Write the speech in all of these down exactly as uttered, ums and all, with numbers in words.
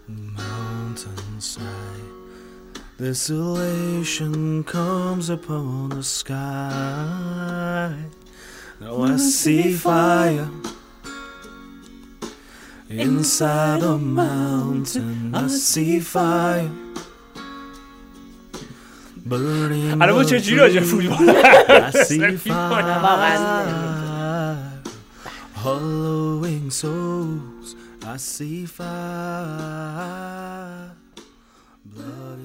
Mountainside, desolation comes upon the sky. Now I see fire inside a mountain. I see fire burning. الان ما چه جوری راجع فوتبال I see fire hollowing souls. I see fire blood.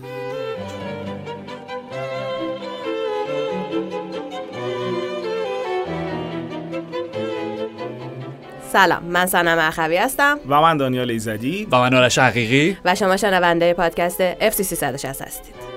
سلام، من سنم اخوی هستم و من دانیال ایزدی و من آرش حقیقی و شما شنونده پادکست اف سی سیصد و شصت هستید.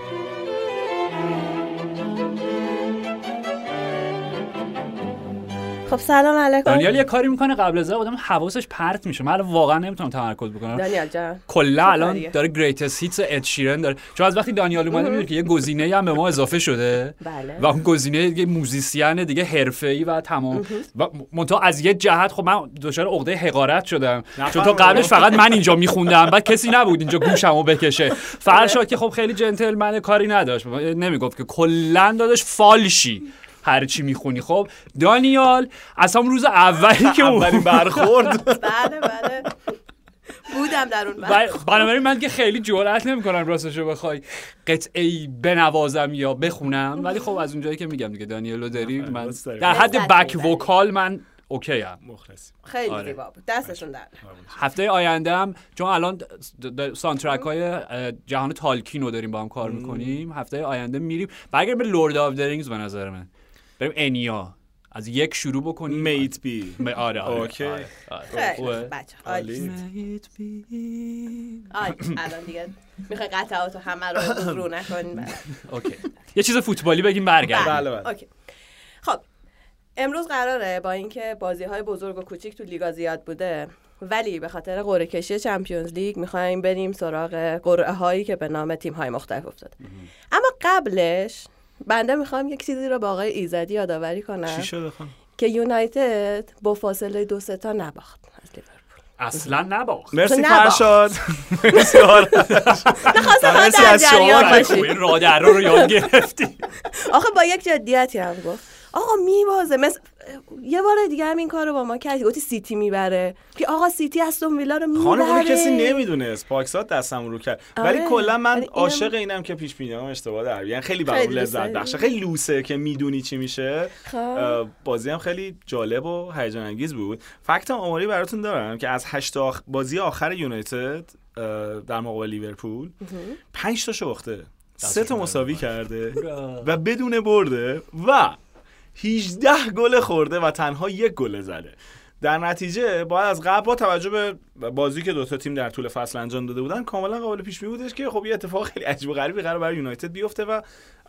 خب سلام علیکم. دانیال یه کاری میکنه قبل از آدم حواسش پرت میشه. من واقعا نمیتونم تمرکز بکنم. دانیال جان کلا الان داره گریتست هیتس اد شیرن داره. چون از وقتی دانیال اومده میدونی که یه گزینه‌ای هم به ما اضافه شده. بله. و اون گزینه دیگه موزیسین دیگه حرفه‌ای و تمام. و منتها از یه جهت خب من دچار عقده حقارت شدم. چون تا قبلش فقط من اینجا میخوندم بعد کسی نبود اینجا گوشمو بکشه. فرشاد که خب خیلی جنتلمن کاری نداشت. نمیگفت که کلا داداش فالشی هر چی میخونی. خب دانیال از هم روز اولی که اولین برخورد بله بله بودم در اون وقت. بنابراین من که خیلی جرئت نمیکنم راستشو بخوای قطعه‌ای بنوازم یا بخونم، ولی خب از اونجایی که میگم دیگه دانیالو داریم من در حد بک وکال من اوکی ام. مخلص. خیلی آره. زیبا بود. دستشون در. هفته آینده هم چون الان ساوندترک های جهان تالکین رو داریم با هم کار میکنیم، هفته آینده میریم برگردیم به لورد آف د رینگز. به نظر من بریم انیا از یک شروع بکنیم. میت بی. آره آره اوکی. آره. خیلی بچه عالی. میت بی. آی الان دیگه میخوای قطعاتو همه رو رو نکنین. اوکی. یه چیز فوتبالی بگیم برگردیم. بله بله. اوکی. خب امروز قراره با اینکه بازی‌های بزرگ و کوچیک تو لیگا زیاد بوده، ولی به خاطر قرعه کشی چمپیونز لیگ می‌خوایم بریم سراغ قرعه‌هایی که به نام تیم‌های مختلف افتاده. اما قبلش بنده می‌خوام یک چیزی رو با آقای ایزدی یادآوری کنم. چی شده خانم؟ که یونایتد با فاصله دو سه تا نباخت از لیورپول. اصلا نباخت. مرسی فرشاد. مرسی آرش. نخواستم در جریان باشی. این راه در رو یاد گرفتی. آخه با یک جدیتی هم گفت آقا میبازه. مثل یه بار دیگه هم این کار رو با ما کردی، گفتی سیتی میبره که آقا سیتی استون ویلا رو میبره. خانم اون کسی نمیدونست، پاکسات دستم رو کرد. ولی آره. کلا من اینم... عاشق اینم که پیش بینیام اشتباه در بیان. یعنی خیلی برام خیلی لذت بخشه، خیلی لوسه که میدونی چی میشه. بازی هم خیلی جالب و هیجان انگیز بود. فکت آماری براتون دارم که از هشت آخ... بازی آخر یونایتد در مقابل لیورپول پنج تا باخته، سه تا مساوی کرده و بدون برده و هجده گل خورده و تنها یک گل زده. در نتیجه باید از قبل با توجه به بازی که دو تا تیم در طول فصل انجام داده بودن کاملا قابل پیش بینی بودش که خب یه اتفاق خیلی عجیب و غریبی قرار برای یونایتد بیفته. و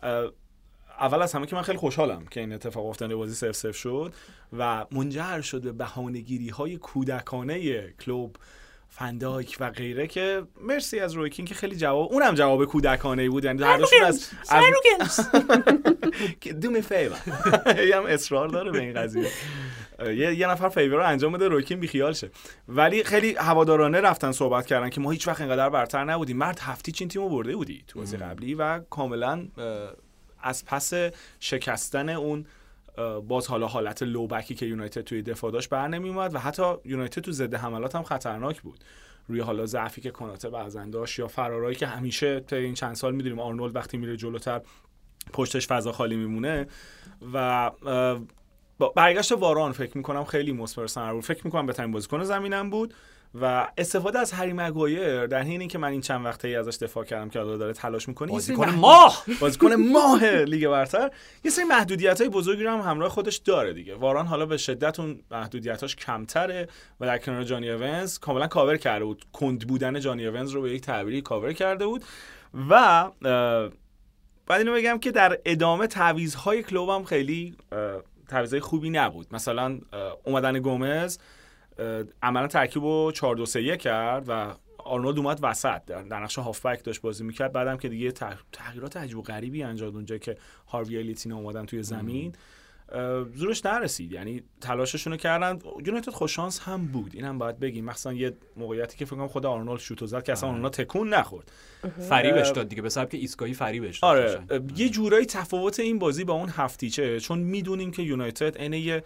اول از همه که من خیلی خوشحالم که این اتفاق افتاد، بازی صفر صفر شد و منجر شد به بهانه‌گیری‌های کودکانه کلوب، فندایک و غیره که مرسی از روی کین که خیلی جواب اونم جواب کودکانه‌ای بود. یعنی هر دوشون از دو می فیور هم اصرار داره به این قضیه. یه یه نفر فیور رو انجام بده روی کین بی خیال شه. ولی خیلی هوادارانه رفتن صحبت کردن که ما هیچ وقت اینقدر برتر نبودیم. مرد هفتی چین تیمو برده بودی تو بازی قبلی و کاملا از پس شکستن اون باز حالا حالت لوبکی که یونایتد توی دفاع داشت بر نمی اومد و حتی یونایتد تو ضد حملات هم خطرناک بود روی حالا ضعفی که کناته بعضن داشت یا فرارایی که همیشه تا این چند سال می‌دونیم آرنولد وقتی میره جلوتر پشتش فضا خالی میمونه. و برگشت واران فکر می‌کنم خیلی مثمر ثمر بود. فکر می‌کنم بهترین بازیکن زمینم بود و استفاده از هری مگوایر در حین اینکه من این چند وقته ازش دفاع کردم که حالا داره تلاش می‌کنه بازیکن ماه بازیکن ماه لیگ برتر یه سری محدودیت‌های بزرگی رو هم همراه خودش داره دیگه. واران حالا به شدت اون محدودیتاش کمتره و در کنار جانی اونز کاملا کاور کرده بود. کند بودن جانی اونز رو به یک تعبیری کاور کرده بود و بعد اینو بگم که در ادامه تعویض‌های کلوب هم خیلی تعویضای خوبی نبود. مثلا اومدن گومز عملا ترکیبو چهار دو سه یک کرد و آرنولد اومد وسط در نقش هافبک داشت بازی میکرد. بعدم که دیگه تغییرات عجیب و غریبی انجام داد اونجا که هاروی الیتینا اومدن توی زمین زورش نرسید. یعنی تلاششون رو کردن. یونایتد خوش شانس هم بود، اینم باید بگیم، مثلا یه موقعیتی که فکر کنم خود آرنولد شوت زد که اصلا اونها تکون نخورد، فریبش داد دیگه، به سبب ایسکایی فریبش داد. آره یه جورایی تفاوت این بازی با اون هفتیچه، چون میدونیم که یونایتد عین یه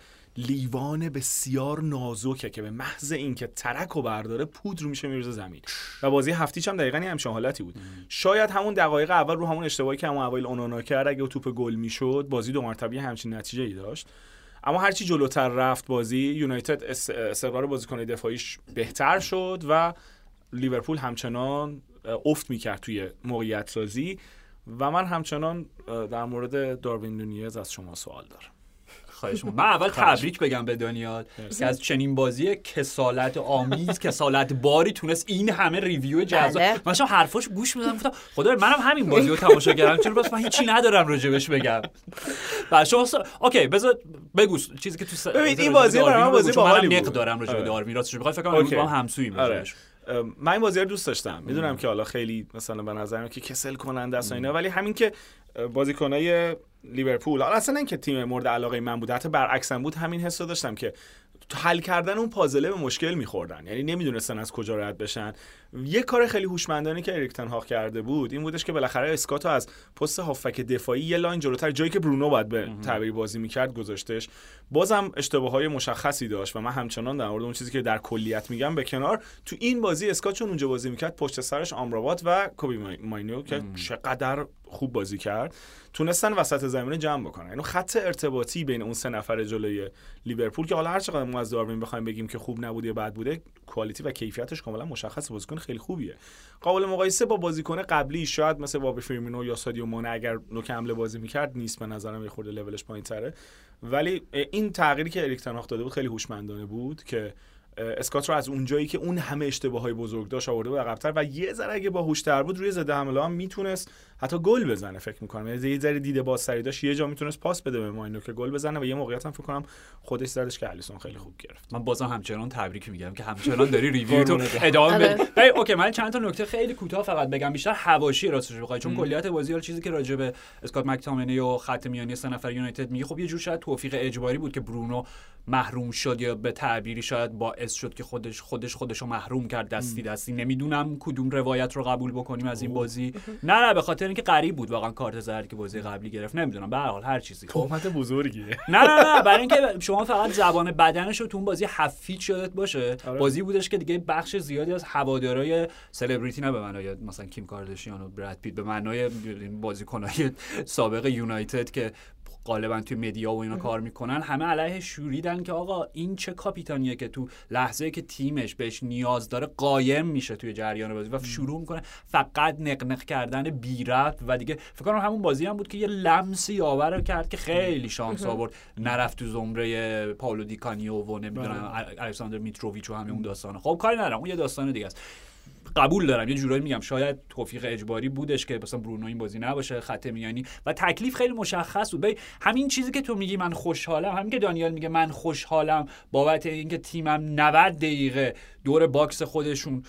لیوان بسیار نازکه که به محض اینکه ترکو برداره پودر میشه میرزه زمین و بازی هفتیچ هم دقیقاً همین حالتی بود. شاید همون دقایق اول رو همون اشتباهی که همون اوایل اونانا کرد اگه توپ گل میشد بازی دو مرتبه همچین نتیجه‌ای داشت. اما هرچی جلوتر رفت بازی، یونایتد استقرار بازیکن دفاعیش بهتر شد و لیورپول همچنان افت میکرد توی موقعیت سازی و من همچنان در مورد داروین نونیز از شما سوال دارم. خواهش من اول تبریک بگم به دانیال که از چنین بازی کسالت آمیز کسالت باری تونست این همه ریویو جذاب. من شما حرفاش گوش میدم گفتم خدا منم همین بازی رو تماشا کردم چرا بس من هیچی ندارم راجبش بگم. بعد شما س... اوکی بذار بگو چیزی که تو س... ببین این بازی برای من بازی باحالی بود. نقد دارم راجب داروین، راستش بخوای فکر کنم با هم همسوییم راجبش. من این بازی رو دوست داشتم، میدونم که حالا خیلی مثلا به نظر میاد که کسل کننده است و اینا، ولی همین که بازیکنای لیورپول، حالا اصلا اینکه تیم مورد علاقه من بود، حتی برعکسم بود، همین حسو داشتم که حل کردن اون پازله به مشکل می‌خوردن، یعنی نمیدونستن از کجا رد بشن. یه کار خیلی هوشمندانه که اریک تن هاگ کرده بود این بودش که بالاخره اسکاتو از پست هافک دفاعی یه لاین جلوتر، جایی که برونو باید به تعبیر بازی می‌کرد گذاشتش. بازم اشتباهات مشخصی داشت و من همچنان در مورد اون چیزی که در کلیت میگم به کنار، تو این بازی اسکات چون اونجا بازی می‌کرد پشت سرش آمرابات و کوبی ماینو که چقدر خوب بازی کرد تونستن وسط زمین جمع بکنن. یعنی خط ارتباطی بین اون سه نفر جلوی لیورپول که حالا هر چقدر ما از داروین بخوایم بگیم که خوب نبوده یا بد بوده، کوالیتی و کیفیتش کاملا مشخصه، بازیکن خیلی خوبیه. قابل مقایسه با بازیکن قبلی شاید مثل بابی فیرمینو یا سادیو مانه اگر نوک حمله بازی میکرد نیست، به نظرم یه خورده لولش پایین‌تره. ولی این تغییری که اریک تن هاگ داده بود خیلی هوشمندانه بود که اسکات رو از اونجایی که اون همه اشتباههای بزرگ داشت آورده بود عقب‌تر و یه ذره اگه باهوش‌تر بود روی ضد حمله هم میتونست حتی گل بزنه. فکر می‌کنم یعنی یه ذره دیده بازسری داشت، یه جا میتونست پاس بده به ماینو که گل بزنه و یه موقعیت هم فکر کنم خودش زدش که الیسون خیلی خوب گرفت. من بازم همچنان تبریک میگم که همچنان داری ریویو تو ادامه بدی. ولی اوکی من چند تا نکته خیلی کوتاه فقط بگم، بیشتر حواشی راستش بخوای، چون کلیت بازی رو چیزی که راجع به اسکات مک‌تامینی و خط میانی سه نفر یونایتد میگه خب یه جور شاید توفیق اجباری بود که برونو محروم شد یا به تعبیری شاید باعث شد که خودش خودش خودشو محروم کرد دستی دستی. نمیدونم کدوم روایت رو قبول بکنیم از این بازی. نه نه به خاطر اینکه غریب بود واقعا کارت زرد که بازی قبلی گرفت، نمیدونم به هر حال هر چیزی تهمت بزرگیه. نه نه نه برای اینکه شما فقط زبان بدنش رو تو اون بازی حفیظ یادت باشه. آره. بازی بودش که دیگه بخش زیادی از هوادارهای سلبریتی، نه به معنای مثلا کیم کارداشیان و براد پیت، به معنای بازیکنای سابق یونایتد که غالبا توی مدیا و اینا کار میکنن، همه علیه شوریدن که آقا این چه کاپیتانیه که تو لحظه‌ای که تیمش بهش نیاز داره قایم میشه توی جریان بازی و شروع میکنه فقط نقنق کردن بی ربط. و دیگه فکر کنم همون بازی هم بود که یه لمسی یاور کرد که خیلی شانس آورد نرفت تو زمره پائولو دی کانیو و نمیدونم الکساندر میتروویچ و همه اون داستانه. خب کاری ندارم، اون یه داستان دیگه است. قبول دارم یه جورایی میگم شاید توفیق اجباری بودش که مثلا برونو این بازی نباشه، خط میانی و تکلیف خیلی مشخص بود. همین چیزی که تو میگی من خوشحالم، همین که دانیال میگه من خوشحالم بابت اینکه تیمم نود دقیقه دور باکس خودشون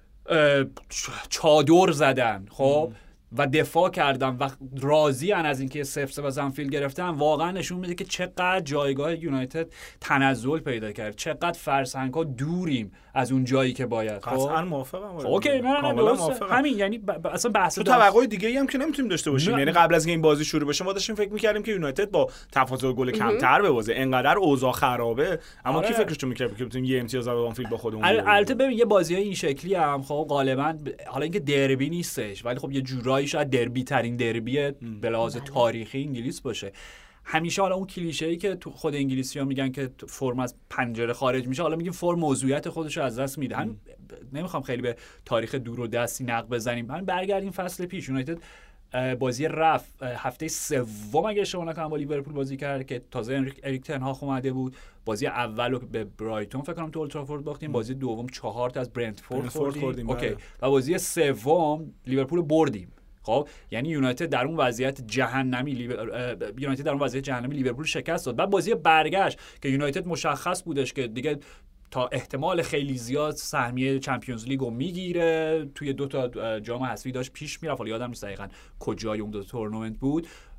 چادر زدن خب و دفاع کردم و راضی ان از اینکه صفر صفر از انفیلد گرفتن، واقعا نشون میده که چقدر جایگاه یونایتد تنزل پیدا کرد، چقدر فرسنگ‌ها دوریم از اون جایی که باید. قطعا موافقم. خب اوکی نه نه درسته همین، یعنی ب... اصلا بحث تو توقع دیگه‌ای هم که نمیتونیم داشته باشیم. یعنی قبل از اینکه این بازی شروع بشه ما داشتیم فکر می‌کردیم که یونایتد با تفاضل گل کمتر ببازه، انقدر اوضاع خرابه، اما آره. کی فکرشو می‌کرد که بتونیم یه امتیاز از آنفیلد با خودمون بگیریم. البته ببین یه بازیای این شکلی هم خب غالبا ب... حالا اینکه دربی نیستش ولی خب یه جورایی شاید دربی ترین دربی به لحاظ تاریخی انگلیس باشه. همیشه حالا اون کلیشه‌ای که تو خود انگلیسی‌ها میگن که فرم از پنجره خارج میشه، حالا میگیم فرم موضوعیت خودش رو از دست میده. هم نمیخوام خیلی به تاریخ دور و دستی نقد بزنیم، من برگردیم فصل پیش یونایتد بازی رفت هفته سوم اگه اشتباه نکنم با لیورپول بازی کرد که تازه اریک تن هاگ اومده بود. بازی اولو به برایتون فکر کنم تو اولترافورد باختیم، بازی دوم چهار تا از برنتفورد خوردیم اوکی و بازی سوم لیورپول بردیم. خب یعنی یونایتد در اون وضعیت جهنمی لیور... یونایتد در اون وضعیت جهنمی لیورپول شکست داد. بعد بازی برگشت که یونایتد مشخص بودش که دیگه تا احتمال خیلی زیاد سهمیه چمپیونز لیگو میگیره، توی دو تا جام حذفی داشت پیش میرفت، حالا یادم نیست دقیقاً کجای اون دو تا تورنمنت بود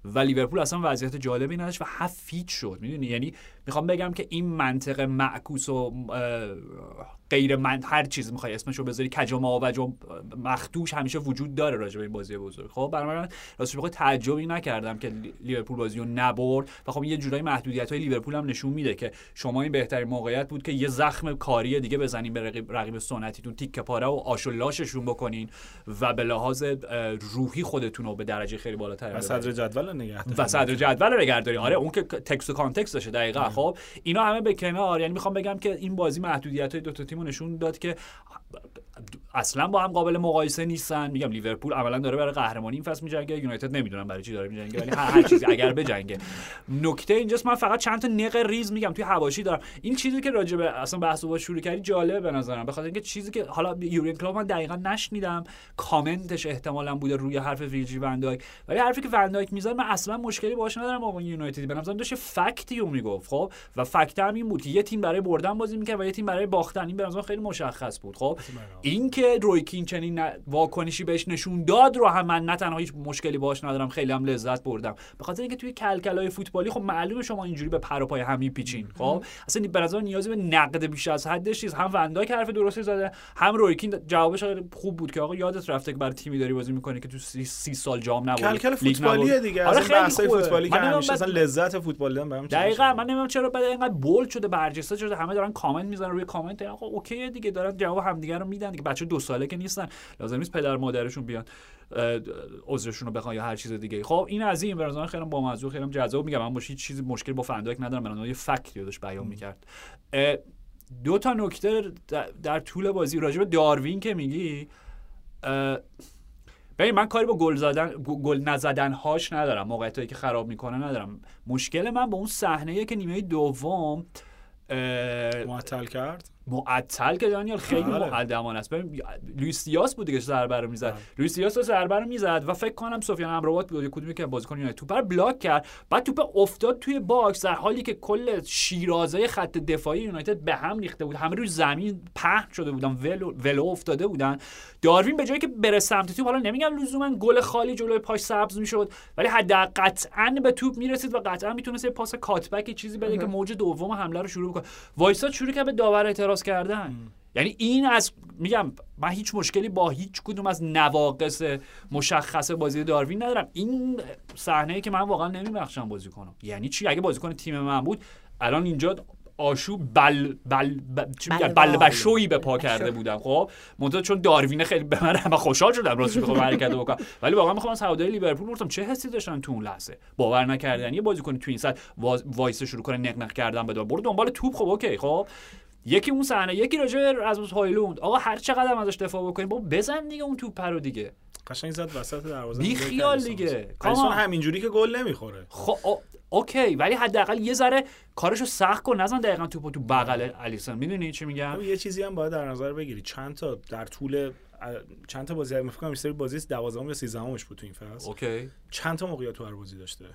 و لیورپول اصلا وضعیت جالبی نداشت و هفت فیت شد. میدونی یعنی میخوام بگم که این منطق معکوس و غیر من هر چیز میخوای اسمشو بذاری کج و معوج و مخدوش همیشه وجود داره راجع به این بازی بزرگ. خب برای من راستش بخوام تعجبی نکردم که لیورپول بازی رو نبرد و خب یه جورایی محدودیت‌های لیورپول هم نشون میده که شما این بهترین موقعیت بود که یه زخم کاری دیگه بزنین به رقیب رقیب سنتیتون، تیکه پاره و آش و لاششون بکنین و به لحاظ روحی خودتون رو به درجه خیلی بالاتر و صدر جدول نگه و صدر جدول رو نگهداری. آره اون که تکست و کانتکست داشته دقیقاً. خب اینا همه به کنار، یعنی میخوام بگم که این بازی محدودیت‌های دو تا تیمو نشون داد که اصلا با هم قابل مقایسه نیستن. میگم لیورپول عملا داره برای قهرمانی این فصل میجنگه، یونایتد نمیدونم برای چی داره میجنگه، ولی هر, هر چیزی اگر بجنگه. نکته اینجاست من فقط چند تا نق ریز میگم توی حواشی دارم. این چیزی که راجع به اصلا بحثو با شروع کردی جالبه به نظرم، بخاطر اینکه چیزی که حالا یورین کلوپ من دقیقاً نشنیدم، کامنتش احتمالاً بوده روی حرف ویرجی ون دایک، ولی حرفی که ون دایک میزد من اصلا مشکلی باهاش ندارم با یونایتد. به نظرم داشت فکتی رو میگفت. خب و فکت هم این بود که یه تیم برای بردن بازی میکرد و یه تیم برای باختن. این به نظرم خیلی مشخص بود. خب این که روی کین چنین واکنشی بهش نشون داد رو هم من نه تنها هیچ مشکلی باهاش ندارم، خیلی هم لذت بردم، به خاطر اینکه توی کلکلای فوتبالی خب معلومه شما اینجوری به پر و پای هم میپیچین. خب اصلا به نظر نیازی به نقد بیش از حدش نیست. هم وندا که حرف درستی زده، هم روی کین جوابش خوب بود که آقا یادت رفته که برای تیمی داری بازی میکنی که تو سی, سی سال جام نبردی. کلکل فوتبالیه دیگه. آره از بحثای فوتبالی که همیشه اصلا لذت فوتبال دیدن برام دقیقاً. من نمیدونم چرا بعد اینقدر بولد شده برجسته شده، همه دارن کامنت میزنن روی کامنت. آقا اوکیه دیگه، دارن جواب همدیگه رو میدن دیگه. بچه دو ساله که نیستن، لازم نیست پدر مادرشون بیان عذرشون رو بخوان یا هر چیز دیگه. خب این از این برازن خیلی با موضوع خیلی جذاب. میگم من باشه هیچ چیزی مشکل با فنداک ندارم، من یه فکتی رو داشت بیان میکرد. دو تا نکته در طول بازی راجع به داروین که میگی، ببین من کاری با گل زدن گل نزدن هاش ندارم، موقعیتایی که خراب میکنه ندارم. مشکل من با اون صحنه‌ایه که نیمه دوم معطل کرد. معطل که دانیال خیلی مقدمانه است. ببین لوئیس دیاز بود دیگه ضربه رو میزد. لوئیس دیاز ضربه رو میزد و فکر کنم سفیان امرابات بود کدومی که بازیکن یونایتد توپ رو بلاک کرد، بعد توپ افتاد توی باکس در حالی که کل شیرازه خط دفاعی یونایتد به هم ریخته بود، همه روی زمین پهن شده بودن، ولو ولو افتاده بودن. داروین به جایی که بره سمت توپ، حالا نمیگم لزوما گل خالی جلوی پاش سبز میشد، ولی حداقل قطعاً به توپ میرسید و قطعاً میتونست یه پاس کاتبک چیزی بده که موج دوم حمله رو شروع کنه. وایساد شروع کرد به داور اعتراض کردن. یعنی این از میگم من هیچ مشکلی با هیچ کدوم از نواقص مشخص بازی داروین ندارم. این صحنه‌ای که من واقعا نمیبخشم بازی کنم. یعنی چی؟ اگه بازیکن تیم من بود الان اینجا آشوب بل بل بل چی میگن بل بشویی به پا کرده بودم. خب منتها چون داروین خیلی به من هم خوشحال شدم راستش بخوام حرکت بکنم، ولی واقعا میخوام از هواداری لیورپول بپرسم چه حسی داشتن تو اون لحظه؟ باور نکردنی بازیکن تو این سطح وایس شروع کنه نق نق کردن بده برو دنبال توپ. خب اوکی، خب یکی اون صحنه، یکی راجع به راسموس هویلوند. آقا هر چقدر ازش دفاع بکنیم بابا بزن دیگه اون توپ رو دیگه. قشنگ زد وسط دروازه. بی خیال دیگه. اصلا همینجوری که گل نمیخوره. خب اوکی، ولی حداقل یه ذره کارشو سخت کن، نزن دقیقاً توپو تو بغل الیسون. میدونی چی میگم؟ یه چیزی هم باید در نظر بگیری، چند تا در طول چند تا بازی فکر کنم این سری بازی دوازدهم یا سیزدهمش بود تو این فصل. اوکی. چند تا موقعیت تو هر بازی داشته؟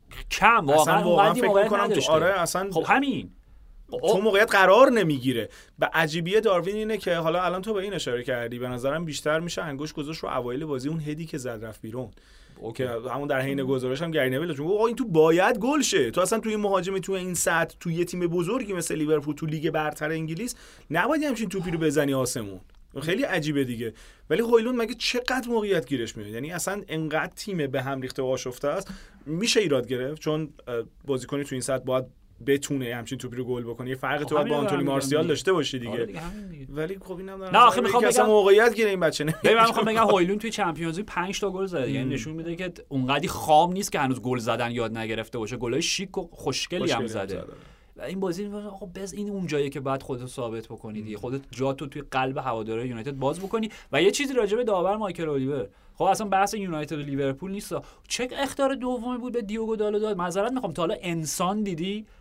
کم واقعا واقعا فکر می‌کنم تو آره اصلا خب همین تو موقعیت قرار نمیگیره. به عجیبیه داروین اینه که حالا الان تو به این اشاره کردی، به نظرم بیشتر میشه انگوش گذاشت رو اوایل بازی اون هدی که زد رفت بیرون. اوکی همون در حین گزارش هم گری نویل چون آقا این تو باید گل شه. تو اصلا توی مهاجمی تو این سطح تو یه تیم بزرگی مثل لیورپول تو لیگ برتر انگلیس نباید همچین توپی رو بزنی آسمون. خیلی عجیبه دیگه. ولی هویلوند مگه چقدر موقعیت گیرش میاد؟ یعنی اصلا انقدر تیم به هم ریخته و آشفته است، میشه ایراد گرفت چون بازیکنی تو این سطح باید بتونه همچین توپی رو گل بکنه. یه فرق تو با آنتونی مارسیال داشته باشی دیگه. ولی خب اینم نه آخه میخوام بگم موقعیت گیره این بچه نه. من میخوام بگم هویلوند توی چمپیونز لیگ پنج تا گل زده، یعنی نشون میده که اونقدی خام نیست که هنوز گل زدن یاد نگرفته باشه. گلای شیک و خوشگلی هم زده. و این بازی میگه خب بس این اون جاییه که بعد خودت ثابت بکنی دیگه، خودت جاتو توی قلب هوادارهای یونایتد باز بکنی. و یه چیزی راجع به داور مایکل اولیور، خب اصلا بحث یونایتد و لیورپول نیست، چه اختیار دومی بود به دیوگو دالو داد. معذرت میخوام تا حالا انسان دیدی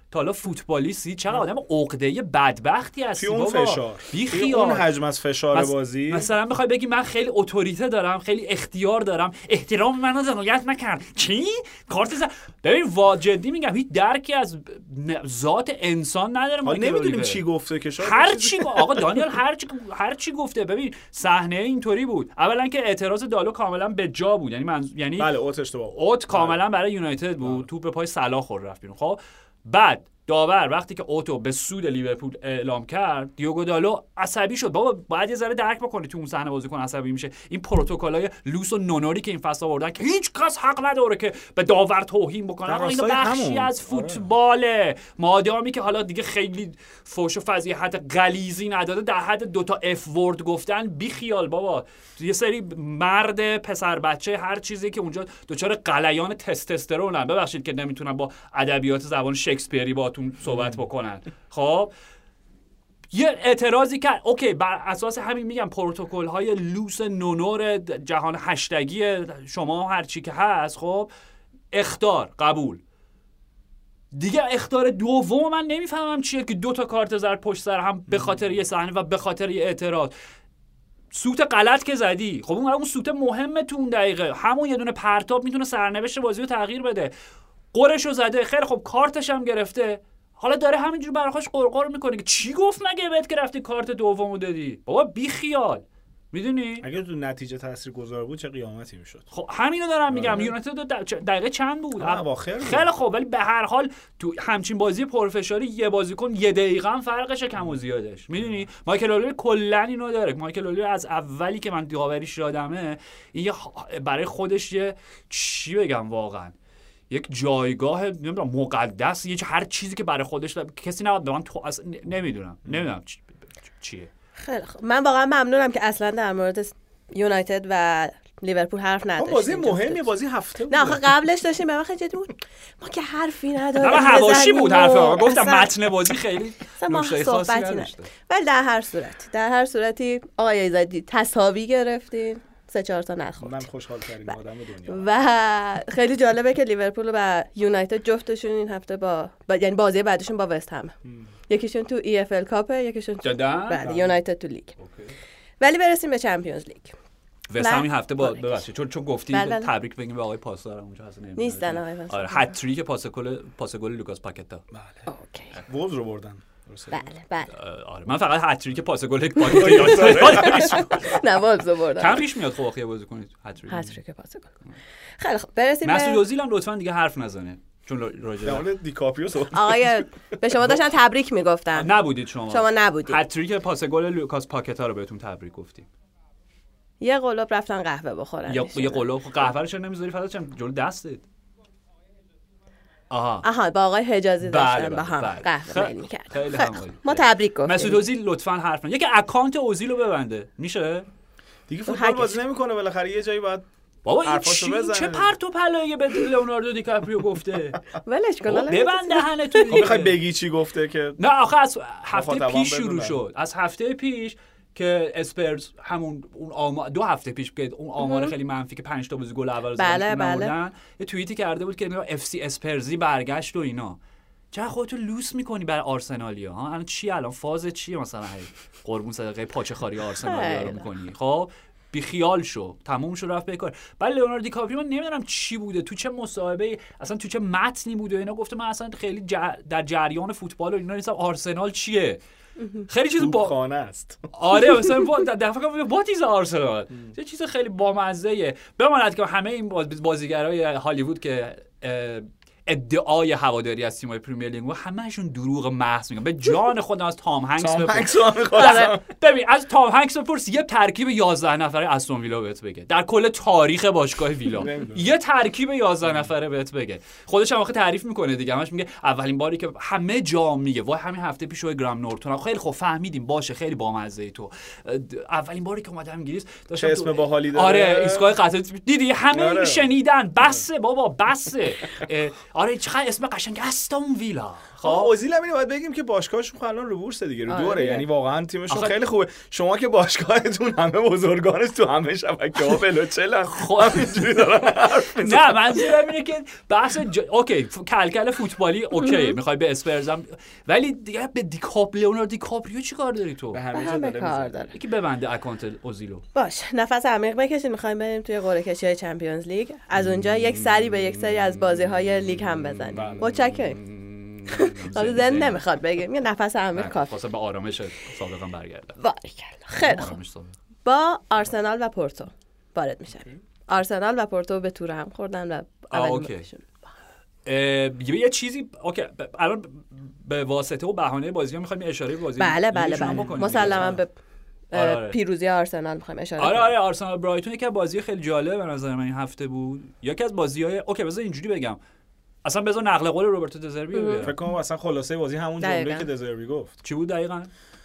تا حالا فوتبالیستی چقدر آدم عقده‌ای بدبختی هستی اون بابا. فشار بی خیال اون حجم از فشار مس... بازی. مثلا بخوای بگی من خیلی اتوریته دارم، خیلی اختیار دارم، احترام منو رعایت نکرد چی کارت ز... ببین واجدی میگم هیچ درکی از ذات انسان نداره. ما نمیدونیم چی گفته که شاید هر چی آقا دانیال هر چی هر چی گفته. ببین صحنه اینطوری بود، اولا که اعتراض دالو کاملا به جا بود، یعنی من یعنی بله اوت اشتباه اوت کاملا برای یونایتد بود، توپ به پای صلاح خورد رفت بیرون. خب بعد داور وقتی که اوتو به سود لیورپول اعلام کرد، دیوگو دالو عصبی شد. بابا باید یه ذره درک بکنی تو اون صحنه بازیکن عصبی میشه. این پروتکلای لوس و نونوری که این فصل آوردن که هیچ کس حق نداره که به داور توهین بکنه، این بخشی از فوتباله. مادامی که حالا دیگه خیلی فوش و فضیحت غلیظی نداده، در حد دوتا اف ورد گفتن، بی خیال بابا. یه سری مرد پسر بچه هر چیزی که اونجا دوچار غلیان تستوسترونن، ببخشید که نمیتونن با ادبیات زبان شکسپیری باتون صحبت بکنن. خب یه اعتراضی که اوکی بر اساس همین میگم پروتکل های لوس نونور جهان هشتگی شما هر چی که هست، خب اخطار قبول. دیگه اخطار دوم من نمیفهمم چیه که دو تا کارت زرد پشت سر هم به خاطر یه صحنه و به خاطر یه اعتراض. سوت غلط که زدی، خب اون اون سوت مهمه تو اون دقیقه، همون یه دونه پرتاب میتونه سرنوشت بازی رو تغییر بده. قرشو زده، خیلی خب کارتش هم گرفته، حالا داره همینجور برای خودش قرقر میکنه که چی گفت مگه بهت که رفتی کارت دومو دادی؟ بابا بی خیال. میدونی اگه تو نتیجه تاثیرگذار بود چه قیامتی میشد. خب همینو دارم میگم. یونایتد دقیقه چند بود؟ اواخر. خیلی خب ولی به هر حال تو همچین بازی پرفشاری یه بازیکن یه دقیقه هم فرقشه کم و زیادش. میدونی مایکل اولیوی کلا اینو داره. مایکل اولیوی از اولی که من داوریش یادمه این برای خودش یه چی بگم واقعا یک جایگاه نمیدونم مقدس، یه هر چیزی که برای خودش داره. کسی نباید به من تو اصلا نمیدونم نمیدونم چیه. خیلی خوب من واقعا ممنونم که اصلا در مورد یونایتد و لیورپول حرف نداشتیم. بازی مهمی بازی هفته بود. نه آخه قبلش داشتیم به من خیلی جدی بود. ما که حرفی نداریم. نه حواشی بود حرفا. گفتم متن بازی خیلی نکته خاصی نداشت. ولی در هر صورت در هر صورتی آقای ایزدی تساوی گرفتین. سه چهار تا نخورد. من خوشحال ترین آدم دنیا. و خیلی جالبه که لیورپول و یونایتد جفتشون این هفته با, با... یعنی بازی بعدشون با وست هم. یکیشون تو ای اف ال کاپه، یکیشون تو بعد یونایتد تو لیگ. ولی برسیم به چمپیونز لیگ. وست هم این هفته با ببخشید چون چون گفتی تبریک بگیم به آقای پاسدار اونجا هست نمیدونم نیستن آقای پاسدار. آره هت تریک پاس گل پاس گل لوکاس پاکتا. بله. اوکی. وولز رو بردن. بله بله. آره من فقط هت تریک پاس گل پاکتا یاد دارم. نه وولز رو بردن. کم پیش میاد خب آخه بازی کنید هت تریک. هت تریک پاس گل. خیلی خوب برسیم به مسعود اوزیل هم لطفا دیگه حرف نزنه. چون راجع به دیکاپریو صحبت آقای به شما داشتن تبریک میگفتن. نبودید شما. شما نبودید. هت تریک پاس گل لوکاس پاکتا رو بهتون تبریک گفتیم. یه قلوب رفتن قهوه بخورن. یا یه قلوب قهوه رو چرا نمیذاری فقط چون جلو دستت؟ آها آها با آقای حجازی داشتن بله با هم بله. قهوه میل می‌کردن. خیلی همالی. ما تبریک گفتیم. مسعود اوزیل لطفاً حرف نزن. یک اکانت اوزیل رو ببنده. میشه؟ دیگه فوتبال بازی نمیکنه بالاخره یه جایی باید بابا این چی چه پرت و پلایی به لئوناردو دیکاپریو گفته؟ ولش کن ببند دهنت تو. میخوای بگی چی گفته که نه آخه از هفته پیش شروع شد. از هفته پیش که اسپرز همون اون آمار دو هفته پیش که اون آمار خیلی منفی که پنج تا بازی گل اول بله بله. یه توییتی کرده بود که میگه اف سی اسپرزی برگشت و اینا. چرا خودتو لوس میکنی برای آرسنالیا ها؟ الان چی الان فاز چیه مثلا قربون صدقه پاچه خاری آرسنالیا رو میکنی؟ خب بی خیال شو تموم شو رفت بکار. بعد لئوناردو دیکاپریو من نمیدونم چی بوده تو چه مصاحبه اصلا تو چه متنی بوده اینا گفته من اصلا خیلی جر... در جریان فوتبال و اینا نیستم. آرسنال چیه؟ خیلی چیز با خانه است. آره مثلا دفعه که وات ایز آرسنال چه چیز خیلی بامزه ایه. بماند که همه این بازیگرای هالیوود که ادعای هواداری از تیم‌های پرمیر لیگ و همه‌شون دروغ محض میگن. به جان خودم از تام هنگس بپرس. ببین از تام هنگس بپرس یه ترکیب یازده نفره استون ویلا بهت بگه در کل تاریخ باشگاه ویلا یه ترکیب یازده نفره بهت بگه. خودش هم آخه تعریف میکنه دیگه همش میگه اولین باری که همه جا میگه وای همین هفته پیش روی گرام نورتون خیلی خوب فهمیدیم باشه خیلی بامزه تو اولین باری که اومدم انگلیس داشتم اسم باحالی داره. آره ایستگاه قطار دیدی همه شنیدن بسه بابا بسه. آره چقدر اسم قشنگ استون ویلا. خب اوزیل هم باید بگیم که باشگاهشون الان رو بورس دیگه، رو دوره، یعنی واقعا تیمشون خیلی خوبه. شما که باشگاهتون همه بزرگانش تو همه شبکه‌ها بلوچلن، خب اینجوری دارن حرف میزنن. نه منظورم اینه که بحث ج... اوکی کلکل فوتبالی اوکی میخوای به اسپرزم، ولی دیگه به دیکاپریو لیوناردو دیکاپریو چیکار داری تو؟ به همه کار داره. یکی ببنده اکانت اوزیلو. باش نفس عمیق بکشید، میخوایم بریم توی قرعه کشی چمپیونز لیگ، از اونجا یک سری به یک سری از بازی‌های لیگ هم بزنیم. متشکرم. حالا زن نمیخواد بگیم، یه نفس عمیق کافی. واسه به آرامش سابقا برگردم. باریکلا. خیلی خوب. با آرسنال و پورتو وارد میشن. آرسنال و پورتو به تور هم خوردن و اولین بازیشون. یه چیزی اوکی الان به واسطه و بهانه بازی ها می‌خوایم اشاره به بازی بله بله بله مسلماً به پیروزی آرسنال می‌خوایم اشاره آره آره آرسنال برایتون یکی از بازی خیلی جالب به نظر من این هفته بود. یکی از بازی‌های اوکی بذار اینجوری بگم، اصلا بذار نقل قول روبرتو دزربی رو بیارم. فکر کنم اصلا خلاصه بازی همون جمله‌ای که دزربی گفت. چی بود دقیقاً؟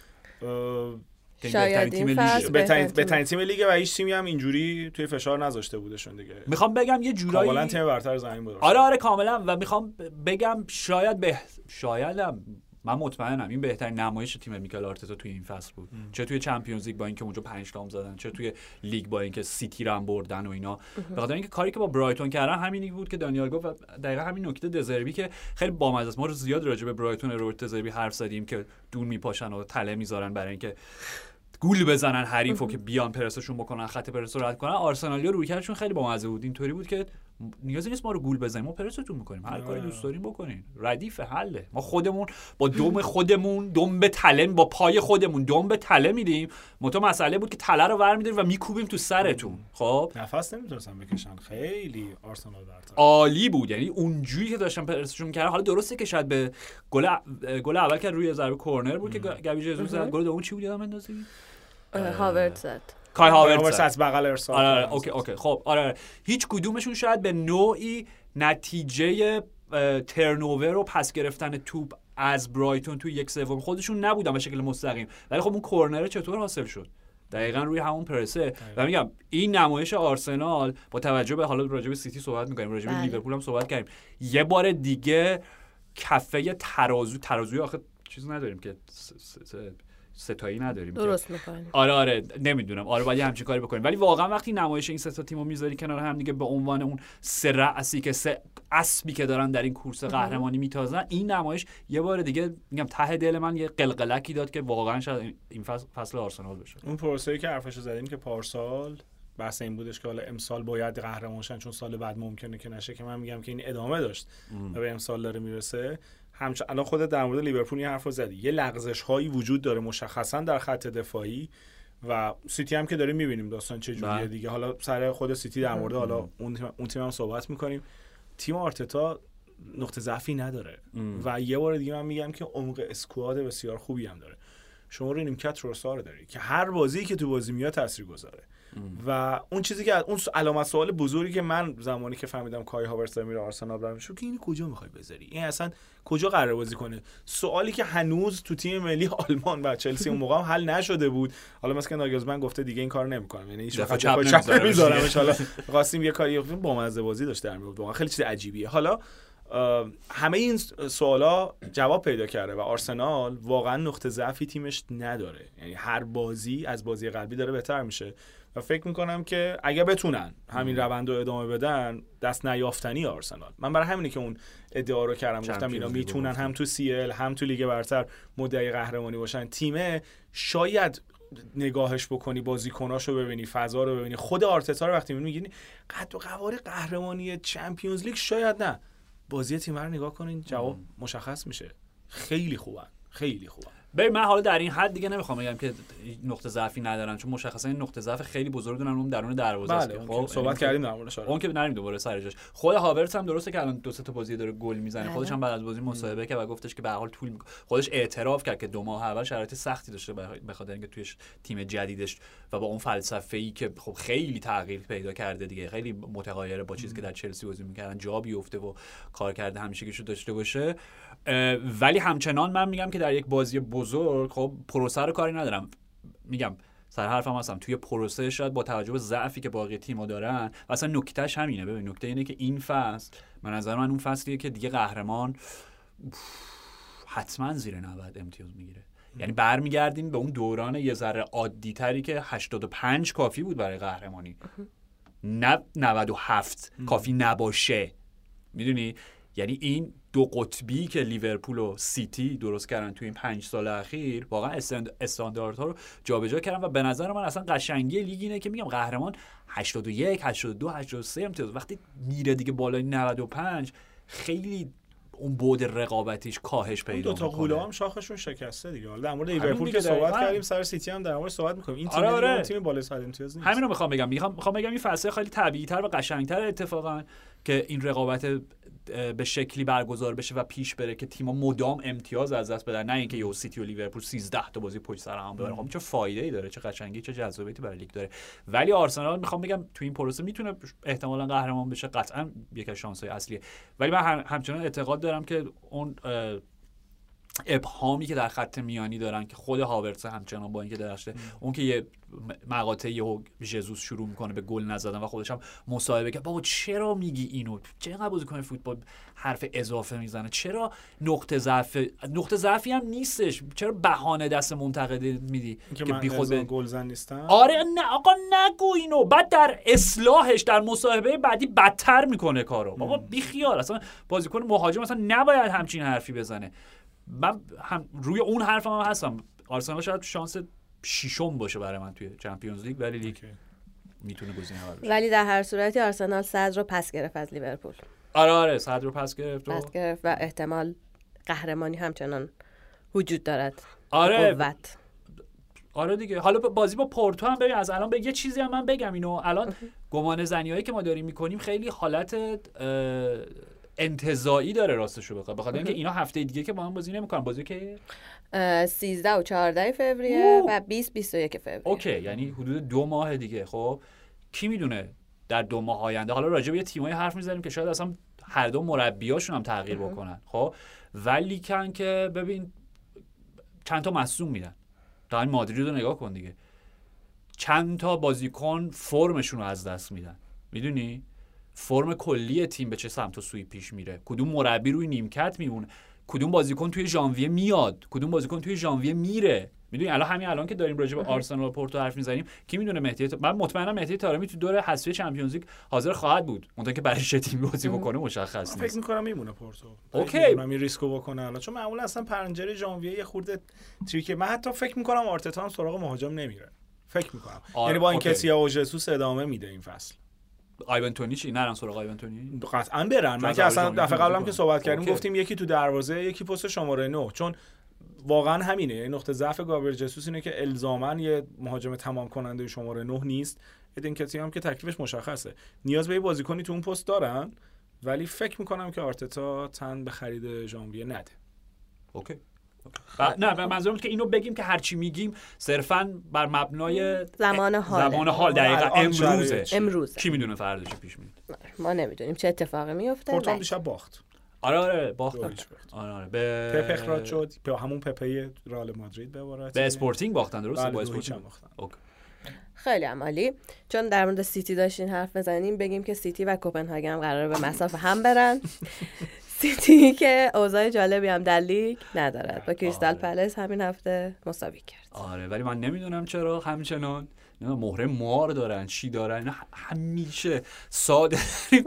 شاید این فصل بهترین تیم لیگ و هیچ تیمی هم اینجوری توی فشار نذاشته بودشون دیگه. میخوام بگم یه جورایی کاملا تیم برتر زمین بود. آره آره کاملا، و میخوام بگم شاید به شایدم من مطمئنم این بهترین نمایش تیم میکل آرتتا توی این فصل بود. ام. چه توی چمپیونز لیگ با اینکه اونجا پنج تا زدن، چه توی لیگ با اینکه سیتی رو هم بردن و اینا. به خاطر اینکه کاری که با برایتون کردن همینی بود که دانیال گفت و دقیقاً همین نکته دزربی که خیلی بامزه است. ما رو زیاد راجع به برایتون روبرت دزربی حرف زدیم که دور میپاشن و تله میذارن برای اینکه گول بزنن حریفو که بیان پرسشون بکنن، خط پرس رو رد کنن. آرسنالیا روی کردشون خیلی بامزه بود. اینطوری بود که نیازی نیست ما رو گول بزنیم، ما پرستون میکنیم، هر کاری دوست دارین بکنین، ردیف حله. ما خودمون با دم خودمون دم به تله، با پای خودمون دم به تله میدیم. متو مسئله بود که تله رو ور میداریم و میکوبیم تو سرتون. خب نفس نمیتونستن بکشن، خیلی آرسنال برتر عالی بود. یعنی اونجوری که داشتن پرسشون میکردن، حالا درسته که شاید به گل گل اول که روی ضربه کرنر بود که گابی ژزوس زد، گل دوم چی بود یادم اندازی؟ هاورت زد. کای هاورت از بغل ارسال. آره آره اوکی اوکی خب آره, آره. هیچ کدومشون شاید به نوعی نتیجه ترنوور و پس گرفتن توپ از برایتون توی یک سوم خودشون نبودن به شکل مستقیم، ولی خب اون کرنر چطور حاصل شد؟ دقیقاً روی همون پرسه. و میگم این نمایش آرسنال با توجه به حالا راجع به سیتی صحبت می‌کنیم، راجع به لیورپول هم صحبت کردیم، یه بار دیگه کفه ترازو ترازوی آخه چیز نداریم که س... س... ستایی نداریم درست می‌کنیم. آره آره نمیدونم آره ولی همچین کاری بکنیم، ولی واقعا وقتی نمایش این سه تا تیمو میذاری کنار هم دیگه به عنوان اون سه رأسی که سه اسبی که دارن در این کورس قهرمانی میتازن، این نمایش یه بار دیگه میگم ته دل من یه قلقلکی داد که واقعا شاید این فصل, فصل آرسنال بشه. اون پروسه‌ای که حرفش زدیم که پارسال بحث این بودش که حالا امسال باید قهرمان شن چون سال بعد ممکنه که نشه، که من میگم که این ادامه داشت و به امسال داره میرسه. همچنان الان خودت در مورد لیورپول یه حرفو زدی، یه لغزش هایی وجود داره مشخصا در خط دفاعی و سیتی هم که داریم میبینیم داستان چه جوریه دیگه. حالا سر خود سیتی در مورد حالا اون تیم اون تیم هم صحبت میکنیم. تیم آرتتا نقطه ضعفی نداره ام. و یه بار دیگه من میگم که عمق اسکواد بسیار خوبی هم داره. شما رو نیمکت روسا رو داری که هر بازی که تو بازی میاد تاثیرگذاره و اون چیزی که اون علامت سوال بزرگی که من زمانی که فهمیدم کای هاورتس میره آرسنال برام شد که این کجا میخوای بذاری، این اصلا کجا قراره بازی کنه. سوالی که هنوز تو تیم ملی آلمان و چلسی اون موقع هم حل نشده بود. حالا مثلا ناگلزمن گفته دیگه این کارو نمیکنم، یعنی هیچ وقت چپ نمیذارم ان شاء الله. خواستیم یه کاری با مزه بازی داشت در میاد، واقعا خیلی چیز عجیبیه. حالا همه این سوالا جواب پیدا کرده و آرسنال واقعا نقطه ضعفی تیمش نداره، یعنی هر بازی از بازی قبلی داره بهتر میشه و فکر میکنم که اگه بتونن همین روند رو ادامه بدن دست نیافتنی آرسنال. من برای همینه که اون ادعا رو کردم، گفتم اینا میتونن هم تو سی ال هم تو لیگ برتر مدعی قهرمانی باشن. تیمه شاید نگاهش بکنی، بازیکناشو ببینی، فضا رو ببینی، خود آرتتا رو وقتی میبینی قد و قوار قهرمانی چمپیونز لیگ شاید نه، بازی تیم رو نگاه کنین جواب مشخص میشه. خیلی خوبن، خیلی خوبن. ببین من حالا در این حد دیگه نمیخوام بگم که نقطه ضعفی ندارن، چون مشخصا این نقطه ضعف خیلی بزرگ دارن اون درون دروازه است. خب صحبت کردیم در موردش، اون که نریم دوباره سر جاش. خود هاورتس هم درسته که الان دو سه تا بازی داره گل میزنه، خودش هم بعد از بازی مصاحبه کرد و گفتش که به هر حال طول میکنه. خودش اعتراف کرد که دو ماه اول شرایط سختی داشته به خاطر اینکه توی تیم جدیدش و با اون فلسفه‌ای که خب خیلی تغییر پیدا کرده دیگه، خیلی متغیره با چیزی که در چلسی بازی میکردن، جا بیفته و کار کرده همیشگیشو داشته باشه. ولی همچنان من میگم که در یک بازی بزرگ خب پروسه رو کاری ندارم. میگم سر حرفم هستم توی پروسه شاید با توجه به ضعفی که باقی تیم‌ها دارن و اصلا نکتهش همینه. ببین نکته اینه که این فصل من نظر من اون فصلیه که دیگه قهرمان حتما زیر نود امتیاز میگیره. یعنی برمیگردیم به اون دوران یه ذره عادی تری که هشتاد و پنج کافی بود برای قهرمانی، نه نود و هفت کافی نباشه. میدونی یعنی این دو قطبی که لیورپول و سیتی درست کردن توی این پنج سال اخیر واقعا استانداردها رو جابجا کردن و به نظر من اصلا قشنگی لیگ اینه که میگم قهرمان هشتاد و یک، هشتاد و دو، هشتاد و سه امتیاز وقتی میره دیگه بالای نود و پنج خیلی اون بعد رقابتیش کاهش پیدا میکنه. دو تا قوله هم شاخشون شکسته دیگه. حالا در مورد لیورپول که صحبت کردیم، سر سیتی هم در مورد صحبت می‌کنیم. این تیم آره آره. تیم بالای صد امتیاز نیست. همین رو می‌خوام بگم. می‌خوام می‌خوام بگم این فصل خیلی طبیعی‌تر و قشنگ‌تر اتفاقا که این رقابت به شکلی برگزار بشه و پیش بره که تیم‌ها مدام امتیاز از دست بدن، نه اینکه یو سیتی و لیورپول سیزده تا بازی پشت سر هم ببرن. خب چه فایده‌ای داره، چه قشنگی، چه جذابیتی برای لیگ داره. ولی آرسنال می‌خوام بگم تو این پروسه میتونه احتمالاً قهرمان بشه، قطعاً یک از شانس‌های اصلیه. ولی من هم همچنان اعتقاد دارم که اون ابهامی که در خط میانی دارن که خود هاورتس همچنان با اینکه درشته اون که یه مقاطعی و ژزوس شروع میکنه به گل نزدن و خودش هم مصاحبه که بابا چرا میگی اینو، چرا بازیکن فوتبال حرف اضافه میزنه، چرا نقطه ضعف نقطه ضعفی هم نیستش، چرا بهانه دست منتقد میدی که بی خود گلزن نیستن. آره نه آقا نگو اینو، بعد در اصلاحش در مصاحبه بعدی بدتر میکنه کارو. بابا بی خیال، اصلا بازیکن مهاجم اصلا نباید همچین حرفی بزنه. من هم روی اون حرفم هم هستم. آرسنال شاید شانس ششم باشه برای من توی چمپیونز لیگ، ولی لیگ میتونه گزینه اول باشه. ولی در هر صورتی آرسنال صدر رو پس گرفت از لیورپول. آره آره صدر رو پس گرفت پس گرفت و احتمال قهرمانی همچنان وجود دارد. آره قوت. آره دیگه. حالا بازی با پورتو هم ببین، از الان به یه چیزی هم من بگم اینو، الان گمان زنیایی که ما داریم میکنیم خیلی حالت انتزاعی داره راستشو بخواد، بخاطر اینکه اینا هفته دیگه که با هم بازی نمیکنن. بازی که سیزده و چهارده فوریه و بیست بیست و یک فوریه. اوکی، یعنی حدود دو ماه دیگه. خب کی میدونه در دو ماه آینده، حالا راجع به یه تیمای حرف میزنیم که شاید اصلا هر دو مربیاشون هم تغییر بکنن. خب ولی کن که ببین چند تا مصدوم میدن. تا این مادرید رو نگاه کن دیگه، چند تا بازیکن فرمشون رو از دست میدن. میدونی فرم کلی تیم به چه سمت و سوی پیش میره، کدوم مربی روی نیمکت میمونه، کدوم بازیکن توی ژانویه میاد، کدوم بازیکن توی ژانویه میره. میدونی الان همین الان که داریم راجع به آرسنال و پورتو حرف میزنیم، کی میدونه مهدی ت... من مطمئنم مهدی طارمی تو دور حذفی چمپیونز لیگ حاضر خواهد بود، اونطور که برای چه تیم بازی بکنه مشخص نیست. فکر می‌کنم میمونه پورتو. اوکی من می ریسکو بکنه الان، چون معمولا اصلا پنجره ژانویه یه خورده تریکه. من حتی فکر می‌کنم آرتتا هم سراغ مهاجم نمیره. فکر می‌کنم آر... یعنی با این کسیا و ژسوس ادامه میده این فصل. آیونتونی چی نرن سراغ آیونتونی؟ قطعاً برن. من که اصلا دفعه قبلم که صحبت کردیم اوکی. گفتیم یکی تو دروازه یکی پست شماره نه، چون واقعا همینه. یعنی نقطه ضعف گابریل ژسوس اینه که الزاماً یه مهاجم تمام کننده شماره نه نیست. ادین کتی هم که تکلیفش مشخصه، نیاز به یه بازیکنی تو اون پست دارن، ولی فکر میکنم که آرتتا تن به خرید ژانویه نده. اوکی. نه منظورم که اینو بگیم که هرچی میگیم صرفاً بر مبنای زمان حال زمان حال دقیقاً امروزه. امروزه کی میدونه فرداش پیش میاد؟ ما نمیدونیم چه اتفاقی میفته. پورتو دیشب باخت. آره آره باخت. آره آره به پپ اخراج شد، به همون پپه رئال مادرید به عبارت به اسپورتینگ باختن. درسته با اسپورتینگ باختن. اوکی. خیلی عالی. چون در مورد سیتی داشتین حرف بزنیم، بگیم که سیتی و کوپنهاگن قراره به مسافه هم برن. سیتی که اوضاع جالبی هم در لیگ ندارد، با کریستال آره. پالاس همین هفته مساوی کرد. آره ولی من نمیدونم چرا همچنان نه مهره مار دارن چی دارن، همیشه ساده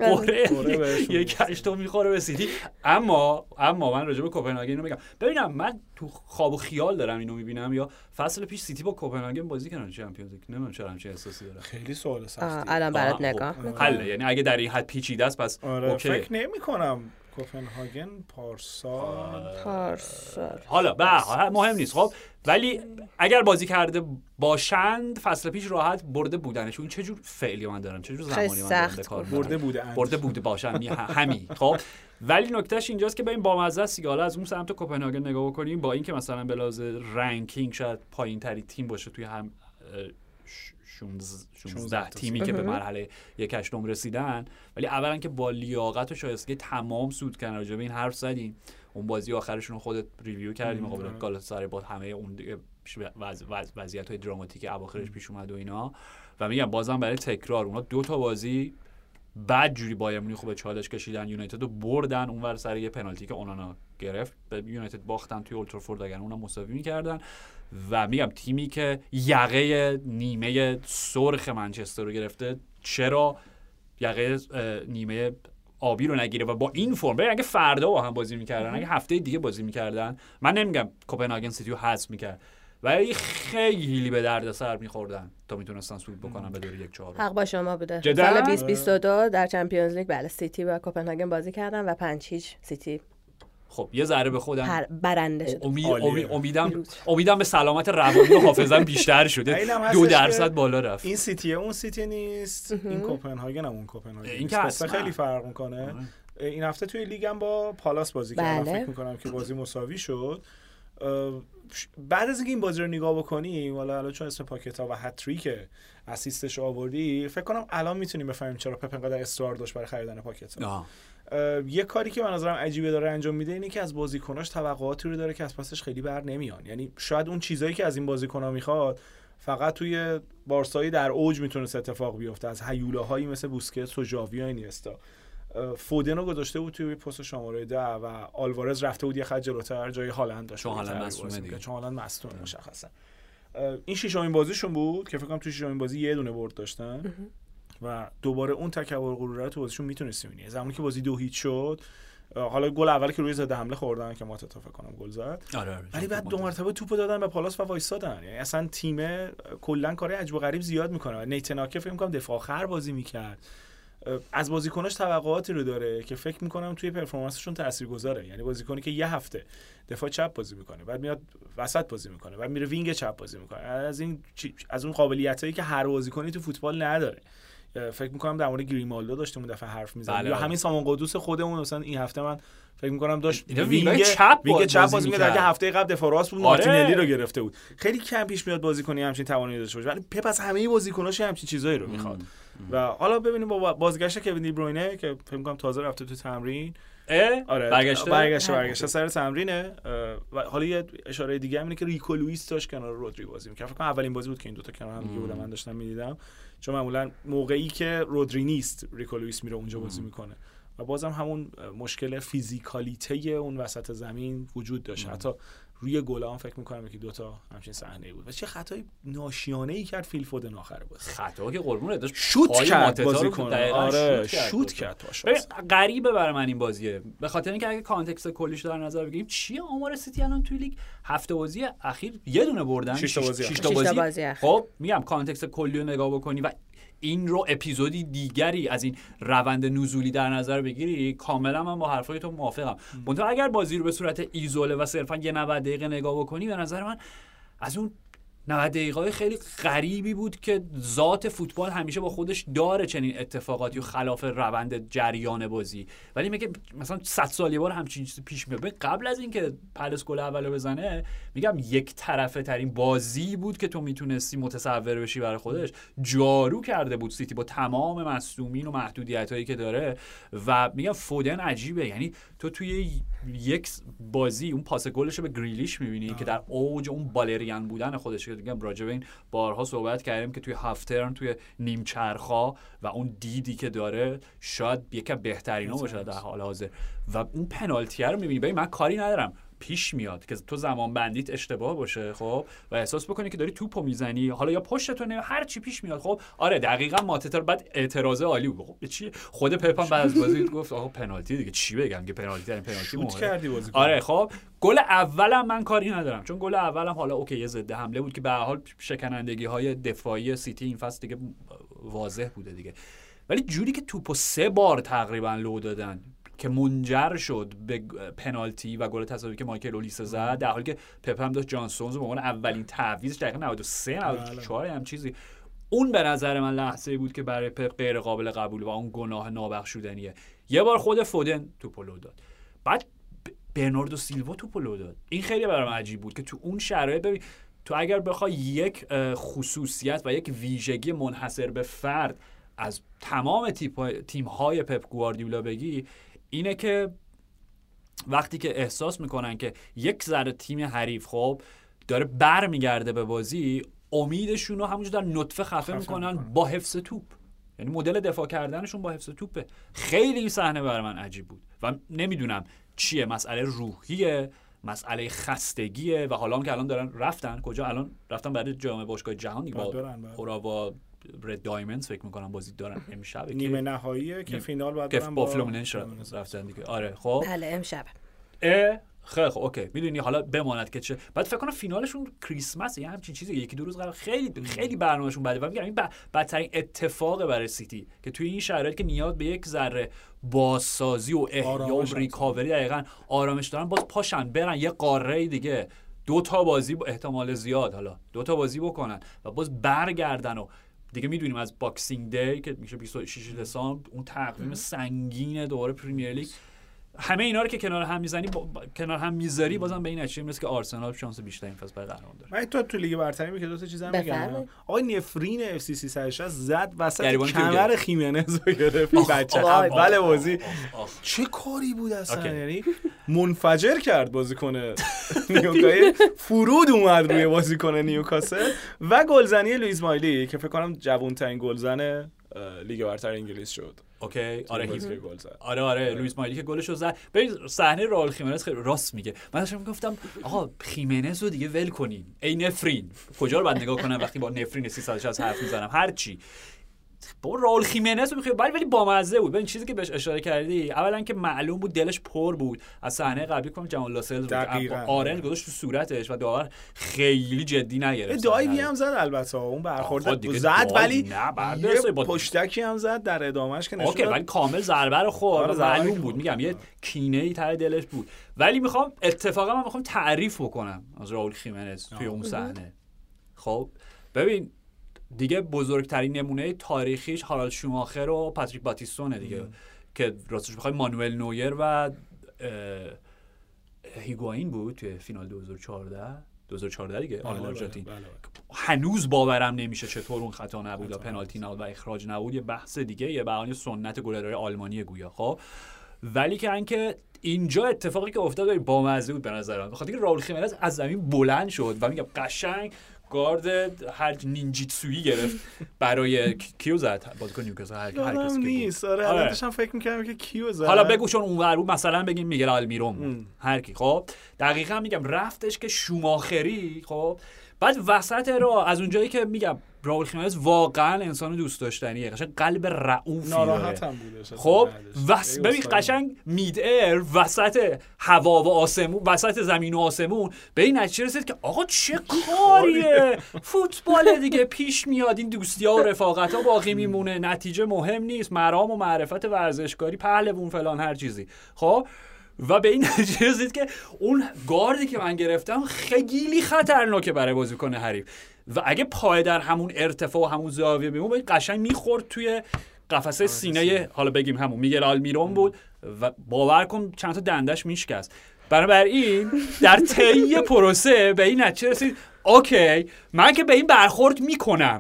قره یک هشتا میخوره به سیتی. اما اما من راجع به کوپنهاگن اینو میگم، ببینم من تو خواب و خیال دارم اینو میبینم یا فصل پیش سیتی با کوپنهاگن بازی کردن چمپیونز لیگ، نمیدونم چرا همچین احساسی دارم. خیلی سوال سختیه الان برات نگاه میکنم. حل یعنی اگه در این حد پیچیده است پس آره اوکی. فکر نمی‌کنم کوپنهاگن پارسال پارسال حالا به مهم نیست. خب ولی اگر بازی کرده باشند فصل پیش راحت برده بودنش. این چه جور فعلی من دارم، چه جور زمانی من دارم به کار برده بوده برده بوده باشن همین. خب ولی نکتهش اینجاست که ببین با مزه است دیگه. حالا از اون سمت کوپنهاگن نگاه بکنیم، با اینکه مثلا به لحاظ رنکینگ شاید پایین‌تری تیم باشه توی هم شانزده تیمی که به مرحله یک هشتم رسیدن، ولی اولا که با لیاقت و شایستگی تمام سود کردن. راجع به این حرف زدیم. اون بازی آخرشون خودت ریویو کردیم مقابل گالاتاسارای با همه اون وضع وضع وضعیت‌های دراماتیک اواخرش پیش اومد و اینا و میگم بازم برای تکرار اونا دو تا بازی بعد جوری بایر مونیخ به چالش کشیدن یونایتد رو بردن اونور سر یه پنالتی که اونانا گرفت به یونایتد باختن توی اولترافورد اگر اونم مساوی می‌کردن و میگم تیمی که یقه نیمه سرخ منچستر رو گرفته چرا یقه نیمه آبی رو نگیره و با این فرم اگه فردا با هم بازی می‌کردن اگه هفته دیگه بازی می‌کردن من نمیگم کوپنهاگن سیتی رو حذف می‌کرد ولی خیلی به درد سر می‌خوردن تا میتونستن صعود بکنن به دور یک چهارم. حق با شما بوده. سال بیست بیست و دو در چمپیونز لیگ بله سیتی و کوپنهاگن بازی کردن و پنج هیچ سیتی خب یه ذره به خودم برنده شد. امید امید امیدم امیدم به سلامت روانی و حافظم بیشتر شده. دو درصد بالا رفت. این سیتی اون سیتی نیست. این کوپنهاگن هم اون کوپنهاگن. این که اصلا خیلی فرق میکنه. این هفته توی لیگ هم با پالاس بازی کردن فکر میکنم که بازی مساوی شد. بعد از اینکه این بازی رو نگاه بکنی والا الان چون اسم پاکتا و هتریک اسیستش آوردی فکر کنم الان میتونیم بفهمیم چرا پپ انقدر اصرار داشت برای خریدن پاکتا. یه کاری که به نظرم عجیبه داره انجام میده اینه که از بازیکناش توقعاتی رو داره که از پسش خیلی بر نمیان. یعنی شاید اون چیزایی که از این بازیکن‌ها میخواد فقط توی بارسایی در اوج میتونه اتفاق بیفته از هیولاهایی مثل بوسکتس و ژاوی و اینیستا. فودن رو گذاشته بود توی پست شماره ده و آلوارز رفته بود یه خط جلوتر جای هالند داشت چون هالند مصدومه دیگه چون هالند مصدومه مشخصا. این ششمین بازیشون بود که فکر کنم توی ششمین بازی یه دونه برد داشتن و دوباره اون تکبر غرور تو بازیشون میتونستیم ببینی. زمانی که بازی دو هیچ شد حالا گل اول که روی ضد حمله خوردن که ما فکر کنم گل زد ولی بعد دو مرتبه توپو دادن به پالاس و وایسادن. یعنی اصلا تیم کلا کار عجیب و غریب زیاد میکنه. نیتناکه فکر کنم دفاع آخر بازی میکرد. از بازیکناش توقعاتی رو داره که فکر میکنم توی پرفورمنسشون تاثیرگذاره. یعنی بازیکنی که یه هفته دفاع چپ بازی میکنه بعد میاد وسط بازی میکنه بعد میره وینگ چپ بازی میکنه از این از اون قابلیتایی که هر بازیکنی تو فوتبال نداره. فکر میکنم در مورد گریمالدو داشتیم اون دفعه حرف میزنیم یا همین سامان قدوس خودمون مثلا این هفته من فکر میکنم داشت وینگ چپ وینگ چپ بازی میکرد که هفته قبل دفاع راست بود مارتینلی رو گرفته بود. خیلی کم پیش میاد بازیکنی همچین توانایی داشته باشه ولی پپ از همه بازیکناش همچین چیزایی رو میخواد. و حالا ببینیم با بازگشت کوین دی بروینه که فکر می‌کنم تازه رفته تو تمرین آره برگشته برگشته برگشته سر تمرینه و حالا یه اشاره دیگه هم اینه که ریکو لوئیس داشت کنار رودری بازی می‌کرد. فکر کنم اولین بازی بود که این دو تا کنار هم دیگه بودن من داشتم می‌دیدم چون معمولا موقعی که رودری نیست ریکو لوئیس میره اونجا بازی میکنه و بازم همون مشکل فیزیکالیته اون وسط زمین وجود داشت. حتی روی گلام فکر می‌کنم که دو تا همچین صحنه بود و چه خطای ناشیانه‌ای کرد فیل فودن آخر بازی. خطا که قربون داشت شوت کرد بازیکن. آره شوت کرد پاشو. غریبه برای من این بازیه به خاطر اینکه اگه کانتکست کلیش رو در نظر بگیریم چیه آمار سیتی الان توی لیگ هفته بازی اخیر یه دونه بردن شش تا بازی. شش تا بازی. خب میگم کانتکست کلی رو نگاه بکنی و این رو اپیزودی دیگری از این روند نزولی در نظر بگیری کاملا من با حرفای تو موافقم. منتها اگر بازی رو به صورت ایزوله و صرفا یه نود دقیقه نگاه بکنی به نظر من از اون نود دقیقه‌های خیلی غریبی بود که ذات فوتبال همیشه با خودش داره چنین اتفاقاتی و خلاف روند جریان بازی. ولی میگه مثلا صد سال یه بار همچین چیزی پیش میاد. قبل از اینکه پالاس گل اولو بزنه میگم یک طرفه ترین بازی بود که تو میتونستی متصور بشی برای خودش. جارو کرده بود سیتی با تمام مصدومین و محدودیتایی که داره و میگم فودن عجیبه. یعنی تو توی یک بازی اون پاس گلش رو به گریلیش میبینی که در اوج اون بالریان بودن خودش دیگه راجع به این بارها صحبت کردیم که توی هاف ترم توی نیم چرخا و اون دیدی که داره شاید یکم بهترینا باشه در حال حاضر و اون پنالتی رو می‌بینی. ببین من کاری ندارم پیش میاد که تو زمان بندیت اشتباه باشه خب و احساس بکنی که داری توپو میزنی حالا یا پشتتونه هر چی پیش میاد خب آره دقیقاً ماتتر بعد اعتراض عالی بود. خب چی خود پپ هم بعد از بازی گفت آقا پنالتی دیگه چی بگم که پنالتی این پنالتی شوت کردی بازی. آره خب گل اولم من کاری ندارم چون گل اولم حالا اوکی یه ضد حمله بود که به هر حال شکنندگی‌های دفاعی سیتی این فصل دیگه واضح بوده دیگه. ولی جوری که توپو سه بار تقریبا لو دادن که منجر شد به پنالتی و گل تساوی که مایکل اولیسه زد در حالی که پپ هم داشت جان استونز به عنوان اولین تعویضش دقیقاً نود و سه نود و چهار هم چیزی. اون به نظر من لحظه‌ای بود که برای پپ غیر قابل قبول و اون گناه نابخشودنیه. یه بار خود فودن توپو لو داد بعد برناردو سیلوا توپو لو داد. این خیلی برام عجیب بود که تو اون شرایط ببین تو اگر بخوای یک خصوصیت و یک ویژگی منحصر به فرد از تمام تیم‌های پپ گواردیولا بگی اینه که وقتی که احساس میکنن که یک ذره تیم حریف خب داره برمیگرده به بازی، امیدشون رو همونجور در نطفه خفه میکنن با حفظ توپ. یعنی مدل دفاع کردنشون با حفظ توپه. خیلی این صحنه برای من عجیب بود و نمیدونم چیه، مسئله روحیه، مسئله خستگیه و حالا هم که الان دارن رفتن کجا، الان رفتن برای جام باشگاه جهانی با اوراوا رد دایموندز فکر میکنم بازی دارن امشب، نیمه نهاییه که فینال بعد برن با فلومیننس رفتن دیگه. آره خب بله امشب. اه خیلی خب اوکی، میدونی حالا بماند که چه. بعد فکر کنم فینالشون کریسمس یا همچین چیزی، یکی دو روز قبل. خیلی خیلی برنامه‌شون بده و میگم این بدترین اتفاق برای سیتی که توی این شرایط که نیاز به یک ذره بازسازی و احیا و ریکاوری دقیقاً آرامش دارن، باز پاشن برن یه قاره دیگه دو تا بازی با احتمال زیاد حالا دو تا بازی بکنن و باز برگردن و دیگه میدونیم از باکسینگ دی که میشه بیست و شش دسامبر اون تقویم سنگین دوره پریمیر لیگ، همه اینا رو که کنار هم میزنی با... کنار هم میذاری بازم به این نتیجه میرسه که آرسنال شانس بیشتری این فصل برای قهرمان داره. من تو تو لیگ برتری می که دو تا چیزا میگم. آقای نفرین اف سی سیصد و شصت زد وسط کمر خیمنز رو گرفت بچه اول بازی. چه کاری بود اصلا، یعنی منفجر کرد بازیکن نیوکاسل، فرود اومد روی بازیکن نیوکاسل و گلزنی لوئیس مایلی که فکر کنم جوان‌ترین گلزن لیگ برتر انگلیس شد. اوکی آره گل زد. آره آره لوئیس مایلی که گلشو زد. ببین صحنه راول خیمنز خیلی راست میگه. من داشتم میگفتم آقا خیمنز رو دیگه ول کنین. ای نفرین کجا رو بعد نگاه کنم وقتی با نفرین سیصد و شصت حرف میزنم هر چی. با راول خیمنز رو میخوام ولی بامزه بود. ببین چیزی که بهش اشاره کردی اولا که معلوم بود دلش پر بود از صحنه قبلی کنم جمال لاسل آرنج گذاشت تو صورتش و داور خیلی جدی نگرفت. دایوی هم زد البته اون برخورد زد ولی نه بعد پشتکی هم زد در ادامهش که نشون اوکی ولی کامل ضربه رو خورد معلوم بود. میگم یه کینه ای ته دلش بود. ولی میخوام اتفاقا من میخوام تعریف بکنم از راول خیمنز توی اون صحنه. خب ببین دیگه بزرگترین نمونه تاریخیش هارالد شوماخر و پاتریک باتیستونه دیگه ام. که راستش بخوای مانوئل نویر و هیگواین بود توی فینال دو هزار و چهارده دو هزار و چهارده دیگه آل آرژانتین. هنوز باورم نمیشه چطور اون خطا نبود و پنالتی نبود و اخراج نبود. یه بحث دیگه، یه بیان سنت گلرهای آلمانی گویا. خب ولی که اینکه اینجا اتفاقی که افتاد با مزه بود به نظر من، بخاطر اینکه راول خیمنز از زمین بلند شد و میگم قشنگ گارد هر نینجیتسویی گرفت برای کیو زد بازیکن نیوکاسل هر کس نیست. آره داشتم فکر می‌کردم که کیو زد. حالا بگو چون اونور بود مثلا بگیم میگل آلمیرون هر کی. خب دقیقاً میگم رفتش که شوماخری. خب بعد وسط رو از اونجایی که میگم راول خیمنز واقعا انسان دوست داشتنیه، قشنگ قلب رئوفی داره. ناراحتم بودش. خب وس... ببین قشنگ مید ایر وسط هوا و آسمون، وسط زمین و آسمون به این نتیجه رسید که آقا چه کاریه، فوتبال دیگه پیش میاد، این دوستی‌ها و رفاقت‌ها باقی میمونه، نتیجه مهم نیست، مرام و معرفت ورزشکاری پهلوون فلان هر چیزی. خب و به این نتیجه رسید که اون گاردی که من گرفتم خیلی خطرناکه برای بازیکن حریف و اگه پای در همون ارتفاع و همون زاویه میمون باید قشنگ میخورد توی قفسه سینه حالا بگیم همون میگل آلمیرون بود و باور کن چند تا دندش میشکست. بنابراین در طی پروسه به این نتیجه رسید اوکی من که به این برخورد میکنم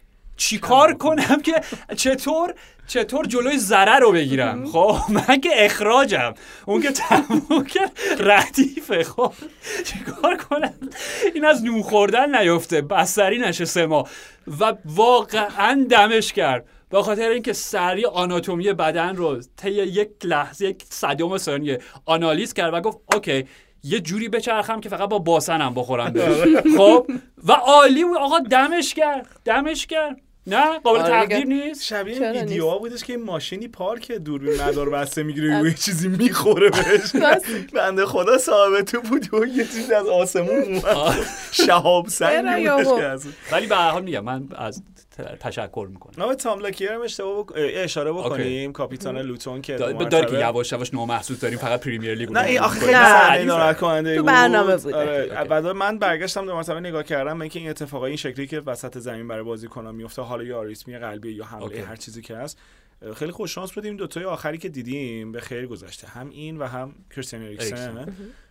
چی کار کنم که چطور چطور جلوی ضرر رو بگیرم. خب من که اخراجم، اون که تموم که ردیفه. خب چیکار کنم این از نون خوردن نیفته، بستری نشه سه ماه. و واقعا دمش کرد به خاطر اینکه سریع آناتومی بدن رو طی یک لحظه یک صدم ثانیه آنالیز کرد و گفت اوکی یه جوری بچرخم که فقط با باسنم بخورم بهش. خب و عالی بود آقا، دمش کرد دمش کرد. نه قابل تقدیر نیست. شبیه این ویدیوها بودش که این ماشینی پارک دوربین مدار بسته میگیره و یه چیزی میخوره بهش. بنده خدا صاحب تو بود و یه چیزی از آسمون اومد شهاب سنگی بودش. ولی به هر حال میگم من از تشکر میکنم. نام تام لاکیر هم اشتباه بک... اشاره بکنیم کاپیتان لوتون که داره که یواش یواش نامحسوس داریم فقط پریمیر لیگ. نه این آخه خیلی صحنه ناراحت کننده بود. تو برنامه بود. آره بعد من برگشتم دو مرتبه نگاه کردم اینکه این اتفاقای این شکلی که وسط زمین برای بازیکن‌ها میفته، حالا یا آریتمی قلبی یا حمله هر چیزی که هست، خیلی خوش شانس بودیم. دو تای آخری که دیدیم به خیر گذشته، هم این و هم کریستیان اریکسن.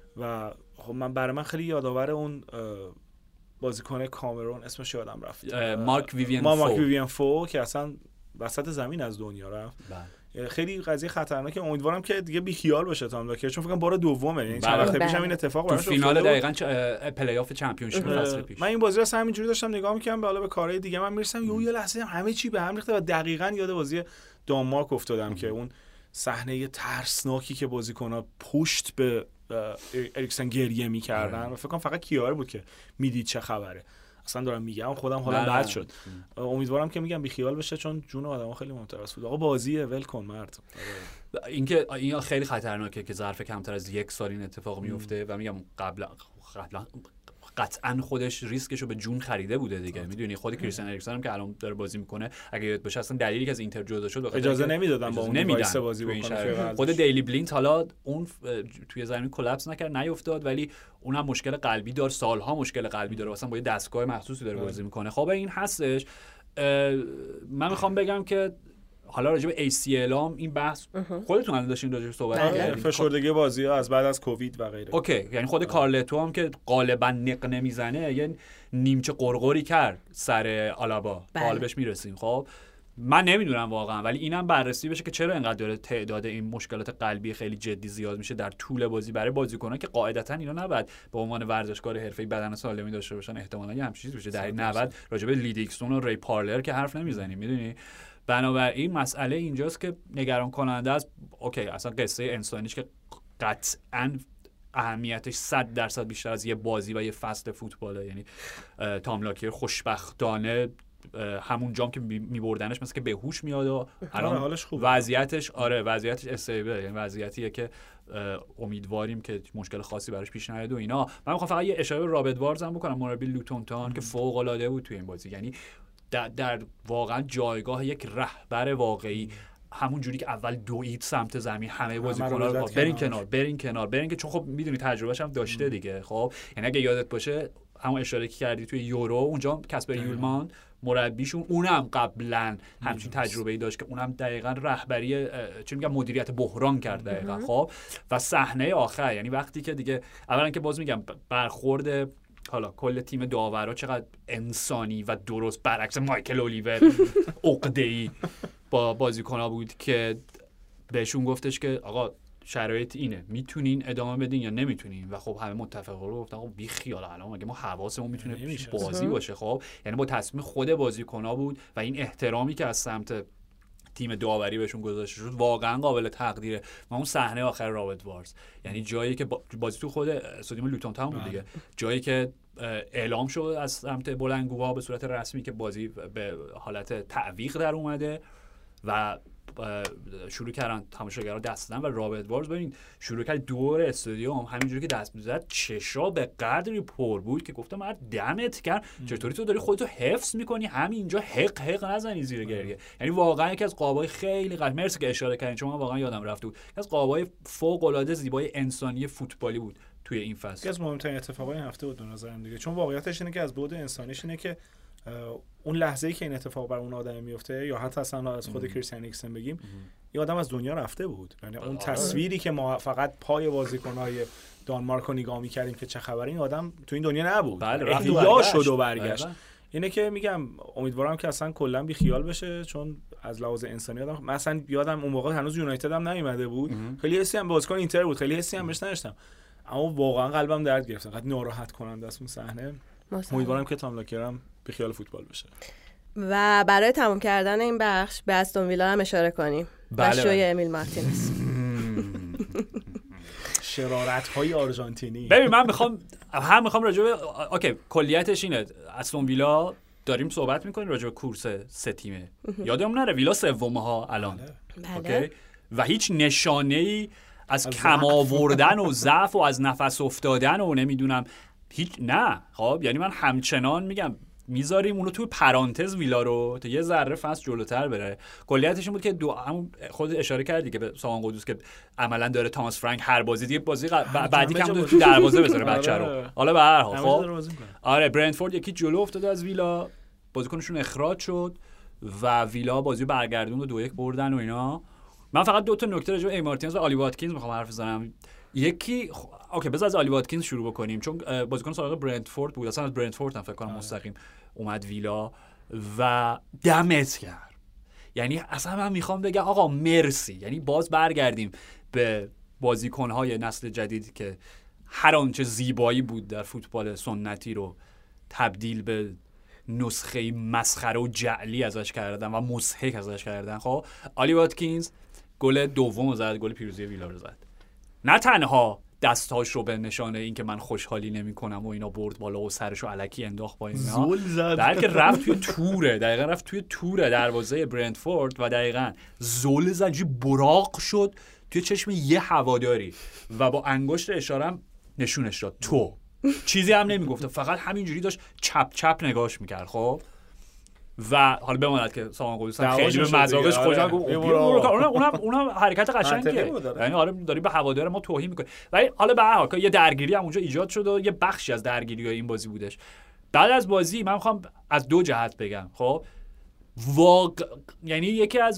و خب من برای من خیلی یادآور اون بازیکن کامرون اسمش یادم رفت، مارک ویوین فو. مارک ویوین فو که اصلا وسط زمین از دنیا رفت. خیلی قضیه خطرناکه. امیدوارم که دیگه بیخیال بشه تام لاکر، چون فکر کنم بار دومه، یعنی چند وقت پیش هم این اتفاق براش افتاد تو فینال دقیقاً پلی آف چمپیونشیپ فصل پیش. من این بازی رو همینجوری داشتم نگاه می‌کردم، بالا به کارهای دیگه من میرسم یه لحظه همه چی به هم ریخته و دقیقاً یاد بازی دانمارک افتادم که اون صحنه ترسناکی که بازیکن‌ها پشت به اریکسن گریه می‌کردن و فکر کنم فقط کیار بود که میدید چه خبره. اصلا دارم میگم خودم حالا بد شد. امیدوارم که میگم بیخیال بشه، چون جون آدم‌ها خیلی مهم‌تر است. آقا بازیه، ول کن مرد. اینکه این خیلی خطرناکه که ظرف کمتر از یک سال این اتفاق میفته و میگم قبلا قبلا قطعا خودش ریسکشو به جون خریده بوده دیگه. میدونی خود کریستیان اریکسن هم که الان داره بازی میکنه، اگه یاد باشه اصلا دلیلی که از اینتر جدا شد اجازه نمیدادن با اون وایس بازی بکنه. خود دیلی بلینت حالا اون توی زمین کلاپس نکرد، نیافتاد، ولی اونم مشکل قلبی داره، سالها مشکل قلبی داره، اصلا با یه دستگاه مخصوصی داره بازی میکنه. خب این هستش. من میخوام بگم که حالا راجع به ای سی ال هم این بحث خودتون الان داشتین راجع به صحبت کردین، فشردگی بازی‌ها از بعد از کووید و غیره. اوکی، یعنی خود کارلتو هم که غالبا نق نمیزنه، یه نیمچه قرقری کرد سر آلابا، قالبش میرسیم. خب من نمیدونم واقعا، ولی اینم بررسی بشه که چرا اینقدر داره تعداد این مشکلات قلبی خیلی جدی زیاد میشه در طول بازی برای بازیکنان که قاعدتا اینا نباید به عنوان ورزشکار حرفه‌ای بدن سالمی داشته باشن. احتمالاً یه همچین چیزی بشه. در نود راجع به لیدیکسون و ری پارلر که حرف نمیزنیم، میدونی. بنابراین مسئله اینجاست که نگران کننده است. اوکی، اصلا قصه انسانیش که قطعاً اهمیتش صد درصد بیشتر از یه بازی و یه فصل فوتباله. یعنی تام لاکر خوشبختانه همون جام که میبردنش مثل که به هوش میاد و الان حالش خوبه، وضعیتش آره وضعیتش استیبل، یعنی وضعیتیه که امیدواریم که مشکل خاصی براش پیش نیاد و اینا. من میخوام فقط یه اشاره به رابرت وارز هم بکنم، مربی لوتون تاون که فوق العاده بود توی این بازی. یعنی در, در واقعا جایگاه یک رهبر واقعی، همون جوری که اول دوید سمت زمین همه بازیکن‌ها رو برین کنار برین کنار برین که چون خب میدونی تجربهش هم داشته دیگه. خب یعنی اگه یادت باشه همون اشاره که کردی توی یورو، اونجا کاسپر یولمان مربیشون اونم قبلا همچین تجربه‌ای داشت که اونم دقیقاً رهبری چی میگم مدیریت بحران کرد دقیقاً. خب و صحنه آخر، یعنی وقتی که دیگه اولا که باز میگم برخورد حالا کل تیم داورا چقدر انسانی و درست، برعکس مایکل اولیور عقده‌ای با بازیکن‌ها بود که بهشون گفتش که آقا شرایط اینه، میتونین ادامه بدین یا نمیتونین. و خب همه متفق رو گفتن خب بی خیال، الان مگه ما حواسمون میتونه بازی باشه. خب یعنی با تصمیم خود بازیکن‌ها بود و این احترامی که از سمت تیم داوری بهشون گذاشته شد واقعا قابل تقدیره. و اون صحنه آخر رابرت وارز، یعنی جایی که بازی تو خود استادیوم لوتون تاون بود دیگه، جایی که اعلام شد از سمت بلندگوها به صورت رسمی که بازی به حالت تعویق در اومده و شروع کردن تماشاگرها دست دادن و رابرت وارز ببین شروع کرد دور استادیوم همینجوری که دست می‌زد چشا به قدری پر بود که گفتم مرد دمت کرد، چطوری تو داری خودتو حفظ می‌کنی همینجا حق حق نزنی زیر گریه. یعنی واقعا یکی از قابای خیلی قشنگ، مرسی که اشاره کردین چون من واقعا یادم رفته بود، یکی از قابای فوق‌العاده زیبای انسانی فوتبالی بود توی این فصل. یکی از مهمترین اتفاقای این هفته بود به نظرم دیگه، چون واقعیتش اینه که از بعد انسانیش اینه که اون لحظه‌ای که این اتفاق بر اون آدم میفته یا حتی اصلا از خود کریستیان اریکسن بگیم، یه آدم از دنیا رفته بود. یعنی اون تصویری که ما فقط پای بازیکن‌های دانمارک رو نگاه می‌کردیم که چه خبره، این آدم تو این دنیا نبود. بله احیا شد و برگشت. اینه که میگم امیدوارم که اصلا کلا بی خیال بشه، چون از لحاظ انسانی آدم مثلا یادم اون موقع هنوز یونایتد هم نیومده بود، خیلی حسی هم بازیکن اینتر بود، خیلی حسی هم بهش نداشتم، اما واقعا قلبم درد گرفت، انقدر ناراحت کننده است اون صحنه. امیدوارم که تام لاکرم بی خیال فوتبال بشه. و برای تموم کردن این بخش به استون ویلا هم اشاره کنیم. بله و شوی امیل مارتینز. شرارت‌های آرژانتینی. ببین من میخوام هم میخوام راجع به اوکی کلیتش اینه، استون ویلا داریم صحبت میکنیم راجع به کورس سه تیمه. یادم نره ویلا سومه ها الان. بله. اوکی و هیچ نشانه‌ای از, از کم آوردن و ضعف و از نفس افتادن و نمیدونم هیچ نه. خب یعنی من همچنان میگم میذاریم اونو توی پرانتز ویلا رو تا یه ذره فصل جلوتر بره. کلیتش این بود که دو همون خود اشاره کردی که به سامان قدوس که عملا داره تاماس فرانک هر بازی دیگه بازی ق... بعدی کم تو دروازه بذاره بچه رو. حالا به هر حال خب آره برنتفورد یکی جلو افتاده از ویلا، بازیکنشون اخراج شد و ویلا بازی برگردون و دو یک بردن و اینا. من فقط دو تا نکته راجع به ای مارتینز و آلی واتکینز میخوام حرف بزنم. یکی خ... اوکی بذار از آلی واتکینز شروع بکنیم چون بازیکن سابق برنتفورد بود، اصلا از برنتفورد هم فکر کنم مستقیم اومد ویلا و دمت کرد. یعنی اصلا من میخوام بگم آقا مرسی. یعنی باز برگردیم به بازیکن‌های نسل جدید که هر آنچه زیبایی بود در فوتبال سنتی رو تبدیل به نسخه مسخره و جعلی ازش کردن و مضحک ازش کردن. خب آلی واتکینز گل دوم زد، گل پیروزی ویلا رو زد. نه تنها دستاش رو به نشانه این که من خوشحالی نمی کنم و اینا برد بالا و سرشو الکی انداخت با اینا، بلکه رفت توی توره، دقیقا رفت توی توره دروازه برنتفورد و دقیقا زل زد، جی براق شد توی چشم یه هواداری و با انگشت اشارم نشونش داد تو. چیزی هم نمیگفت، فقط همینجوری داشت چپ چپ نگاهش میکرد. خب و حالا بماند که سامان قدوس خیلی به مزاقش خوشا گفت اونم اونم اونم حرکت قشنگیه، یعنی آره داری به هوادار ما توهین میکنی. ولی حالا به هر حال یه درگیری هم اونجا ایجاد شد و یه بخشی از درگیری‌های این بازی بودش. بعد از بازی من میخوام از دو جهت بگم. خب واقع یعنی یکی از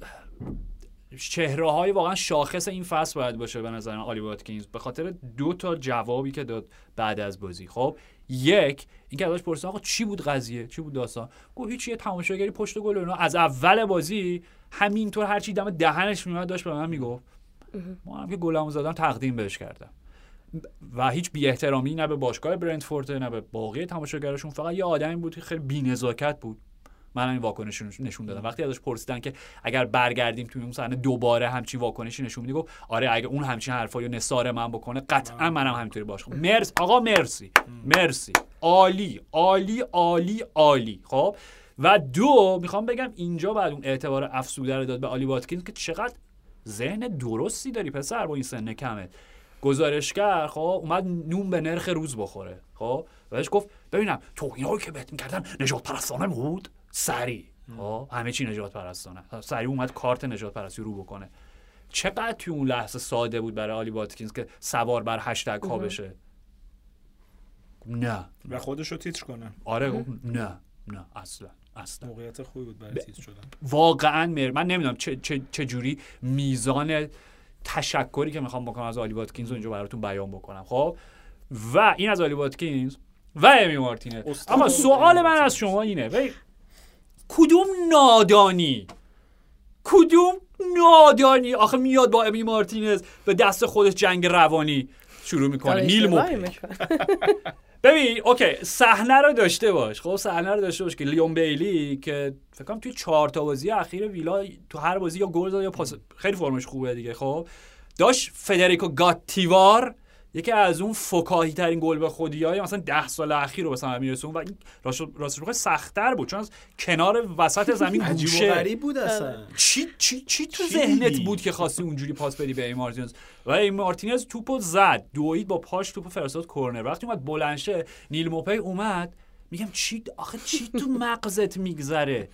چهره‌های واقعا شاخص این فصل باید باشه به نظر من آلی واتکینز، به خاطر دو تا جوابی که داد بعد از بازی. خب یک اینکه ازش پرسیدن آقا چی بود قضیه، چی بود داستان، گفت هیچ، یه تماشاگری پشت گل اینا از اول بازی همینطور هر چی دم دهنش میومد داشت به من میگفت ما هم که گلمو زدم تقدیم بهش کردم و هیچ بی احترامی نه به باشگاه برنتفورد نه به باقی تماشاگرشون، فقط یه آدمی بود که خیلی بی‌نزاکت بود. من این واکنش نشون دادم. وقتی ازش پرسیدن که اگر برگردیم توی اون صحنه دوباره همچین واکنشی نشون میدی، گفت آره اگه اون همچین حرفایو نثار من بکنه قطعا منم همینطوری باشه. مرسی آقا، مرسی مرسی، عالی عالی عالی عالی. خب و دو میخوام بگم اینجا بعد اون اعتبار افسوده رو داد به آلی واتکینز که چقدر ذهن درستی داری پسر با این سن کمت. گزارشگر خب اومد نون به نرخ روز بخوره. خب بهش گفت ببینم تو اینایی که بهت میکردن نجات پرستانه بود؟ سری خب همه چی نجات پرستانه. سری اومد کارت نجات پرستی رو بکنه. چقدر توی اون لحظه ساده بود برای آلی واتکینز که سوار بر هشتگ ها بشه. نه و خودش رو تیتر کنه. آره نه نه اصلا اصلا موقعیت خوبی بود برای تیتر شدن. واقعا مر... من نمیدونم چه چه چه جوری میزان تشکری که میخوام بکنم از آلی واتکینز رو اینجا براتون بیان بکنم. خب و این از آلی واتکینز و امی مارتینز. اما سوال من از شما اینه، ببین کدوم نادانی کدوم نادانی آخه میاد با امی مارتینز به دست خودش جنگ روانی شروع میکنه؟ نیل موپی. ببین اوکی صحنه رو داشته باش، خب صحنه رو داشته باش که لیون بیلی که فکر کنم توی چهار تا بازی اخیر ویلا تو هر بازی یا گل زد یا پاس، خیلی فرمش خوبه دیگه. خب داشت فدریکو گاتیوار، یکی از اون فکاهی ترین گل به خودیای مثلا ده سال اخیر رو مثلا میرسون و این راستش بخوای سخت‌تر بود چون از کنار وسط زمین گوشه غریب بود اصلا. چی چی چی تو ذهنت بود که خواستی اونجوری پاس بدی به این مارتینز؟ و این مارتینز توپو زد، دوید با پاش توپو فرستاد کورنر. وقتی اومد بلنشه نیل موپی اومد، میگم چی آخه چی تو مغزت میگذره؟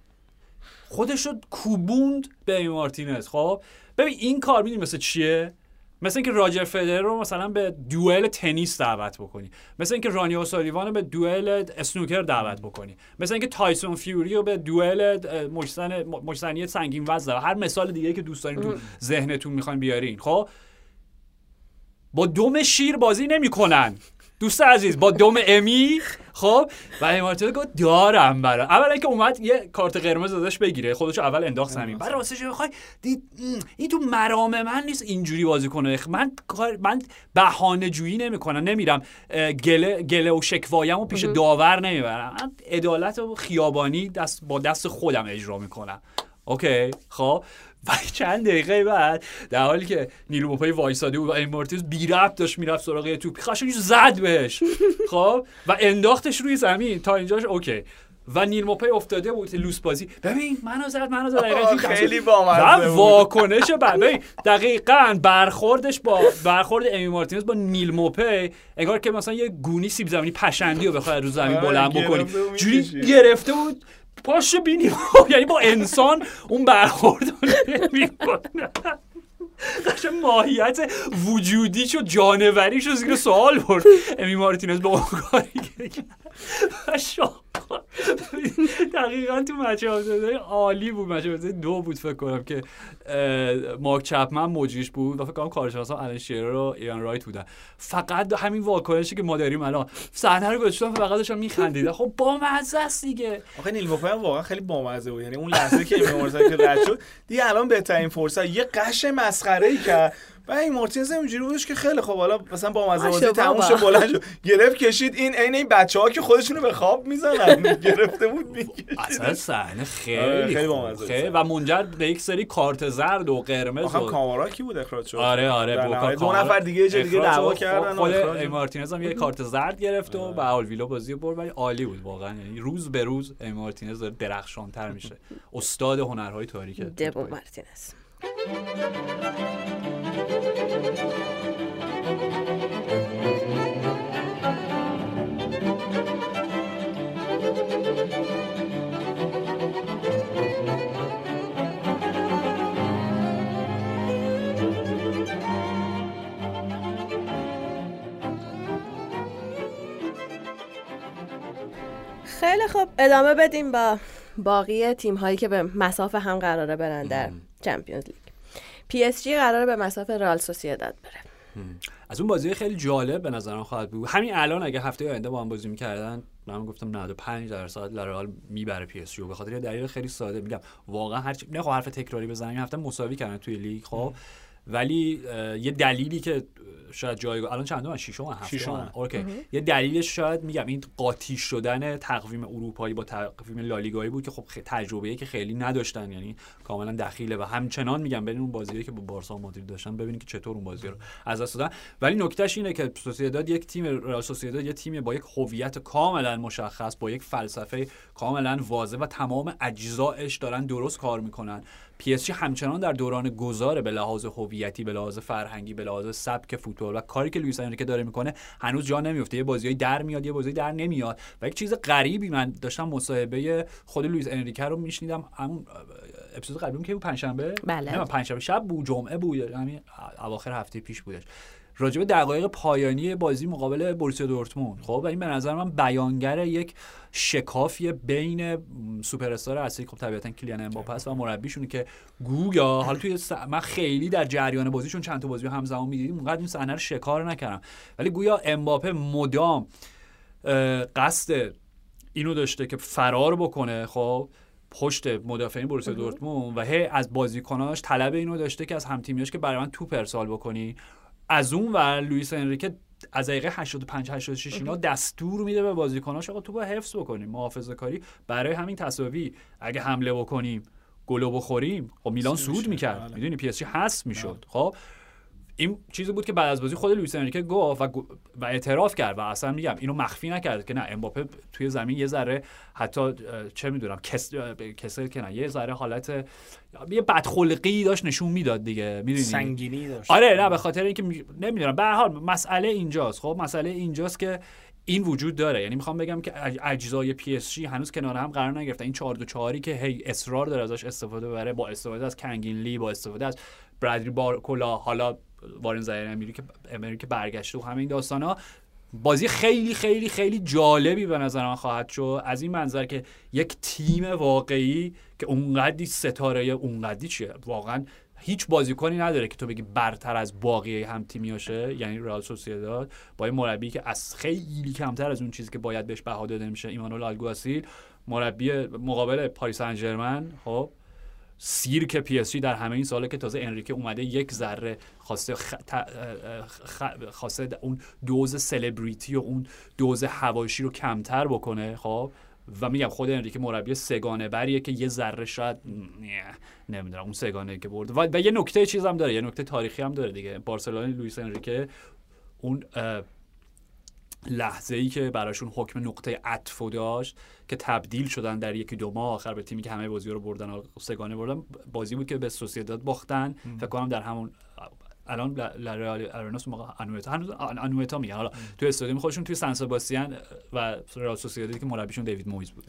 خودشو کوبوند به این مارتینز. خب ببین این کار میدونی مثل چیه؟ مثل اینکه راجر فدرر رو مثلا به دوئل تنیس دعوت بکنی، مثل اینکه رانی اوسالیوان رو به دوئل اسنوکر دعوت بکنی، مثل اینکه تایسون فیوری رو به دوئل مشتن مشتنی سنگین وزن، هر مثال دیگه که دوست دارین تو ذهنتون میخواین بیارین. خب با دم شیر بازی نمیکنن دوست عزیز، با دم امی. خب و امارتیز گفت دارم برای اول اینکه اومد یه کارت قرمز ازش بگیره، خودشو اول انداخت زمین. بعد راستش بخوای دید این تو مرام من نیست اینجوری بازی کنه. من من بهانه جویی نمیکنم، نمیرم گله گله و شکوایمو پیش داور نمیبرم، من عدالت و خیابانی دست با دست خودم اجرا میکنم. اوکی خب و چند دقیقه بعد در حالی که نیل موپی وایساده بود و امارتیز بی ربط داشت میرفت سراغ توپ، خشنش زد بهش خب و انداختش روی زمین. تا اینجاش اوکی. و نیل موپی افتاده بود لوس بازی، ببین منو زد منو زد دقیقاً خیلی بامزه بود. واکنش بعد دقیقاً برخوردش با برخورد امی مارتینز با نیل موپی انگار که مثلا یه گونی سیب زمینی پشندی رو بخواد رو زمین بلند بکنی، جوری گرفته بود پاشو بینی. یعنی با انسان اون برخورد میکنه. قشنگ ماهیت وجودیش و جانوریش رو زیر سوال برد امی مارتینز با اون کاری که دقیقاً تو مچ افتاده عالی بود. مچ افتاده دو بود فکر کنم که مارک چپمن مجریش بود و فکر کنم کارشناسا آلن شیرر و ایان رایت بودن. فقط همین واکنشی که ما داریم الان صحنه رو گذاشتم فقط داشتم میخندیدم. خب بامزه است دیگه. آخه نیل موپای واقعا خیلی بامزه بود. یعنی اون لحظه که امی مارتینز که رد شد دیگه الان بهترین فرصت یه قش مسخره‌ای که و این مارتینز اینجوری بودش که خیلی خوب حالا مثلا با مزه بازی تموم شد بلند شد گرفت کشید این عین این بچه‌ها که خودشونو به خواب میزنن گرفته بود میکشید. اصلا صحنه خیلی خیلی بامزه و منجر به یک سری کارت زرد و قرمز. آخه کامارا کی بود اخراج شد؟ آره آره بوکا دو نفر دیگه یه جای دیگه دعوا کردن. خود ای مارتینز هم یه کارت زرد گرفت و به آلویلو بازی برد ولی عالی بود واقعا. یعنی روز به روز ای مارتینز داره درخشان‌تر میشه. استاد هنرهای تاریک دیبو مارتینز. خیلی خب ادامه بدیم با باقی تیم هایی که به مسافه هم قراره برن در چمپیونز لیگ. پی اس جی قراره به مسافه رئال سوسییداد بره. از اون بازی خیلی جالب به نظرم خواهد بود. همین الان اگه هفته آینده با هم بازی می‌کردن من گفتم نود و پنج درصد رئال میبره پی اس جی به خاطر یه دلیل خیلی ساده. میگم واقعا هر چی نه خب حرف تکراری بزنم این هفته مساوی کردن توی لیگ خب ولی یه دلیلی که شاید جایگاه الان چندم ششم هفتم اوکی یه دلیلش شاید میگم این قاطی شدن تقویم اروپایی با تقویم لالیگایی بود که خب تجربه‌ای که خیلی نداشتن یعنی کاملا دخیله و همچنان میگم ببین اون بازیایی که با بارسا و مادرید داشتن ببینید که چطور اون بازی رو از دست دادن. ولی نکتهش اینه که سوسییداد یک تیم رئال سوسییداد یه تیمی با یک هویت کاملا مشخص با یک فلسفه کاملا واضح و تمام اجزایش دارن درست کار میکنن. پی اس جی همچنان در دوران گذاره به لحاظ هویتی به لحاظ فرهنگی به لحاظ سبک فوتبال و کاری که لوئیس انریکه داره میکنه هنوز جا نمیفته. یه بازیای در میاد یه بازی در نمیاد و یک چیز غریبی من داشتم مصاحبه خود لوئیس انریکه رو میشنیدم همون اپیزود قبلی که بود پنجشنبه بله. نه پنجشنبه شب بود جمعه بود همین اواخر هفته پیش بودش راجع به دقایق پایانی بازی مقابل بوروسیا دورتموند. خب و این به نظر من بیانگر یک شکافی بین سوپر استار اصلی خب طبیعتا کیلیان امباپه است و مربیشونه که گویا حالا توی س... من خیلی در جریان بازیشون چند تا بازی همزمان می‌دیدیم اونقدر این صحنه رو شکار نکردم ولی گویا امباپه مدام قصد اینو داشته که فرار بکنه خب پشت مدافعین بوروسیا دورتموند و هی از بازیکناش طلب اینو داشته که از هم‌تیمیاش که برای من توپ ارسال بکنی. از اون ور لوئیس انریکه از دقیقه هشتاد و پنج هشتاد و شش اینا دستور میده به بازیکناش آقا توپو حفظ بکنیم محافظه‌کاری برای همین تساوی اگه حمله بکنیم گلو بخوریم خب میلان سود میکرد میدونی پی اس جی حذف میشد. خب این چیزی بود که بعد از بازی خود لوئیس انریکه گفت و, و اعتراف کرد و اصلا میگم اینو مخفی نکرد که نه امباپه توی زمین یه ذره حتی چه میدونم کس کسل که نه یه ذره حالت یه بدخلقی داشت نشون میداد دیگه میدونی سنگینی داشت. آره نه به خاطر اینکه می... نمیدونم به هر حال مسئله اینجاست. خب مسئله اینجاست که این وجود داره یعنی میخوام بگم که اجزای پی اس جی هنوز کنار هم قرار نگرفتن. این چهار دو چهار که هی اصرار داره ازش استفاده ببره با استفاده از کنگین لی با استفاده از برادلی بارکولا حالا وارن زایر امیری که امری که برگشته و همه این داستانا بازی خیلی خیلی خیلی جالبی به نظر من خواهد شد از این منظر که یک تیم واقعی که اونقدی ستاره اونقدی چیه واقعا هیچ بازیکنی نداره که تو بگی برتر از باقی هم تیمیاشه یعنی رئال سوسییداد با این مربی که از خیلی کمتر از اون چیزی که باید بهش بها داده میشه ایمانوئل آلگواسیل مربی مقابل پاریس سن ژرمن خب سیرک پی اس جی در همه این ساله که تازه انریکه اومده یک ذره خواسته خ... خ... خواسته اون دوز سلبریتی و اون دوز حواشی رو کمتر بکنه خب و میگم خود انریکه مربی سگانه بریه که یه ذره شاید نمیدونم اون سگانه که برده و, و یه نکته چیز هم داره یه نکته تاریخی هم داره دیگه بارسلona لوئیس انریکه اون لحظه ای که براشون حکم نقطه عطف داشت که تبدیل شدن در یکی دو ماه آخر به تیمی که همه بازی رو بردن و سگانه بردن بازی بود که به سوسییداد باختن فکر کنم در همون الان لرئال آرناس موقع انویتا هنوز انویتا میگن حالا تو استادیوم خودشون توی سن سباستیان و رئال سوسییداد که مربیشون دیوید مویز بود.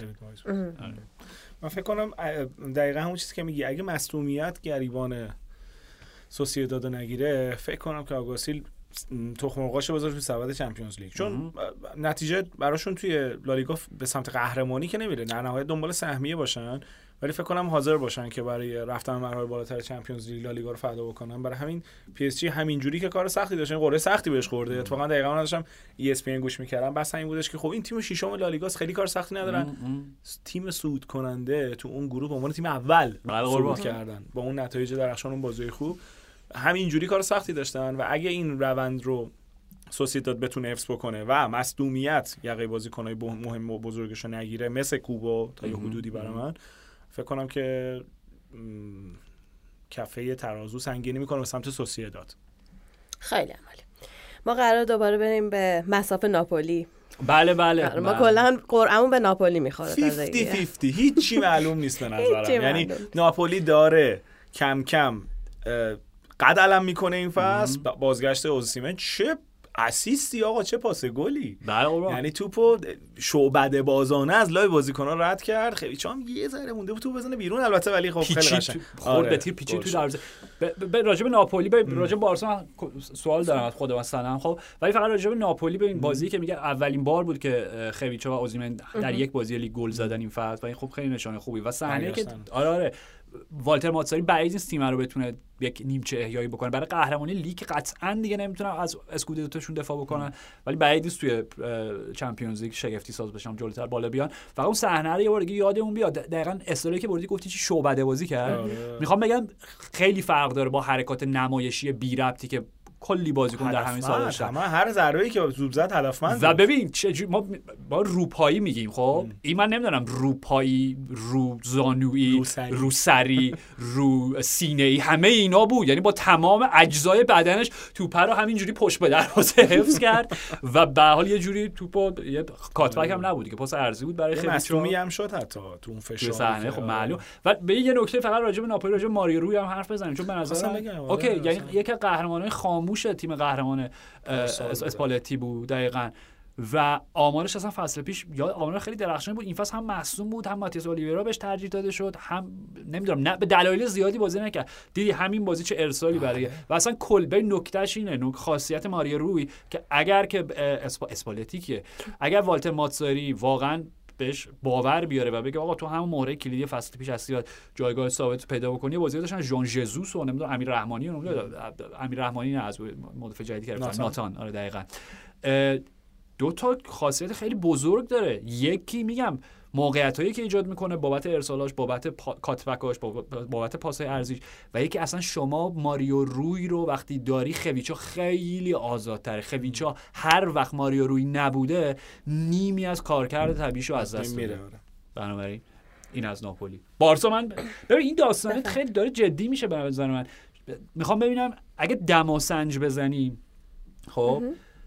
من فکر کنم دقیقاً همون چیزی که میگی اگه مصدومیت گریبان سوسییداد نگیره، فکر کنم که آگوسیل تخم مرغاشو بذاره تو سبد چمپیونز لیگ، چون نتیجه براشون توی لالیگا به سمت قهرمانی که نمیره، در نهایت دنبال سهمیه باشن، ولی فکر کنم حاضر باشن که برای رفتن مراحل بالاتر چمپیونز لیگ لالیگا رو فدا بکنن. برای همین پی اس جی همین جوری که کار سختی داشت، قرعه سختی بهش خورده. اتفاقا دقیقاً من داشتم ای اس پی ان گوش می‌کردم، بس همین بودش که خب این تیم ششم لالیگاست، خیلی کار سختی ندارن، تیم صعود کننده تو اون گروه به عنوان تیم اول صعود کردن با اون نتایج درخشان، اون بازی خوب، همین جوری کار سختی داشتن. و اگه این روند رو سوسییداد بتونه حفظ بکنه و مصدومیت یقه بازیکن‌های مهم و بزرگش رو نگیره، مثل کوبا تا یه حدودی برای من فکر کنم که کفه ترازو سنگینی میکنه به سمت سوسییداد. خیلی عالی. ما قرار دوباره بریم به مصاف ناپولی. بله بله. ما کلا قرعمون به ناپولی میخوره. پنجاه پنجاه هیچی معلوم نیست به نظرم. یعنی ناپولی داره کم کم قد علم میکنه این فصل. بازگشت اوزیمن چه اسیستی آقا، چه پاس گلی، یعنی توپو شعبده بازانه از لای بازیکن‌ها رد کرد. خیلی چام یه ذره مونده بود توپ بزنه بیرون، البته ولی خب خیلی قشنگ خورد به تیر، پیچید تو دروازه. به راجع به ناپولی، به راجع به بارسا سوال دارم از خودم مثلا، خب ولی فقط راجع به ناپولی، به این بازی که میگه اولین بار بود که خویچا و اوزیمن در یک بازی لیگ گل زدن این فصل و این خب خیلی نشانه خوبی و صحنه که آره آره والتر ماتساری بعید نیست تیم رو بتونه یک نیمچه احیایی بکنه برای قهرمانی لیگ. قطعا دیگه نمیتونن از اسکودتوشون دفاع بکنن، ولی بعید نیست توی چمپیونز لیگ شگفتی ساز بشن، جلوتر بالا بیان. فقط اون صحنه رو یه بار دیگه یادمون بیاد، دقیقاً استوری که بردی گفتی چی شعبده بازی کرد. میخوام بگم خیلی فرق داره با حرکات نمایشی بی ربطی که کلی بازیکن در همین سال داشتن. تمام هر ضربه‌ای که زوب زد هدفمند. و ببین چه ما با روپایی میگیم، خب این من نمیدونم روپایی، رو زانویی، رو سری، رو سینه‌ای، همه اینا بود. یعنی با تمام اجزای بدنش توپ رو همینجوری پشت به دروازه حفظ کرد و به حال یه جوری توپو یه کاتبک هم نبود که پاس ارضی بود برای خیلی مصدومی هم شد حتی تو اون فشار صحنه. خب معلوم. و به یه نکته فقط راجع به ناپولی، راجع به ماریو روی هم حرف بزنیم، چون به نظر اوکی یعنی یک قهرمانای خاموش تیم قهرمان اسپالتی بود دقیقاً و آمارش اصلا فصل پیش یا آمار خیلی درخشانی بود. این فصل هم مصدوم بود، هم ماتیاس اولیویرا بهش ترجیح داده شد، هم نمیدونم نه به دلایل زیادی بازی نکرد. دیدی همین بازی چه ارسالی برای و اصلا کلبه نکتهش اینه، نک خاصیت ماریو روی که اگر که اسپا اسپالتی که اگر والتر ماتساری واقعا بهش باور بیاره و بگه آقا تو همون مهره کلیدی فصل پیش هستی و جایگاه ثابت پیدا بکنی. بازی داشتن ژان ژزوس و نمیدونم امیر رحمانی و امیر رحمانی نه از مدافع جدیدی که گرفتن ناتان. آره دقیقاً. دو تا خاصیت خیلی بزرگ داره. یکی میگم موقعیتایی که ایجاد میکنه بابت ارسالاش، بابت پا... کاتبکاش، بابت پاسای ارزیش، و یکی اصلا شما ماریو روی رو وقتی داری خویچا خیلی آزادتره. خویچا هر وقت ماریو روی نبوده نیمی از کارکرد طبیعیشو از دست میده. بنابراین این از ناپولی. بارسا من ببین این داستانه خیلی داره جدی میشه به نظر من. میخوام ببینم اگه دماسنج بزنیم خب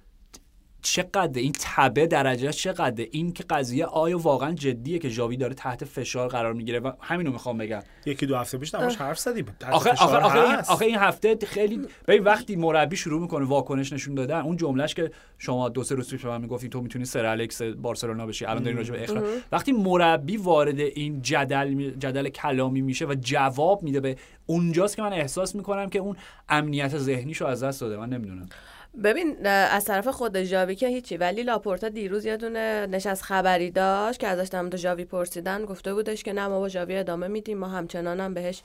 چقدر این تبه درجهش چقدر، این که قضیه آیا واقعا جدیه که ژاوی داره تحت فشار قرار میگیره و همینو میخوام بگم. یکی دو هفته پیش نماش حرف زدی آخه آخه آخه این, آخه این هفته خیلی ببین وقتی مربی شروع میکنه واکنش نشون دادن، اون جملهش که شما دو سه روز پیش به من میگفتین تو میتونی سر الکس بارسلونا بشی، الان دارین راجع به اخراج، وقتی مربی وارد این جدل جدل کلامی میشه و جواب میده به اونجاست که من احساس میکنم که اون امنیت ذهنیشو از دست داده. من نمیدونم. ببین از طرف خود ژاوی که هیچی، ولی لاپورتا دیروز یه دونه نشست خبری داشت که ازش در ژاوی پرسیدن، گفته بودش که نه ما با ژاوی ادامه میدیم، ما همچنان هم بهش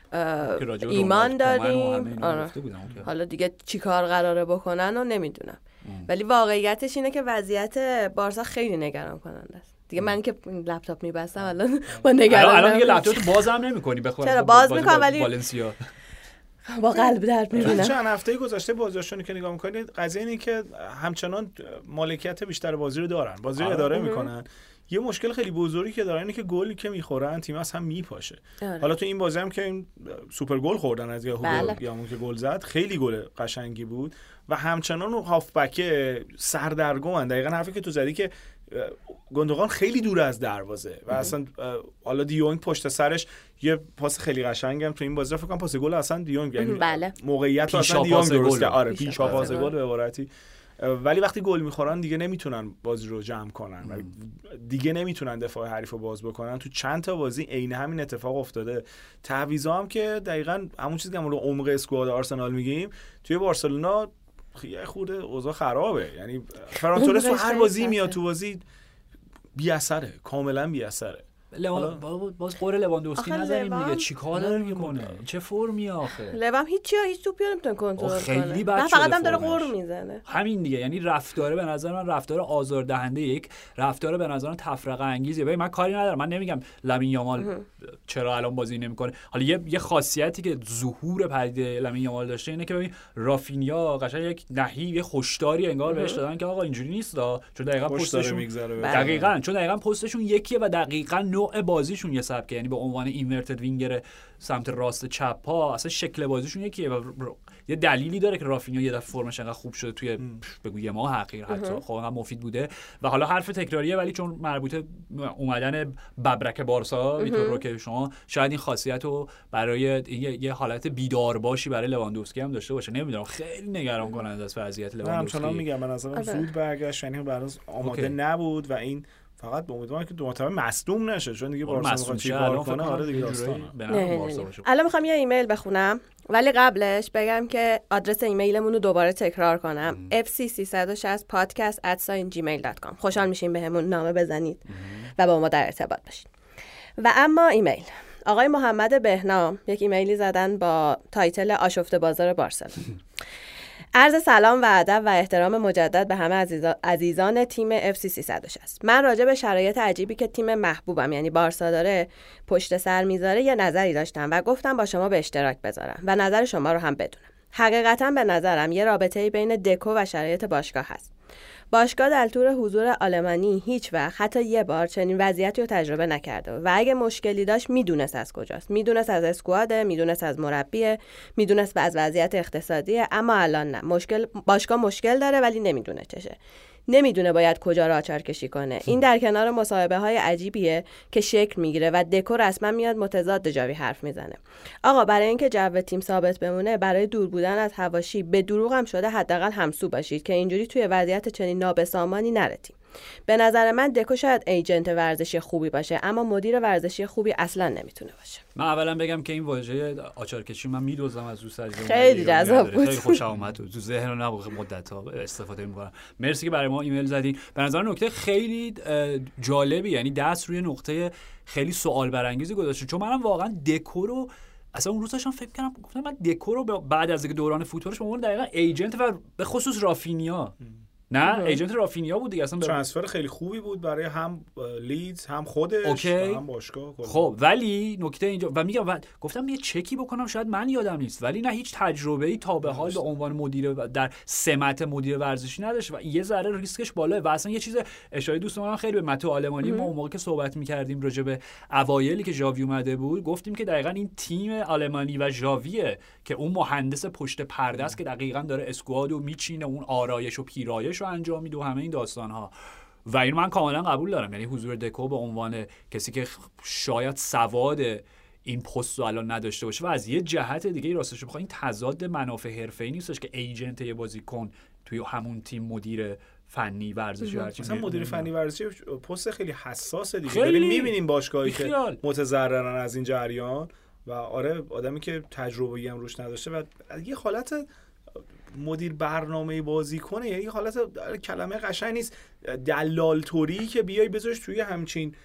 ایمان داریم. آره. حالا دیگه چی کار قراره بکنن و نمیدونم، ولی واقعیتش اینه که وضعیت بارسا خیلی نگران کننده است. دیگه من که لپتاپ میبستم الان با نگران الان دیگه لپتاپ باز هم نمی‌کنی بخوام. چرا باز می‌کنم ولی والنسیا با قلب درد می‌بینم. چند هفته گذشته بازیاشون که نگاه می‌کنید قضیه اینه که همچنان مالکیت بیشتر بازی رو دارن، بازی رو اداره می‌کنن. یه مشکل خیلی بزرگی که دارن اینه که گلی که می‌خورن تیم از هم میپاشه. حالا تو این بازی هم که این سوپر گل خوردن از یهو بیامون که گل زد، خیلی گل قشنگی بود و همچنان اون هافبک سردرگم. دقیقاً حرفی که تو زدی که گوندوغان خیلی دور از دروازه و اصلا حالا دیونگ پشت سرش یه پاس خیلی قشنگم تو این بازی، فکر کنم پاس گل اصلا دیونگ، یعنی بله. موقعیت اصلا دیونگ درست کرد. آره پیشا پاس گل به عبارتی ولی وقتی گل میخورن دیگه نمیتونن بازی رو جمع کنن و دیگه نمیتونن دفاع حریف رو باز بکنن. تو چند تا بازی عین همین اتفاق افتاده. تعویضا هم که دقیقاً همون چیزی که ما رو عمق اسکواد آرسنال میگیم توی بارسلونا یه خورده اوضاع خرابه. یعنی فران تورس هر بازی میاد تو بازی بی اثره، کاملا بی اثره. لوان باز قره لواندوفسکی نذاریم دیگه، چیکار داره میکنه؟ چه فرمی آخه؟ لوام هیچی هیچ توپی نمیتونه کنترل کنه، خیلی بد شده، فقط هم داره قر میزنه. همین دیگه، یعنی رفتاره به نظر من رفتار آزاردهنده، یک رفتار به نظر من تفرقه انگیزه. ببین من کاری ندارم، من نمیگم لامین یامال چرا الان بازی نمیکنه. حالا یه یه خاصیتی که ظهور پدیده لامین یامال داشته اینه که ببین رافینیا قشنگ یک نهی خوشداری انگار بهش دادن که آقا اینجوری نیست، چون دقیقاً پستشون دقیقاً چون دقیقاً پستشون یکیه و دقیقاً نوع بازیشون یه سبکه، یعنی به عنوان اینورتد وینگر سمت راست چپ ها اصلا شکل بازیشون یکیه و یه دلیلی داره که رافینیا یه دفعه فرمش انقدر خوب شده توی بگو یه ماه اخیر، حتی خب انقدر مفید بوده. و حالا حرف تکراریه ولی چون مربوطه اومدن ببرک بارسا ویتور روکه، شما شاید این خاصیت رو برای یه حالت بیدار باشی برای لواندوفسکی هم داشته باشه. نمیدونم، خیلی نگران کننده است وضعیت لواندوفسکی. همچنان میگم من از زود برگشت، یعنی براش آماده نبود و این فقط به امیدوارم که دو مرتبه مصدوم نشه، چون دیگه بارسا میخواد چیکار کنه. آره دیگه داستانه. الان میخوام یه ایمیل بخونم ولی قبلش بگم که آدرس ایمیلمون رو دوباره تکرار کنم اف سی سیصد و شصت پادکست ات جیمیل دات کام. خوشحال میشیم بهمون نامه بزنید و با ما در ارتباط باشید. و اما ایمیل آقای محمد بهنام یک ایمیلی زدن با تایتل آشفته بازار بارسلونا. عرض سلام و ادب و احترام مجدد به همه عزیزا... عزیزان تیم اف سی سیصد و شصت. من راجع به شرایط عجیبی که تیم محبوبم یعنی بارسا داره پشت سر میذاره یه نظری داشتم و گفتم با شما به اشتراک بذارم و نظر شما رو هم بدونم. حقیقتا به نظرم یه رابطه‌ای بین دکو و شرایط باشگاه هست. باشگاه در طول حضور آلمانی هیچ وقت حتی یه بار چنین وضعیتی رو تجربه نکرده و اگه مشکلی داشت میدونست از کجاست، میدونست از اسکواده، میدونست از مربیه، میدونست از وضعیت اقتصادیه. اما الان نه، مشکل باشگاه مشکل داره ولی نمیدونه چشه، نمیدونه باید کجا را آچار کشی کنه. این در کنار مصاحبه های عجیبیه که شکل میگیره و دکو رسما میاد متضاد جاوی حرف میزنه. آقا برای اینکه جو تیم ثابت بمونه، برای دور بودن از حواشی به دروغ هم شده حداقل همسو باشید که اینجوری توی وضعیت چنین نابسامانی نرتیم. به نظر من دکو شاید ایجنت ورزشی خوبی باشه اما مدیر ورزشی خوبی اصلا نمیتونه باشه. من اولا بگم که این واژه آچارکشی من میدوزم از دوست عزیزم، خیلی جذاب بود، خیلی خوشم اومد، تو ذهن نبود، مدت‌ها استفاده می‌کنم. مرسی که برای ما ایمیل زدین. به نظر نکته خیلی جالبی، یعنی دست روی نقطه خیلی سوال برانگیزی گذاشته، چون منم واقعا دکو رو اصلا اون روز داشتم فکر کردم، گفتم من دکو رو بعد از دوران فوتبالش به عنوان دقیقاً ایجنت و به خصوص رافینیا نه ایجنت رافینیا بود دیگه، اصلا ترانسفر خیلی خوبی بود برای هم لیدز هم خودش و هم باشگاه. خب ولی نکته اینجا و میگم و گفتم یه چکی بکنم شاید من یادم نیست، ولی نه هیچ تجربه‌ای تا به حال به عنوان مدیر در سمت مدیر ورزشی نداشت و یه ذره ریسکش بالاه. و اصلا یه چیز اشاره دوست من خیلی به متو آلمانی، ما اون موقع که صحبت می‌کردیم راجع به اوایلی که ژاوی اومده بود گفتیم که دقیقاً این تیم آلمانی و ژاویه که اون مهندس پشت پرده است که دقیقاً داره اسکوادو میچینه، اون آرایش و پیرایش رو انجام میده و همه این داستان‌ها. و این من کاملا قبول دارم، یعنی حضور دکو به عنوان کسی که شاید سواد این پست رو الان نداشته باشه و از یه جهت دیگه راستش بخوای این تضاد منافع حرفه‌ای نیستش که ایجنت یه بازیکن توی همون تیم مدیر فنی ورزشی هر چی. مثلا مدیر فنی ورزشی پست خیلی حساسه دیگه، داریم می‌بینیم باشگاهی که متضررن از این جریان و آره آدمی که تجربه‌ای هم روش نداشته و یه حالت مدیر برنامه بازی کنه، یعنی حالت کلمه قشنگ نیست، دلال توری که بیای بذارش توی همچین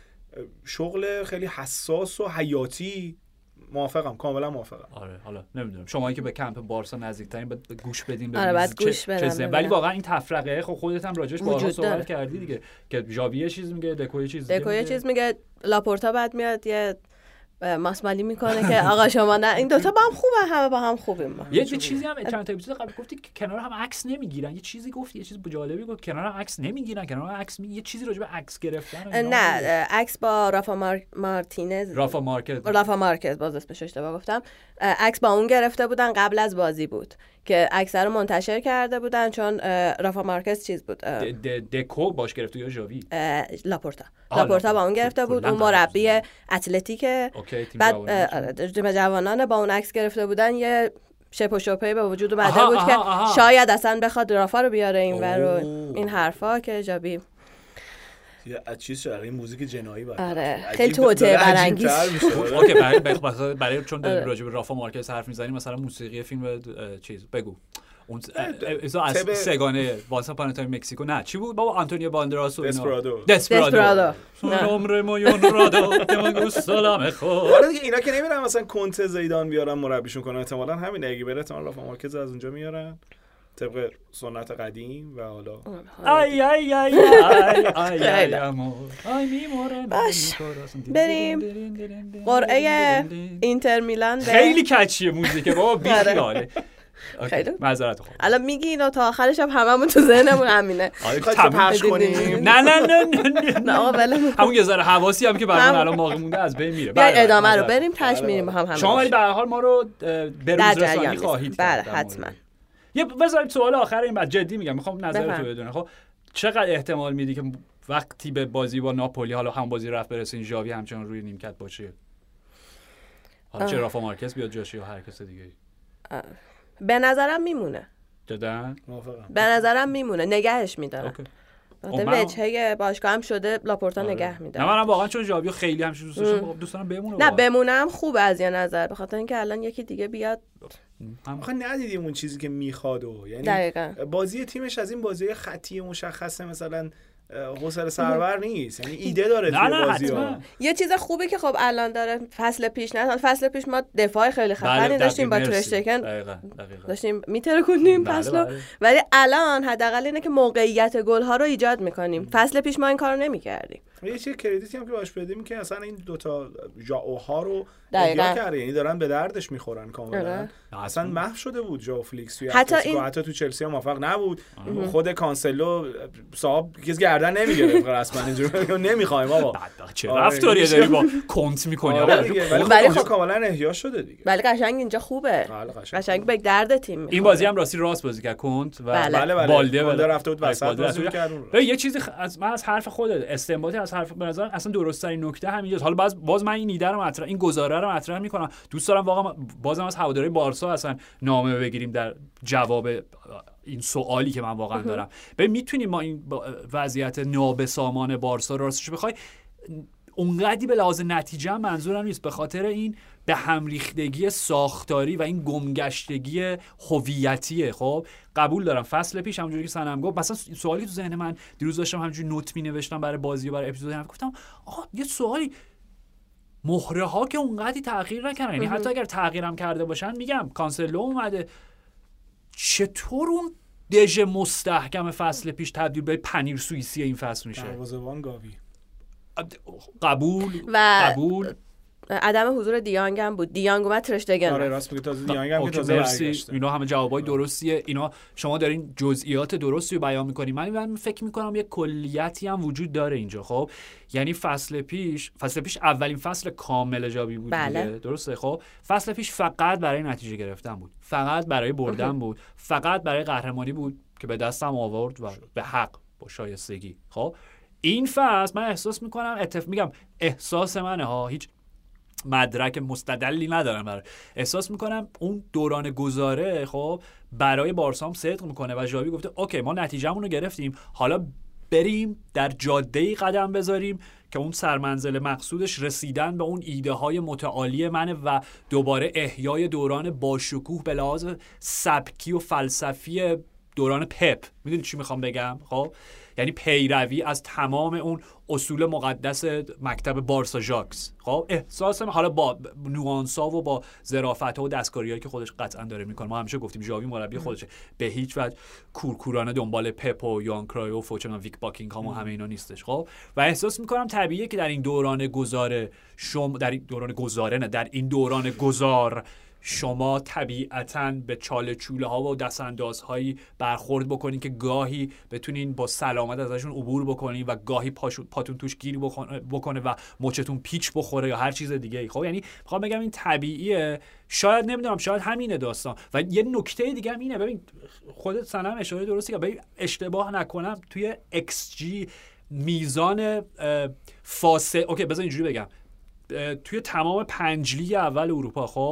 شغل خیلی حساس و حیاتی. موافقم، کاملا موافقم. آره حالا نمیدونم شمایی که به کمپ بارسا نزدیکترین باید گوش بدین آره باید گوش بدین، ولی واقعا این تفرقه خب خودت هم راجعش بارها صحبت کردی دیگه که ژاوی یه چیز میگه، دکو یه چیز دیگه دکو یه چیز میگه، لاپورتا بعد میاد یه ماسمالی میکنه که آقا شما نه این دوتا با هم خوبه، همه با هم خوبیم. یه چیزی هم چند تا اپیزود قبل گفتی که کنار هم عکس نمیگیرن، یه چیزی گفتی، یه چیز جالبی گفت کنار هم عکس نمیگیرن، کنار هم عکس می... یه چیزی راجع به عکس گرفتن. نه عکس با رافا مار... مارتینز رافا مارکز رافا مارکز باز اسمش اشتباه گفتم، عکس با اون گرفته بودن، قبل از بازی بود که عکس رو منتشر کرده بودن چون رافا مارکز چیز بود دکو باش گرفته یا ژاوی لاپورتا لاپورتا با اون گرفته بود، اون مربی اتلتیک. بعد تیم جوانان با اون عکس گرفته بودن، یه شپ و شوپی به وجود اومده بود که آها. شاید اصلا بخواد رافا رو بیاره این ور رو این حرفا که جابی یا چیز شده این موزیک جنایی بود. آره خیلی توته برانگیز. اوکی برای برای برای چون راجع به رافا مارکز حرف میزنیم مثلا موسیقی فیلم چیز بگو اون از سگانه واسه پانتای مکزیکو نه چی بود بابا آنتونیو باندراس و اینا دسپرادو دسپرادو عمر مون رادو دمگو سلام خو حالا دیگه اینا که نمیرن مثلا کنته زیدان بیارن مربیشون کنن احتمالاً همین اگه بره احتمال رافا مارکز از اونجا میارن طبق سنت قدیم و حالا ای ای ای ای ای ای ای میمورن بریم قرعه اینتر میلان خیلی کچیه موزیک بابا بیخیاله خیلی معذرت خواهم الان میگی اینو تا آخرش هم هممون تو ذهنمون همینه خواهی پخش کنیم نه نه نه نه نه آقا بله همون یه ذره حواسی هم که برامون الان باقی مونده از بین میره بیا ادامه رو بریم تاش میریم با هم همه شما ولی به هر حال ما رو به روز رسانی خواهید بله حتما یه بذارید سوال آخر این بعد جدی میگم میخوام نظرتو بدونم خب چقدر احتمال میدی که وقتی به بازی با ناپولی حالا هم بازی رفت برسین ژاوی همچنان روی نیمکت باشه حالا چه رافا مارکز بیاد جاش یا هر کس دیگه به نظرم میمونه دادن موافقم به نظرم میمونه نگهش میدارن وقتی وجهه باشگاه هم شده لاپورتا آره. نگه میداره نه منم واقعا چون ژاویو خیلی همش دوست داشتم دوست دارم بمونه نه بمونم خوبه از یه نظر به خاطر اینکه الان یکی دیگه بیاد آخه ندیدیم اون چیزی که میخواد و یعنی دقیقاً. بازی تیمش از این بازی خطی مشخصه مثلا حوصله سرور نیست یعنی ایده داره توی بازی‌ها یه چیز خوبی که خب الان داره فصل پیش نه فصل پیش ما دفاع خیلی خفنی داشتیم با ترشتگن داشتیم میترکوندیم فصلو ولی الان حداقل اینه که موقعیت گل ها رو ایجاد میکنیم فصل پیش ما این کارو نمیکردیم یه چیز کردیتی هم که باش بدیم که اصلا این دوتا ژائو ها رو احیا کرده یعنی دارن به دردش میخورن کاملا اصلا محو شده بود ژائو فلیکس توی حتی این... حتی تو چلسی هم موفق نبود خود کانسلو صاحب کس گردن نمیگرفت رسما اینجوری نمیخوایم آقا چه رفتاریه داری با کنت میکنی آقا ولی خب کاملا احیا شده دیگه ولی قشنگ اینجا خوبه قشنگ به درد تیم این بازی هم راستی راست بازی کرد کنت و بله بالده رفته بود وسط بازی کرد یه چیزی از من از حرف خودت استنباطی از حرف به نظر اصلا درست ترین نکته همینجاست حالا باز باز من این ایده رو مطرح این گزاره رو مطرح میکنم دوست دارم واقعا بازم از هواداری بارسا اصلا نامه بگیریم در جواب این سوالی که من واقعا دارم ببین میتونیم ما این وضعیت نابسامان بارسا رو راستش بخوای اونقدی به لحاظ نتیجه منظورم نیست به خاطر این به هم ریختگی ساختاری و این گمگشتگی هویتیه خب قبول دارم فصل پیش همونجوری که سنم گفت مثلا سوالی تو ذهن من دیروز داشتم همونجوری نوت می‌نوشتم برای بازی و برای اپیزود هم گفتم آقا یه سوالی مهره ها که اونقدی تغییر نکردن یعنی حتی اگر تغییرم کرده باشن میگم کانسلو اومده چطور اون دژ مستحکم فصل پیش تبدیل به پنیر سوئیسی این فصل میشه دروازه‌بان گاوی قبول و قبول عدم حضور دیانگ هم بود دیانگ اومد ترشتگن آره راست میگی تازه دیانگ هم که تازه برگشته اینا همه جوابای درستیه اینا شما دارین جزئیات درستی رو بیان می‌کنین من من فکر می‌کنم یه کلیتی هم وجود داره اینجا خب یعنی فصل پیش فصل پیش اولین فصل کامل جابی بود بله. دیگه درسته خب فصل پیش فقط برای نتیجه گرفتن بود فقط برای بردن بود فقط برای قهرمانی بود که به دستم آورد و به حق با شایستگی خب این فصل من احساس می‌کنم اتفاق میگم احساس منه ها هیچ مدرک مستدلی ندارم برای احساس میکنم اون دوران گذاره خب برای بارسا هم صدق میکنه و ژاوی گفته اوکی ما نتیجهمون رو گرفتیم حالا بریم در جاده‌ای قدم بذاریم که اون سرمنزل مقصودش رسیدن به اون ایده های متعالی منه و دوباره احیای دوران باشکوه به لحاظ سبکی و فلسفی دوران پپ میدونی چی میخوام بگم خب یعنی پیروی از تمام اون اصول مقدس مکتب بارسا ژاکس خب احساس حالا با نوانس‌ها و با ظرافت‌ها و دستکاریایی که خودش قطعا داره میکنه ما همیشه گفتیم ژاوی مربی خودشه به هیچ وجه کورکورانه دنبال پپ و یوان کرایوف و چنان ویک باکینگهام و همه اینا نیستش خب و احساس میکنم طبیعیه که در این دوران گذاره شما در این دوران گذاره نه در این دوران گذار شما طبیعتاً به چاله چوله ها و دست اندازهایی برخورد بکنین که گاهی بتونین با سلامت ازشون عبور بکنین و گاهی پاتون توش گیر بکنه و مچتون پیچ بخوره یا هر چیز دیگه ای خب یعنی میخوام بگم این طبیعیه شاید نمیدونم شاید همینه داستان و یه نکته دیگه هم اینه ببین خودت سنم اشاره درستی که ببین اشتباه نکنم توی ایکس جی میزان فاصله اوکی بذار اینجوری بگم توی تمام پنج لیگ اول اروپا خب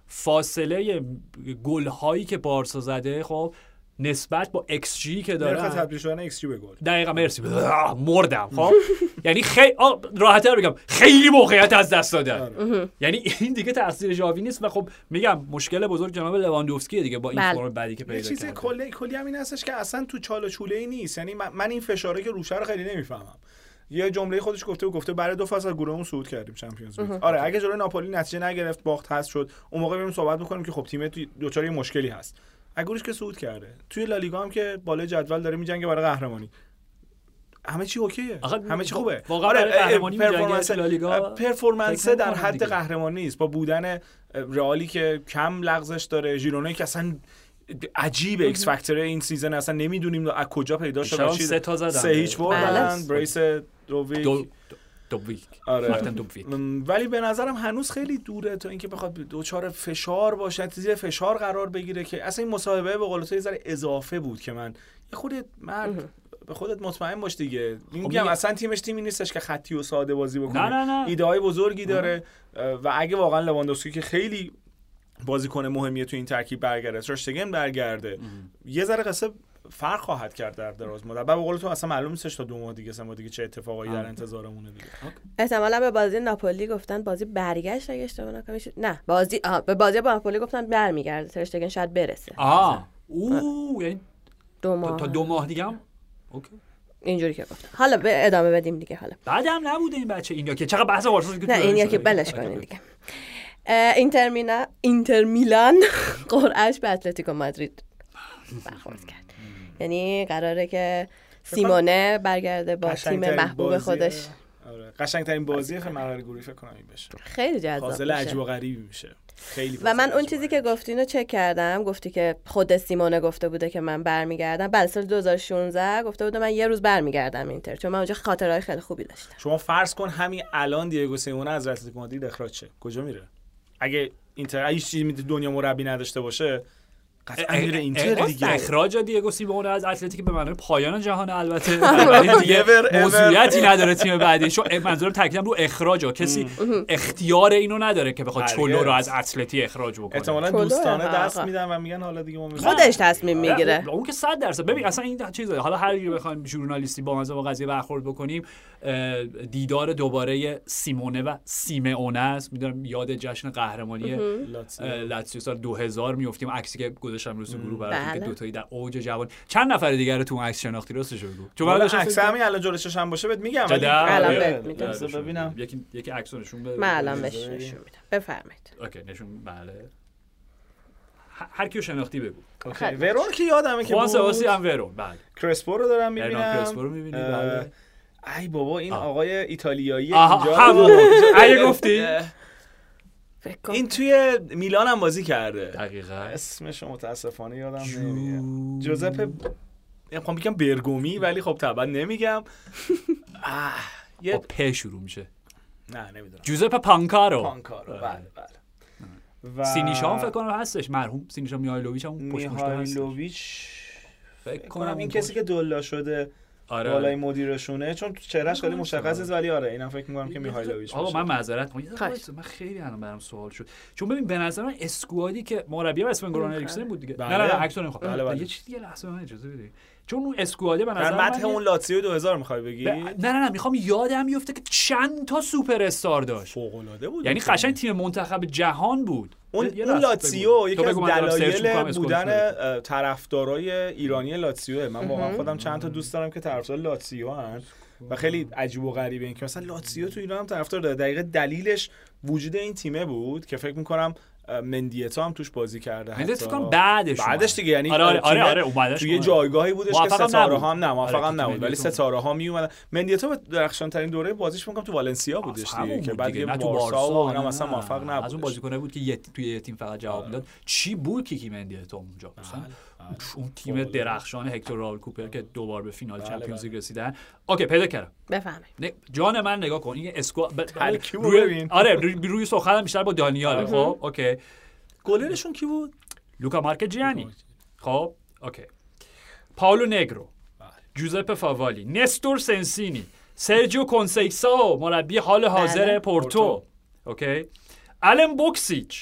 فاصله گل هایی که بارسا زده خب نسبت با ایکس جی که داره نرخ تبدیل شدن ایکس جی به گل دقیقاً مرسی مردم خب یعنی خیلی راحت‌تر بگم خیلی موقعیت از دست دادن یعنی این دیگه تاثیر ژاوی نیست و خب میگم مشکل بزرگ جناب لواندوفسکی دیگه با این فرم بعدی که پیدا کرده. چیز کلی کلی همین هستش که اصلا تو چال و چوله‌ای نیست. یعنی من, من این فشاره که روشه رو خیلی نمیفهمم. یه جمله خودش گفته و گفته برای دو فصل از گروهمون صعود کردیم چمپیونز لیگ. آره اگه جلوی ناپولی نتیجه نگرفت باخت هست شد اون موقع بریم صحبت می‌کنیم که خب تیم تو دوچار یه مشکلی هست. اگوریش که صعود کرده توی لالیگا هم که بالای جدول داره میجنگه برای قهرمانی همه چی اوکیه همه چی خوبه واقعا قهرمانی میجنگه لالیگا پرفورمنس در حد قهرمانی است با بودن رئالی که کم لغزش داره ژیرونا که اصلا عجیب ایکس فاکتور این سیزن اصلا نمیدونیم از کجا پیدا شد سه تا زدن سه هیچ بردن بریس دوویک دوویک آره. ولی به نظرم هنوز خیلی دوره تا اینکه بخواد دوچار فشار باشه زیر فشار قرار بگیره که اصلا این مسابقه به قول تو یه ذره اضافه بود که من یه خودت مرد به خودت مطمئن باش دیگه میگم اصلا تیمش تیمی نیستش که خطی و ساده بازی بکنه ایده های بزرگی داره و اگه واقعا لواندوفسکی که خیلی بازیکن مهمیه تو این ترکیب برگرده ترشتگن برگرده یه ذره قصه فرق خواهد کرد در دراز مدت. به قول تو اصلا معلوم نیستش تا دو ماه دیگه سه ماه دیگه چه اتفاقایی در انتظارمونه دیگه. احتمالاً به بازی ناپولی گفتن بازی برگشت اگه اشتباه نکنم نه بازی آها به بازی با ناپولی گفتن برمیگرده ترشتگن شاید برسه. آه اوه یعنی دو ماه تا دو ماه دیگه هم اوکی اینجوری که گفتن. حالا به ادامه بدیم دیگه. حالا بعدم نبوده این بچه اینیا که چقدر بحث بارسا نه اینیا که بلش کنین دیگه. اینتر میلان اینتر میلان قرعه‌اش به اتلتیکو مادرید برخورد کرد. یعنی قراره که سیمونه برگرده با تیم محبوب خودش. آره قشنگترین بازی فکر مرحله گروهی فکر کنم این بشه. خیلی جذاب میشه. عجیب و غریبی میشه. خیلی و من اون چیزی که گفتینو چک کردم گفتی که خود سیمونه گفته بوده که من برمیگردم بعد سال دو هزار و شانزده گفته بوده من یه روز برمیگردم اینتر چون من اونجا خاطرهای خیلی خوبی داشتم. شما فرض کن همین الان دیگو سیمونه از اتلتیکو مادرید اخراج شه کجا میره؟ اگه اینتر هیچ چیزی دنیا مربی نداشته باشه قطعا میره اینتر دیگه. اخراج دیگو سیمونه از اتلتیک به معنی پایان جهان البته ولی دیگه موضوعیتی نداره تیم بعدی. شو منظورم تاکیدم رو اخراجه. کسی اختیار اینو نداره که بخواد چولو رو از اتلتی اخراج بکنه. احتمالاً دوستانه دست میدن و میگن حالا دیگه ما میخوایم خودش تصمیم میگیره. بله. اون که صد درصد. ببین اصلا این چیزه حالا هر کی بخوایم ژورنالیستی با مزه با قضیه برخورد بکنیم دیدار دوباره سیمونه و سیمئونه است. میدونم یاد جشن قهرمانی لاتزیو سال دو هزار میافتیم عکسی که گذاشتم روز گروه براتون که دو تایی در اوج جوان چند نفر دیگه رو تو اون عکس شناختی راستش بگو چون من عکس همین الان جلوی چشم باشه بهت میگم ولی الان بهت میدم ببینم یکی یکی عکس نشون بده. من الان بهش نشون میدم بفرمایید. اوکی نشون بله هر کیو شناختی بگو. اوکی ورون که یادمه که بود واسه هم ورون بله کرسپو رو دارم میبینم کرسپو رو میبینی بله ای بابا این آقای ایتالیایی اینجا اگه گفتی این توی میلان هم بازی کرده دقیقاً اسمش متاسفانه یادم نمیاد جوزپه میخوام بگم برگومی ولی خب طبعا نمیگم با پ شروع میشه نه نمیدونم جوزپه پانکارو پانکارو بله بله و سینیشا هم فکر کنم هستش مرحوم سینیشا میهایلوویچ هم پشت پشت میهایلوویچ فکر کنم این کسی که دلا شده آره. بالای مدیرشونه چون تو چهرهش خیلی مشخصه ولی آره اینم فکر می‌کنم که میهایلوویچ باشه. آقا من معذرت می‌خوام من خیلی الان برام سوال شد چون ببین به نظر من اسکوادی که مربی اسم گران اریکسن بود دیگه نه نه عکسو نمی‌خوام بله بله. یه چیز دیگه لحظه من اجازه بدید چون اون اسکواده به نظر من متن اون لاتزیو دو هزار می‌خوای بگی ب... نه نه نه می‌خوام یادم بیفته که چند تا سوپر استار داشت فوق‌العاده بود یعنی قشنگ تیم منتخب جهان بود اون اون لاتزیو یکی از دلایل بودن طرفدارای ایرانی لاتزیو من واقعا خودم چند تا دوست دارم که طرفدار لاتزیو هستن و خیلی عجیب و غریبه این که مثلا لاتزیو تو ایران هم طرفدار داره دقیقاً دلیلش وجود این تیمه بود که فکر می‌کنم مندیتا هم توش بازی کرده حتی فکر کنم بعدش بعدش دیگه یعنی آره آره آره, آره اومدش توی جایگاهی بودش که ستاره ها هم نه موافقم نبود ولی ستاره ها می اومدن مندیتا به درخشان ترین دوره بازیش فکر کنم تو والنسیا بودش دیگه که بعد دیگه تو بارسا و اینا مثلا موفق نبود از اون بازیکنه بود که توی تیم فقط جواب میداد چی بود کیکی مندیتا اونجا مثلا اون تیم درخشان هکتور راول کوپر که دوبار به فینال چمپیونز لیگ رسیدن اوکی پیدا کردم بفهمید جان من نگاه کن این اسکواد ترکیب ببین آره روی سخنم بیشتر با دانیال خب اوکی گلرشون کی بود؟ لوکا مارکجیانی. خب اوکی. پاولو نگرو، جوزپه فاوالی، نستور سنسینی، سرجیو کونسیساو مربی حال حاضر پورتو. اوکی. آلن بوکسیچ،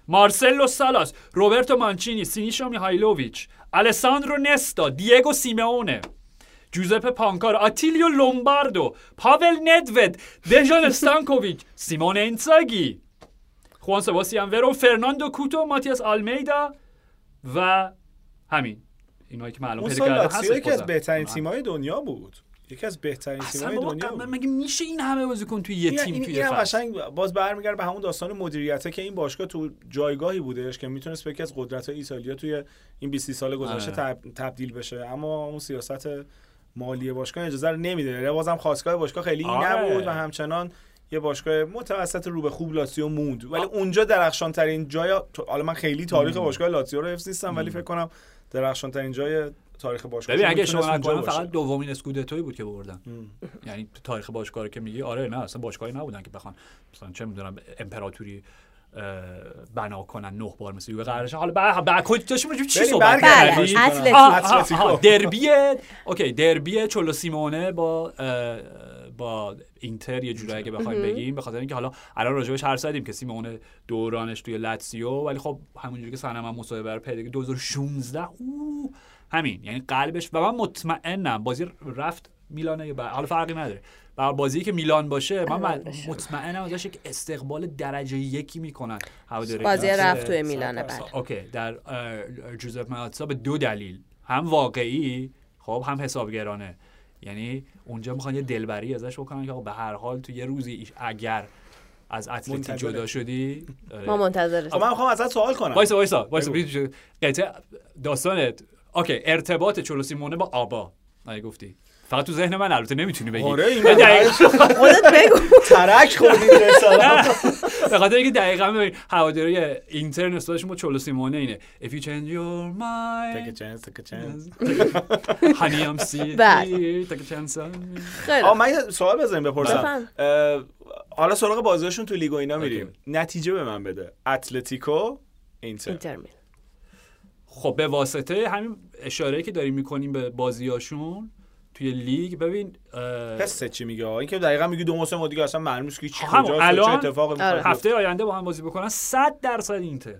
مارسلو سالاس، روبرتو مانچینی، سینیشا میهایلوویچ، الساندرو نستا، دیگو سیمئونه، جوزپه پانکار، آتیلیو لومباردو، پاول ندوید، دژان استانکوویچ، سیمون اینزاگی، خوان سباستیان ورو، فرناندو کوتو، ماتیاس آلمیدا و همین اینایی که معلوم پیدا کردن. هست یکی از بهترین تیم‌های دنیا بود. یکی از بهترین تیم‌های دنیا بود. مگه میشه این همه بازیکن توی یه تیم توی فصل؟ قشنگ باز برمیگره به همون داستان مدیریته که این باشگاه تو جایگاهی بودش که میتونست به یکی از قدرت‌های ایتالیا توی این بیست سال گذشته تب... تبدیل بشه، اما اون سیاست مالی باشگاه اجازه رو نمیده. بازم خواستگاه باشگاه خیلی این نبود و همچنان یه باشگاه متوسط رو به خوب لاتزیو موند. ولی اونجا درخشان ترین جای، حالا من خیلی تاریخ باشگاه لاتزیو رو حفظ نیستم ولی فکر کنم درخشان ترین جای تاریخ باشگاه. ببین اگه شما نکنم فقط دومین اسکودتویی بود که بردن. یعنی تو تاریخ باشگاه رو که میگی آره نه اصلا باشگاهی نبودن که بخوان مثلا چه میدونم امپراتوری بنا کنن نه بار مثل یووه قرارش. حالا بعد بعد داشتیم رو چی صحبت کردیم؟ اتلتیکو. دربی اوکی دربی چولو سیمونه با با اینتر یه جورایی اگه بخوایم بگیم، به خاطر اینکه حالا الان راجبش حرف زدیم که سیمونه دورانش توی لاتزیو، ولی خب همونجوری که سنم هم مصاحبه رو پیدا دو هزار و شانزده او همین یعنی قلبش. و من مطمئنم بازی رفت میلانه یا حالا فرقی نداره، بر بازی که میلان باشه من مطمئنم ازش یک استقبال درجه یکی میکنن هواداری. بازی رفت توی میلانه بعد اوکی در جوزپ مئاتزا به دو دلیل، هم واقعی خب هم حسابگرانه. یعنی اونجا میخوان یه دلبری ازش بکنن که به هر حال تو یه روزی اگر از اتلتیک جدا شدی ما منتظریم. من میخوام ازت سوال کنم. وایسا وایسا وایسا قطعه داستانت اوکی ارتباط چولو سیمونه با آبا اگه گفتی فقط تو ذهن من البته نمیتونی بگی. آره این خودت بگو. ترک خوردی رساله. به خاطر اینکه دقیقاً ببین هواداری اینتر نسبتشون با چولو سیمونه اینه if you change your mind take a chance take a chance honey I'm see take a chance. آ من یه سوال بزنیم بپرسم. حالا سراغ بازیاشون تو لیگ و اینا میریم. نتیجه به من بده. اتلتیکو اینتر. خب به واسطه همین اشاره‌ای که داریم می‌کنیم به بازیاشون توی لیگ ببین پس چی میگه؟ این که دقیقاً میگی دو موسم دیگه اصلا معلوم نیست که چی کجاست چه اتفاقی میفته. هفته آینده با هم بازی بکنن صد درصد اینتر.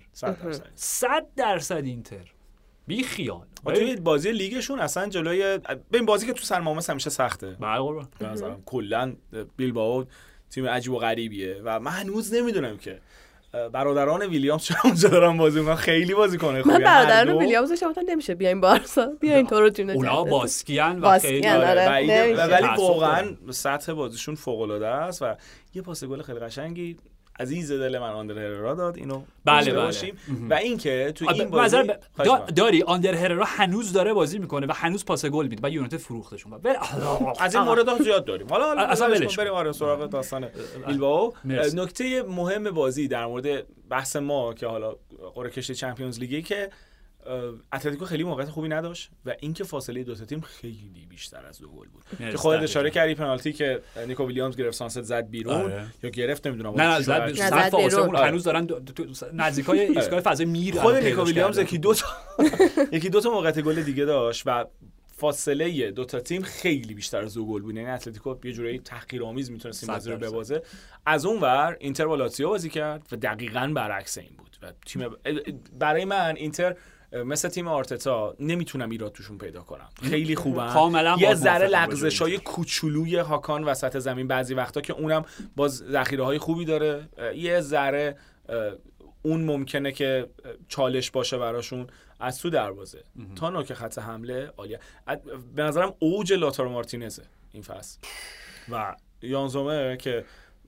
صد درصد اینتر. بی خیال. توی بازی لیگشون اصلا جلوی ببین بازی که تو سرمامس همیشه سخته. بله قربان. به نظرم کلا بیلبائو تیم عجیب و غریبیه و من هنوز نمیدونم که برادران ویلیامز چرا اونجا دارن بازی میکنن. خیلی بازیکن خوبیه. من برادران ویلیامز شما تا نمیشه بیاین بارسا بیاین تو رو تیم نجات. اونا باسکیان و خیلی ولی واقعا سطح بازیشون فوق العاده است و یه پاس گل خیلی قشنگی عزیز دل من آندر هررا داد اینو. بله بله. و اینکه تو این بازی داری آندر هررا هنوز داره بازی میکنه و هنوز پاس گل میده و یونایتد فروختشون. از این موردها زیاد داریم. حالا اصلا بریم آره سراغ داستان بیلبائو. نکته مهم بازی در مورد بحث ما که حالا قرعه کشی چمپیونز لیگی که اتلتیکو خیلی موقعیت خوبی نداشت و اینکه فاصله دو تا تیم خیلی بیشتر از دو گل بود که خودت اشاره کردی پنالتی که نیکو ویلیامز گرفت سانست زد بیرون آره. یا گرفت نمیدونم نه نه زد زد بیرون هنوز دارن نزدیکای ایستگاه فضای میر. خود نیکو ویلیامز یکی دو تا یکی دو تا موقعیت گل دیگه داشت و فاصله دو تا تیم خیلی بیشتر از دو گل بود. یعنی اتلتیکو یه جوری تحقیرآمیز میتونست این بازی رو ببازه. از اون ور اینتر با لاتزیو بازی کرد و دقیقاً برعکس این بود و تیم برای من اینتر مثل تیم آرتتا نمیتونم ایراد توشون پیدا کنم. خیلی خوبن. یه ذره لغزشای کوچولوی هاکان وسط زمین بعضی وقتا که اونم باز ذخیره‌های خوبی داره. یه ذره اون ممکنه که چالش باشه براشون از تو دروازه تا نوک خط حمله عالیه. به نظرم اوج لاتارو مارتینزه این فصل و یان زومر که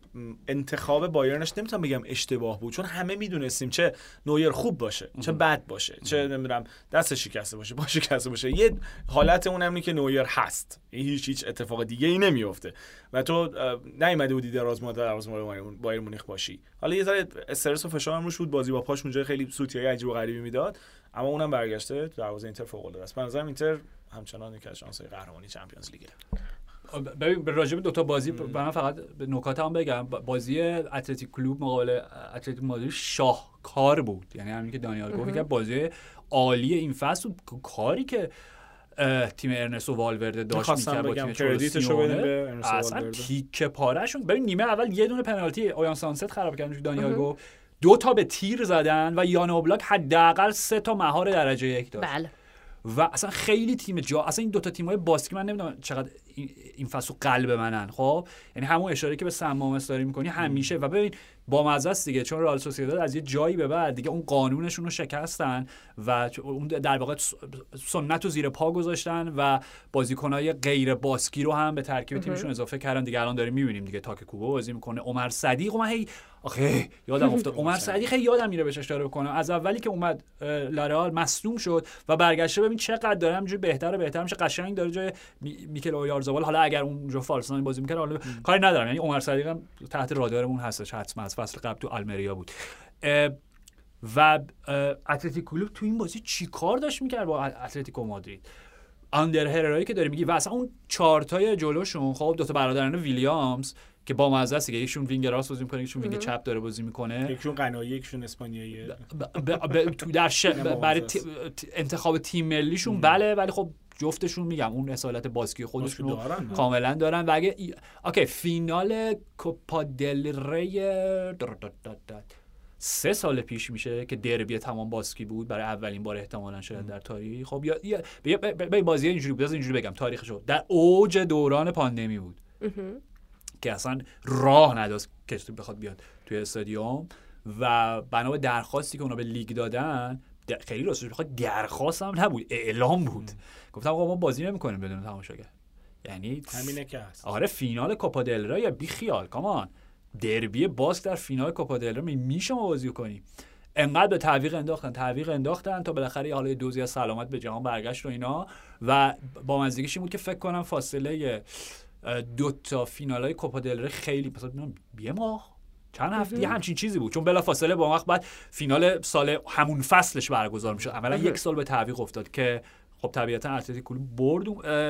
انتخاب بایرنش نمیتونم بگم اشتباه بود چون همه میدونستیم چه نویر خوب باشه چه بد باشه چه نمیدونم دست شکسته باشه با شکسته باشه. یه حالت اون همینه که نویر هست، هیچ هیچ اتفاق دیگه ای نمیفته و تو نیومده بودی دراز مدت دراز مدت بایر مونیخ باشی. حالا یه ذره استرس و فشار هم روش بود، بازی با پاش اونجا خیلی سوتیای عجیب و غریبی میداد اما اونم برگشته دروازه اینتر فوق العاده است. به نظرم اینتر همچنان یک از شانس‌های قهرمانی چمپیونز لیگه. ببین به راجع به دو تا بازی من فقط به نکات هم بگم. بازی اتلتیک کلوب مقابل اتلتیک مادرید شاهکار بود. یعنی همین که دانیال گفت که بازی عالی این فصل کاری که تیم ارنستو والورده داشت می‌کرد با تیم کردیتشو بدیم به ارنستو والورده. اصلا تیکه پارهشون. ببین نیمه اول یه دونه پنالتی اویان سانست خراب کردن. دانیال گفت دو تا به تیر زدن و یان اوبلاک حداقل سه تا مهار درجه یک داشت. بله. و اصلا خیلی تیم جا اصلا این دو تا تیم‌های باسکی من نمیدونم چقدر این فصل قلب منن. خب یعنی همون اشاره که به سمام داری می‌کنی همیشه. و ببین با مزه است دیگه، چون رئال سوسییداد از یه جایی به بعد دیگه اون قانونشون رو شکستن و اون در واقع سنت رو زیر پا گذاشتن و بازیکن‌های غیر باسکی رو هم به ترکیب تیمشون اضافه کردن دیگه. الان داریم می‌بینیم دیگه تاک کوبا بازی می‌کنه، عمر صدیق. من هی آخه یادم افتاد عمر صدیق خیلی یادم میره بهش اشاره بکنم. از اولی که اومد لارئال مصدوم شد و برگشته، ببین چقدر داره همینجوری بهتر و بهتر میشه، قشنگ داره جای میکل اویارزابال. حالا اگر اونجا فالسان بازی می‌کرد حالا کاری ندارم، یعنی عمر صدیق هم تحت رادارمون هستش حتما، از فصل قبل تو آلمریا بود. و اتلتیکو کلوب تو این بازی چیکار داشت می‌کرد با اتلتیکو مادرید؟ آندر هررایی که داری میگی و اصلا اون چهار تای جلوشون، خب دو تا برادران ویلیامز که با مزه است دیگه، یکشون وینگ راست بازی می‌کنه، یکشون وینگ چپ داره بازی می‌کنه، یکشون قنایی، یکشون اسپانیایی. تو در ش... برای تی... انتخاب تیم ملیشون بله، ولی خب جفتشون میگم اون اصالت باسکی خودشون رو کاملا دارن. و اگه ای... اوکی فینال کوپا دل ری سه سال پیش میشه که دربی تمام باسکی بود برای اولین بار احتمالاً شاید در تاریخ. خب یا یا به بازی اینجوری بود، اینجوری بگم تاریخشو، در اوج دوران پاندمی بود که اصلا راه نداشت کسی بخواد بیاد توی استادیوم و بنا به درخواستی که اونا به لیگ دادن، خیلی راستش بخواد درخواست هم نبود، اعلام بود. گفتم آقا ما بازی نمی‌کنیم بدون تماشاگر. یعنی همینه که هست. آره فینال کوپا دل ری، بی خیال کامان، دربی باسک در فینال کوپا دل ری میشه ما بازی کنیم. انقدر به تعویق انداختن تعویق انداختن تا بالاخره حالا دوزی از سلامت به جهان برگشت و اینا. و با مزدیکش این بود که فکر کنم فاصله دو تا فینالای کوپا دل ری خیلی مثلا یه ماه چند هفته یه همچین چیزی بود، چون بلا فاصله با وقت بعد فینال سال همون فصلش برگزار میشد. اولا یک سال به تعویق افتاد که خب طبیعتا اتلتیکو برد،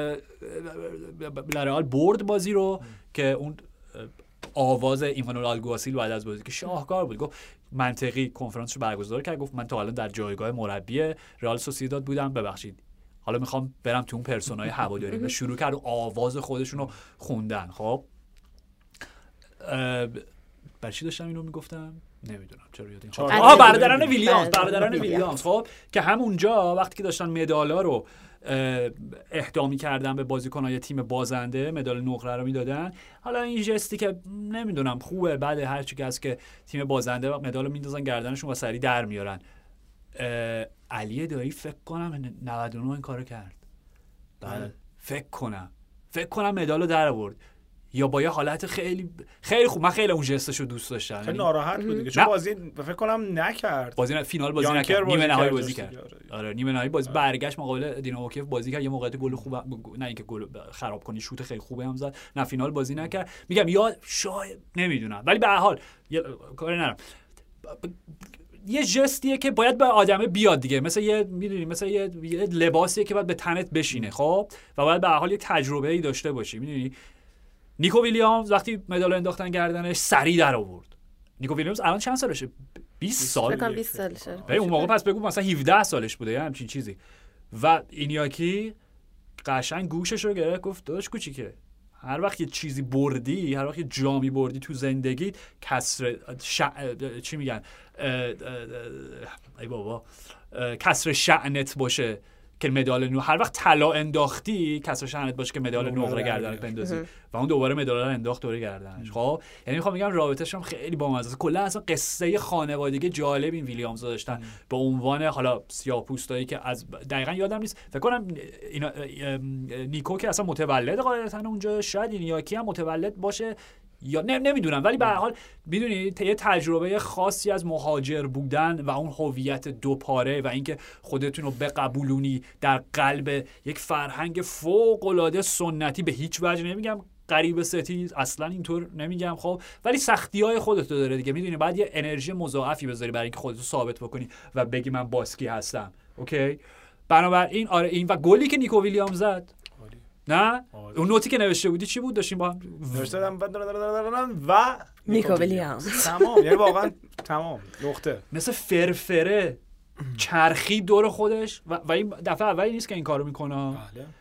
لارئال برد بازی رو که اون آواز ایمانوئل آلگواسیل بعد از بازی که شاهکار بود، گفت منطقی کنفرانسش رو برگزار کرد، گفت من تا الان در جایگاه مربی رئال سوسییداد بودم، ببخشید حالا میخوام برم تو اون پرسونای هواداری. و شروع کرد و آواز خودشون رو خوندن. خب برای چی داشتم اینو میگفتم نمیدونم چرا یاد این خاطر. آها برادران ویلیامز، برادران ویلیامز. خب که همونجا وقتی که داشتن مدالا رو اهدا می‌کردن به بازیکن‌های تیم بازنده، مدال نقره رو میدادن. حالا این جستی که نمیدونم خوبه، بعد هر چی که از که تیم بازنده مدال رو میندازن گردنشون و سری در میارن. علی دایی فکر کنم نود و نه این کارو کرد. بله فکر کنم فکر کنم مدال رو در آورد، یا با یه حالت خیلی خیلی خوب. من خیلی اون جستشو دوست داشتم. خیلی ناراحت بود دیگه، چون بازی فکر کنم نکرد، بازی ن... فینال بازی نکرد، نیمه نهایی بازی کرد. آره نیمه نهایی بازی برگشت مقابل دینامو کیف بازی کرد، یه موقعیت گل خوب، نه اینکه گل خراب کنی، شوت خیلی خوبه هم زد. نه فینال بازی نکرد. میگم یا شاید نمیدونم، ولی به هر حال کاری ندارم. یه جستیه که باید به آدمه بیاد دیگه، مثل یه میدونی مثل یه, یه لباسیه که باید به تنت بشینه. خب و باید به هر حال یه تجربه‌ای داشته باشی. میدونی نیکو ویلیامز وقتی مدال انداختن گردنش سری در آورد. نیکو ویلیامز الان چند سالشه؟ بیست سال. فکر کنم بیست سالشه. به اون موقع پس بگو مثلا هفده سالش بوده یا همچین چیزی. و اینیاکی قشنگ گوشش رو گرفت، گفت داداش کوچیکه، هر وقت یه چیزی بردی، هر وقت یه جامی بردی تو زندگیت، کسر ش... چی میگن ای بابا کسر شأنت باشه که مدال نو، هر وقت طلا انداختی کسر شأنت باشه که مدال نقره گردنت بندازی. و اون دوباره مدال رو انداخت دوره گردنش. خب یعنی میخوام بگم رابطه‌ش هم خیلی بامزه است. کلا اصلا قصه خانوادگی جالب این ویلیامز داشتن به عنوان حالا سیاه‌پوستایی که از دقیقاً یادم نیست، فکر کنم اینا نیکو که اصلا متولد قاعدتاً اونجا، شاید اینیاکی هم متولد باشه یا نه نمیدونم، ولی به هر حال میدونی یه تجربه خاصی از مهاجر بودن و اون هویت دو پاره و اینکه خودتون رو بقبولونی در قلب یک فرهنگ فوق العاده سنتی، به هیچ وجه نمیگم غریبه ستیز، اصلا اینطور نمیگم، خب ولی سختی‌های خودت داره دیگه. میدونی بعد یه انرژی مضاعفی بذاری برای اینکه خودت رو ثابت بکنی و بگی من باسکی هستم. اوکی بنابراین آره این و گلی که نیکو ویلیامز زد، نه آره. اون نوتی که نوشته بودی چی بود؟ داشتیم با هم نوشتم و نیکو ویلیامز تمام، یعنی واقعا تمام نقطه، مثل فرفره چرخی دور خودش و, و این دفعه اولی نیست که این کارو میکنه. بله.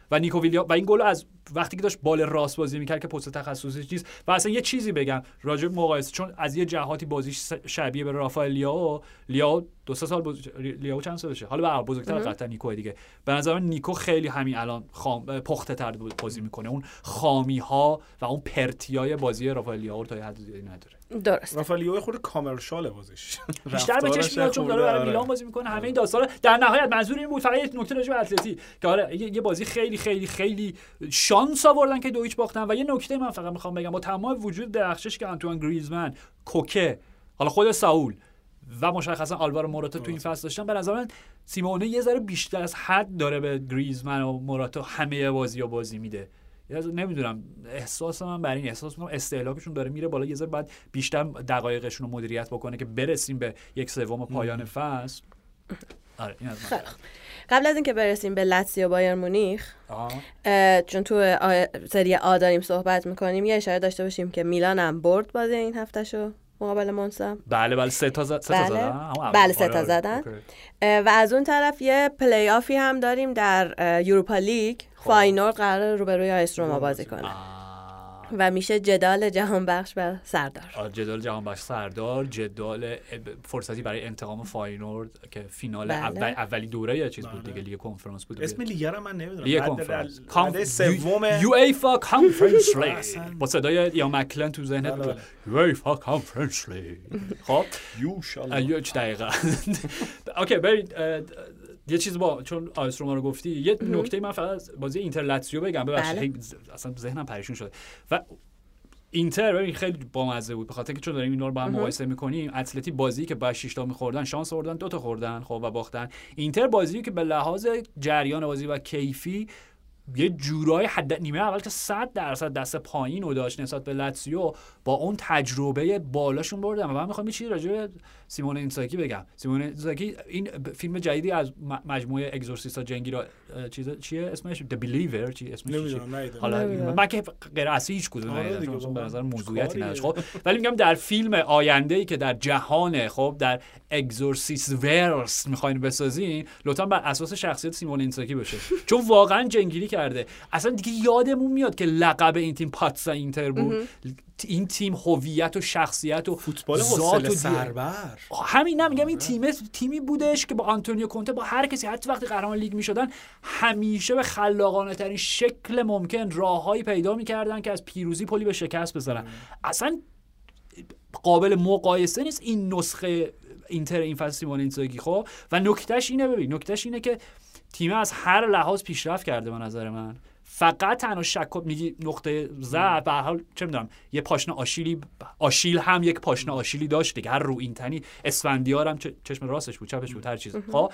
و نیکو ویلیام و این گل از وقتی که داشت بال راست بازی میکرد که پست تخصصی چیز و اصلا یه چیزی بگم راجع به مقایسه، چون از یه جهاتی بازیش شبیه به رافائل لیاو لیاو دو سه سال بز... لیاو چند سالشه حالا به بزرگتر قطعا نیکو دیگه. به نظر من نیکو خیلی همین الان خام پخته تر بازی میکنه، اون خامی ها و اون پرتیای بازی رافائل لیاو تا حد زیادی نداره. درست. رافائل لیاو خود کامرشاله بازیش بیشتر به چشم میاد چون داره برای میلان بازی میکنه. همه این داستانا در نهایت منظور این بود فقط یه نکته راجع به اتلتی که آره یه بازی خیلی خیلی خیلی شانس آوردن که دویچ باختن. و یه نکته من فقط میخوام بگم با تمام وجود درخشش که آنتوان گریزمن، کوکه، حالا خود ساول و مشخصا آلوارو موراتا تو این فصل داشتن، به نظر من سیمونه یه ذره بیشتر از حد داره به گریزمن و موراتا همه بازی‌ها بازی میده. نمیدونم احساس من بر این احساس میکنم استهلاکشون داره میره بالا، یه ذره بعد بیشتر دقایقشون رو مدیریت بکنه که برسیم به یک سوم پایان فصل. آره این از من. قبل از اینکه برسیم به لاتزیو بایرن مونیخ، چون تو سری آ داریم صحبت میکنیم، یه اشاره داشته باشیم که میلان هم برد بازی این هفتهشو مقابل مونزا. بله بله سه تا زد، سه تا زدن. بله سه تا زدن. و از اون طرف یه پلی آفی هم داریم در یوروپا لیگ. فاینورد قراره روبروی آیس روما بازی کنه و میشه جدال جهان بخش و سردار. جدال جهان بخش سردار، جدال فرصتی برای انتقام فاینورد که فینال بله. اول اولی دوره یا چیز بود دیگه، لیگ کنفرانس بود. اسم لیگ رو من نمیدونم. لیگ کنفرانس کام سوم یو ایفا کانفرنس لیگ با صدای یا مکلن تو ذهنت بود. یو ایفا کانفرنس لیگ. خب یو شالا یو دقیقاً. اوکی برید یه چیز با چون آیس روما رو گفتی یه نکته من فقط بازی اینتر لاتزیو بگم ببخشید بله. اصلا ذهنم پریشون شده. و اینتر ببین خیلی بامزه بود به خاطر که چون داریم اینا رو با هم مقایسه می‌کنیم. اتلتی بازی که با شش تا می‌خوردن شانس آوردن دو تا خوردن خب و باختن. اینتر بازی که به لحاظ جریان بازی و کیفی یه جورای حد نیمه اول که صد درصد دست پایین رو داشت نسبت به لاتزیو با اون تجربه بالاشون بردن. و من میخوام یه چیزی راجع به سیمونه اینزاگی بگم. سیمونه اینزاگی این فیلم جدیدی از مجموعه اگزورسیستا جنگی رو چیزا چیه اسمش The Believer چی اسمش چیه حالا من که غیر اصلی هیچ کدوم ندیدم به نظر موضوعیتی نداشت خب، ولی میگم در فیلم آینده‌ای که در جهان خب در اگزورسیست ورس میخواین بسازین لطفا بر اساس شخصیت سیمونه اینزاگی باشه چون واقعا جنگیری کرده. اصلا دیگه یادمون میاد که لقب این تیم پاتسا اینتر بود. این تیم هویت و شخصیت و فوتبال حوصله سربر همین نمیگم این تیم تیمی بودش که با آنتونیو کونته با هر کسی حتی وقتی قهرمان لیگ میشدن همیشه به خلاقانه ترین شکل ممکن راههایی پیدا میکردن که از پیروزی پلی به شکست بزنن. اصلا قابل مقایسه نیست این نسخه اینتر این فصل سیمونه اینزاگی. خب و نکتهش اینه ببین نکتهش اینه که تیم از هر لحاظ پیشرفت کرده به نظر من. فقط تنها شک میگی نقطه ضعف به هر حال چه میدونم یه پاشنه آشیلی آشیل هم یک پاشنه آشیلی داشت دیگه. هر رو این تنی اسفندیار هم چشم راستش بود چپش بود هر چیز. خب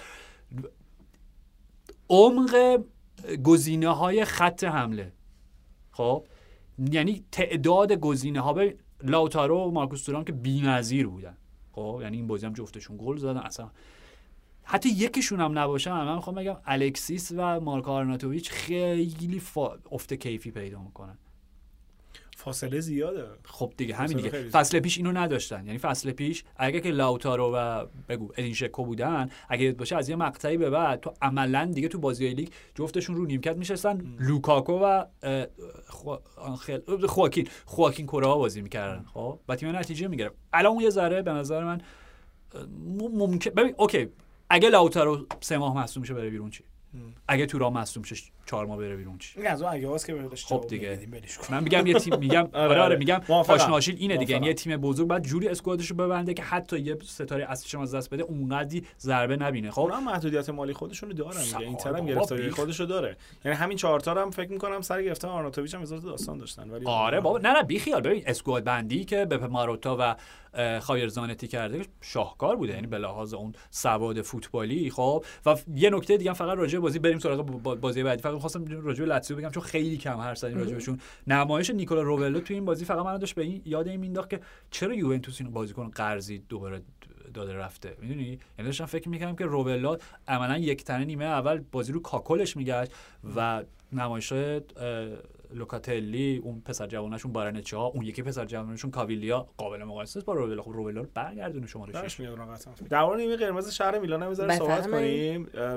عمق گزینه‌های خط حمله خب یعنی تعداد گزینه‌ها به لاوتارو و مارکوس تورام که بی‌نظیر بودن خب یعنی این بازی هم جفتشون گل زدن. اصلا حتی یکیشون هم نباشه من میخوام بگم الکسیس و مارکو آرناتوویچ خیلی فا... افت کیفی پیدا میکنن. فاصله زیاده. خب دیگه همین دیگه فصل پیش اینو نداشتن. یعنی فصل پیش اگه که لاوتارو و بگو ادین شکو بودن اگه باشه از یه مقطعی به بعد تو عملاً دیگه تو بازی لیگ جفتشون رو نیمکت میشستن لوکاکو و خو... آنخل خواکین خواکین کورا بازی میکردن خب و تیم نتیجه میگیره. الان یه ذره به نظر من ممکن ببین اوکی اگه لاوتارو سه ماه مصدوم میشه بره بیرون چی؟ اگه تورام مصدوم شه چهار ماه بره بیرون چی؟ این از اون اگه واسه که بهش خب دیگه من میگم یه تیم میگم آره آره میگم پاشناشیل اینه دیگه. یعنی یه تیم بزرگ بعد جوری اسکوادشو ببنده که حتی یه ستاره اصلیش از دست بده اونقدی ضربه نبینه. خب اونم محدودیت مالی خودشونو دارن دیگه. اینتر هم گرفتاری خودشو داره. یعنی همین چهار تا هم فکر می‌کنم سر گرفتن آرناتوویچ هم وزارت داستان داشتن ولی آره بابا نه نه بی خیال ببین اسکواد بندی که به ماروتا و خایر زانتی کرده شاهکار بوده. یعنی به لحاظ اون سواد فوتبالی. خب و یه نکته دیگه هم فقط راجع به بازی بریم سراغ بازی بعدی. فقط خواستم راجع به لاتزیو بگم چون خیلی کم حرف زدیم راجع بهشون. نمایش نیکولا روبلو تو این بازی فقط منو داشت به این یاد این مینداخت که چرا یوونتوس اینو بازیکن قرضی دوباره داده رفته میدونی. یعنی داشتم فکر می‌کردم که روبلو عملاً یک تنه نیمه اول بازی رو کاکلش میگشت و نمایش‌های لوکاتلی اون پسر جوانشون بارنچا اون یکی پسر جوانشون کاویلیا قابل مقایسه است با روبلو. خب روبلو رو برگردونه شما رو شش در مورد نیمه قرمز شهر میلان هم میذاره صحبت کنیم.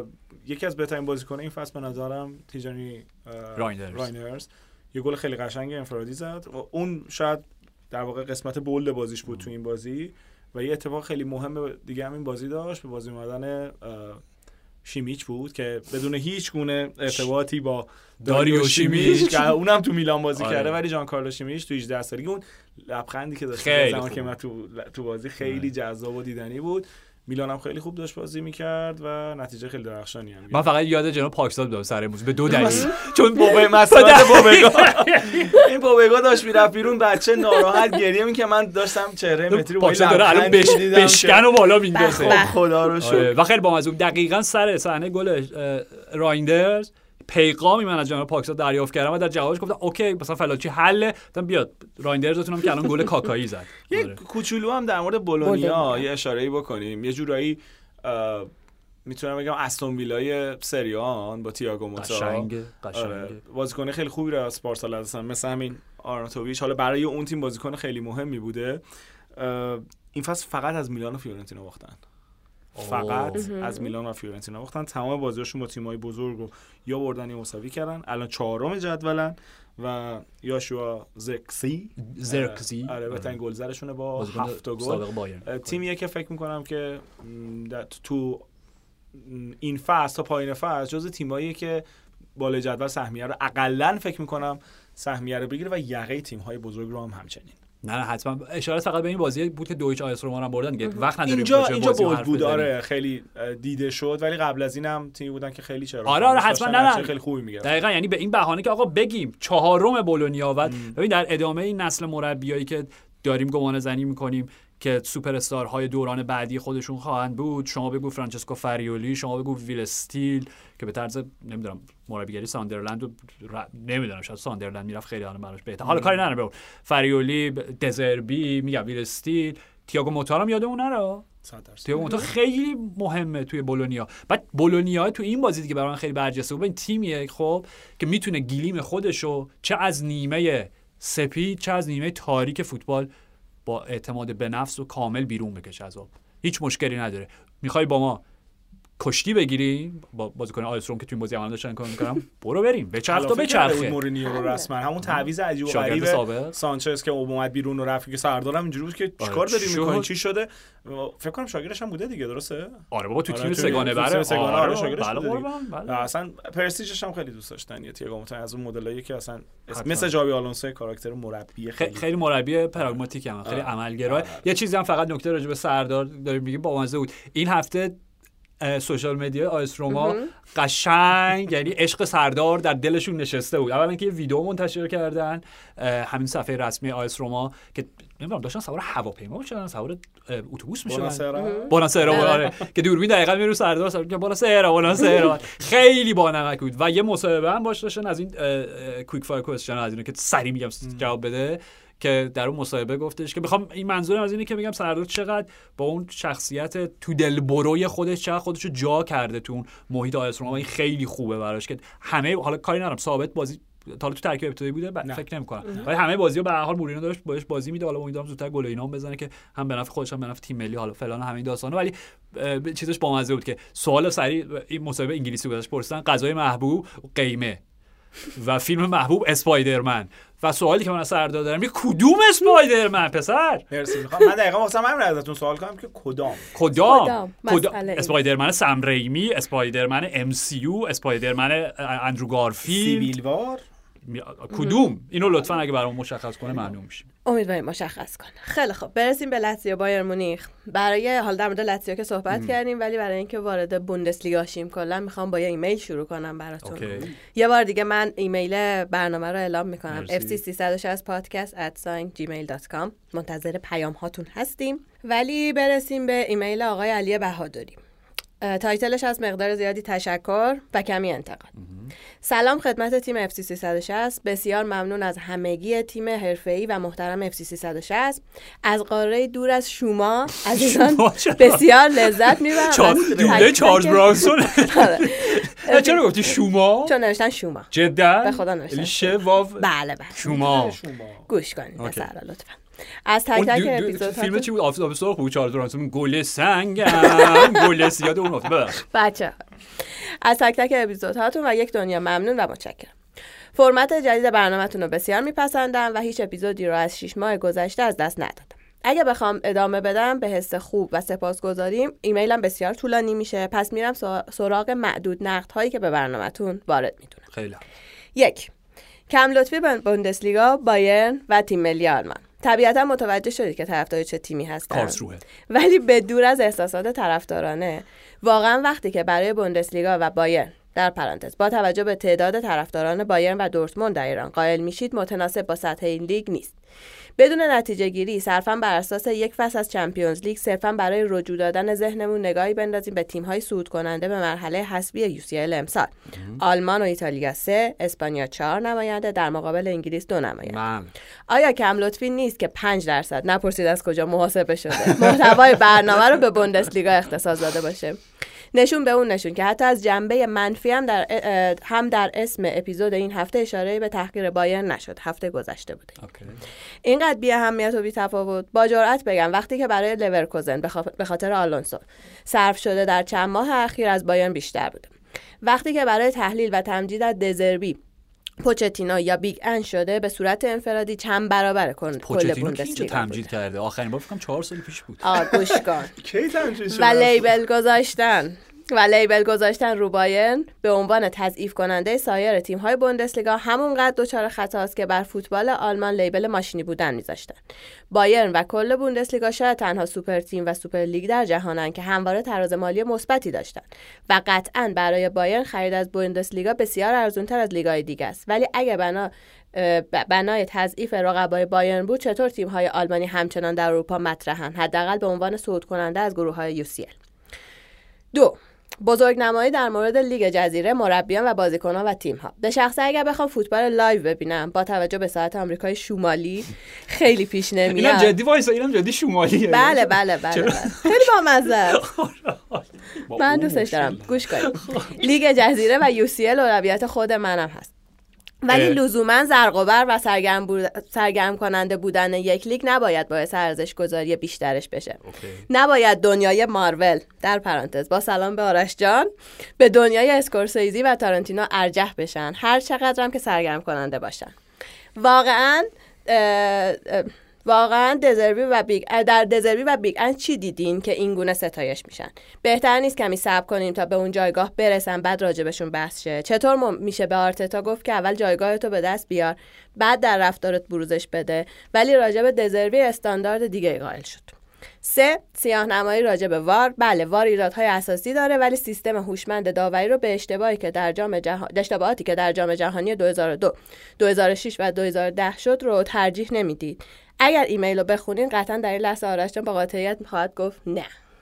یکی از بهترین بازیکن‌های این فصل به نظرم تیجانی راینرز. راینرز یه گل خیلی قشنگ انفرادی زد. اون شاید در واقع قسمت بولد بازیش بود تو این بازی و یه اتفاق خیلی مهم دیگه هم این بازی داشت، به بازی اومدن شیمیچ بود که بدون هیچ گونه ارتباطی با داریو شیمیچ که اونم تو میلان بازی آره. کرده، ولی جان کارلو شیمیچ تو هجده سالگی اون لبخندی که داشت زمان که من تو تو بازی خیلی جذاب و دیدنی بود. میلان هم خیلی خوب داشت بازی میکرد و نتیجه خیلی درخشانی هم. من فقط یاد جناب پاکستان بودم سر موضوع به دو دلیل. چون بابا مسئله بابگا این بابگا داشت میرفت بیرون، بچه ناراحت گریه می‌کرد که من داشتم چهره متری با داره الان بش بشکن و بالا میندازه. خدا رو شکر. و خیلی بامزه. دقیقاً سر صحنه گل رایندرز پیغامی من از جناب پاکستان دریافت کردم و در جوابش گفتم اوکی مثلا فلانچی حله، گفتم بیاد رایندرزتونم که الان گل کاکایی زد. یه کوچولو هم در مورد بولونیا یه اشاره‌ای بکنیم. یه جورایی میتونم بگم استون ویلای سری آن با تییاگو موتا قشنگ قشنگ بازیکن خیلی خوبی رو از پارسال هستن، مثل همین آرناتوویچ. حالا برای اون تیم بازیکن خیلی مهمی بوده. این فصل فقط از میلان و فیورنتینا باختن. فقط از میلان و فیورنتینا باختن. تمام بازیاشون با تیم‌های بزرگ رو یا بردن یا مساوی کردن. الان چهارم جدولن و یاشوا زرکسی زرکسی آره بهترین گلزنشونه با هفت گل. تیمیه که فکر می‌کنم که تو این فصل تا پایین فصل جزو تیماییه که بالای جدول سهمیه رو حداقل فکر می‌کنم سهمیه رو بگیره و یقه تیم‌های بزرگ رو هم همچنین. نه نه حتما اشاره فقط به این بازی بود که دویچ آیس روما رو بردن دیگه. وقت نداریم اینجا اینجا بود بود آره خیلی دیده شد، ولی قبل از اینم تیمی بودن که خیلی چرا آره آره حتما نه نه خیلی خوبی میگه. دقیقاً یعنی به این بهانه که آقا بگیم چهارم بولونیا و ببین در ادامه این نسل مربیایی که داریم گمان زنی میکنیم که سوپر استارهای دوران بعدی خودشون خواهند بود، شما بگو فرانچسکو فریولی، شما بگو ویل استیل که به طرز نمیدونم مربیگری ساندرلند رو ر... نمیدونم شاید ساندرلند میرفت خیلی الان براش بهتره. حالا کاری نداره، فریولی، دزربی، میگم ویل استیل، تییاگو موتا رو یادمون نره. تییاگو موتا خیلی مهمه توی بولونیا. بعد بولونیا تو این بازی دیگه برای من خیلی برجسته بود. این تیمیه خب که میتونه گلیم خودشو چه از نیمه سپید چه از نیمه تاریک فوتبال با اعتماد به نفس و کامل بیرون بکشه از آب. هیچ مشکلی نداره. میخوای با ما کشتی بگیری با بازیکن آیس روم که تو این بازی عمل داشتن کار می‌کردم، برو بریم بچرخ تا بچرخه. مورینیو رو رسما همون تعویض عجیب و غریب سانچز که اومد بیرون و رفت که سردارم اینجوری بود که چیکار داری می‌کنی چی شده؟ فکر کنم شاگردش هم بوده دیگه، درسته؟ آره بابا تو تیم سگانه بره سگانه آره شاگردش بله بله. اصلا پرستیژش هم خیلی دوست داشتن یه تییاگو موتا از اون مدلایی که اصلا مثل جاوی آلونسو کاراکتر مربی خیلی خیلی مربی پراگماتیک هم خیلی عملگرا. یه چیزی هم فقط نکته راجع به سردار داریم میگیم با مزه بود. این هفته سوشال مدیا آیس روما قشنگ یعنی عشق سردار در دلشون نشسته بود. اولا که یه ویدیو منتشر کردن همین صفحه رسمی آیس روما که نمیدونم داشتن سوار هواپیما میشدن سوار اتوبوس میشدن بوناسیرا آره که دوربین دقیقاً میرو سردار سر که بوناسیرا بوناسیرا خیلی بانمک بود. و یه مصاحبه هم باش داشتن از این کویک فایر کوئسچن از اینو که سری میگم جواب بده که در اون مصاحبه گفتش که بخوام این منظورم از اینه که میگم سردار چقدر با اون شخصیت تو دلبروی خودش چقدر خودشو جا کرده تو اون محیط آیس روما. این خیلی خوبه براش که همه حالا کاری ندارم ثابت بازی تا تو ترکیب ابتدایی بوده ب... فکر نمی‌کنم ولی همه بازی‌ها به هر حال مورینو داشت باش بازی میده. حالا امیدوارم زودتر گل اینا هم بزنه که هم به نفع خودش هم به نفع تیم ملی حالا فلان همین داستانا. ولی چیزش بامزه بود که سوال سریع این مصاحبه انگلیسی گذاشت پرسیدن غذای محبوب قیمه و فیلم محبوب اسپایدرمن و سوالی که من از سردار دارم یه کدوم اسپایدرمن پسر؟ مرسی. میخوام من دقیقاً واسه همین ازتون سوال کنم که کدام کدام کدام اسپایدرمن سم ریمی، اسپایدرمن ام سی یو، اسپایدرمن اندرو گارفیلد، سیویل وار کدوم؟ اینو لطفاً اگه برام مشخص کنه ممنون میشیم. امیدواریم مشخص کنه. خیلی خب برسیم به لاتزیو بایر مونیخ. برای حال در مورد لاتزیو که صحبت ام. کردیم ولی برای اینکه وارد بوندسلیگا شیم کلا میخوام با یه ایمیل شروع کنم براتون. اوکی. یه بار دیگه من ایمیل برنامه رو اعلام میکنم اف سی سیصد و شصت پادکست ات جیمیل دات کام. منتظر پیام هاتون هستیم. ولی برسیم به ایمیل آقای علی بهادری. تایتلش از مقدار زیادی تشکر و کمی انتقاد. سلام خدمت تیم اف سی سیصد و شصت. بسیار ممنون از همگی تیم حرفه‌ای و محترم اف سی سیصد و شصت. از قاره دور از شما عزیزان بسیار لذت میبرم. دوله چارلز برانسون. چرا گفتی شما؟ چون نوشتن شما. جدا؟ به خدا نوشتن. شه واو. بله بله. شما. گوش کنید مثلا لطفا. از تک تک اپیزود فیلم چی بود؟ آفتاب سرخ بود چارلز برانسون گل سنگم گل سیاد اون افتاد. بچه از تک تک اپیزودهاتون و یک دنیا ممنون و متشکرم. فرمت جدید برنامه‌تون رو بسیار میپسندم و هیچ اپیزودی رو از شش ماه گذشته از دست ندادم. اگه بخوام ادامه بدم به حس خوب و سپاسگزاریم، ایمیلم بسیار طولانی میشه، پس میرم سراغ معدود نقدهایی که به برنامه‌تون وارد میدونم. خیلی. یک، کم لطفی به بوندسلیگا، بایرن و تیم ملی آلمان. طبیعتا متوجه شدید که طرفدار چه تیمی هستن. کارلسروه. ولی به دور از احساسات طرفدارانه، واقعا وقتی که برای بوندسلیگا و بایرن در پرانتز با توجه به تعداد طرفداران بایرن و دورتموند در ایران قائل میشید، متناسب با سطح این لیگ نیست. بدون نتیجه گیری صرفاً بر اساس یک فصل از چمپیونز لیگ، صرفاً برای رجوع دادن ذهنمون نگاهی بندازیم به تیم‌های صعود کننده به مرحله حذفی یو سی ال امسال. آلمان و ایتالیا سه، اسپانیا چهار نماینده در مقابل انگلیس دو نماینده. من. آیا کم لطفی نیست که پنج درصد نپرسید از کجا محاسبه شده محتوای برنامه رو به بوندسلیگا اختصاص داده باشه؟ نشون به اون نشون که حتی از جنبه منفی هم در هم در اسم اپیزود این هفته اشاره به تحقیر بایرن نشد. هفته گذشته بوده. اوکی. اینقدر بی اهمیت و بی تفاوت، با جرئت بگم وقتی که برای لورکوزن به خاطر آلونسو صرف شده در چند ماه اخیر از بایرن بیشتر بوده. وقتی که برای تحلیل و تمجید از دزربی، پوچتینو یا بیگ ان شده، به صورت انفرادی چند برابر کل بوندسلیگا تمجید کرده. آخرین بار فکر کنم چهار سال پیش بود. آ گوش کن. کی تمجید شد؟ و لیبل گذاشتن و لیبل گذاشتن رو بایرن به عنوان تضعیف کننده سایر تیم‌های بوندسلیگا همونقدر دچار خطاست که بر فوتبال آلمان لیبل ماشینی بودن می‌ذاشتن. بایرن و کل بوندسلیگا شاید تنها سوپر تیم و سوپر لیگ در جهانن که همواره تراز مالی مثبتی داشتن و قطعاً برای بایرن خرید از بوندسلیگا بسیار ارزان‌تر از لیگ‌های دیگه است. ولی اگه بنا بنای تضعیف رقبای بایرن بود، چطور تیم‌های آلمانی همچنان در اروپا مطرحن، حداقل به عنوان صعود کننده از گروه‌های یو سی ال؟ دو، بزرگنمایی در مورد لیگ جزیره، مربیان و بازیکنان و تیم‌ها. به شخصه اگر بخوام فوتبال لایو ببینم با توجه به ساعت آمریکای شمالی خیلی پیش نمیاد. اینم جدی وایسا، اینم جدی شمالیه. بله بله بله, بله. خیلی بامزه است. من دوستش دارم. گوش کنید. لیگ جزیره و یو سی ال اولویت خود منم هست. ولی لزوما زرق و برق و سرگرم, بود... سرگرم کننده بودن یک لیگ نباید باعث ارزش گذاری بیشترش بشه. اوکی. نباید دنیای مارول در پرانتز با سلام به آرش جان به دنیای اسکورسیزی و تارانتینو ارجح بشن، هر چقدر هم که سرگرم کننده باشن. واقعا اه اه واقعا دزربی و بیگ در دزربی و بیگ ان چی دیدین که این گونه ستایش میشن؟ بهتر نیست کمی صبر کنیم تا به اون جایگاه برسن بعد راجبشون بحث شه؟ چطور میشه به آرتتا گفت که اول جایگاهتو به دست بیار بعد در رفتارت بروزش بده، ولی راجب دزربی استاندارد دیگه قائل شد؟ سه، سیاه‌نمایی راجع به وار. بله، وار ایرادهای اساسی داره، ولی سیستم هوشمند داوری رو به اشتباهی که در جام جهان اشتباهاتی که در جام جهانی دو هزار و دو، دو هزار و شش و دو هزار و ده شد رو ترجیح نمیدید. اگر ایمیل رو بخونین قطعا در این لحظه آرش جان با قاطعیت میخواد گفت نه.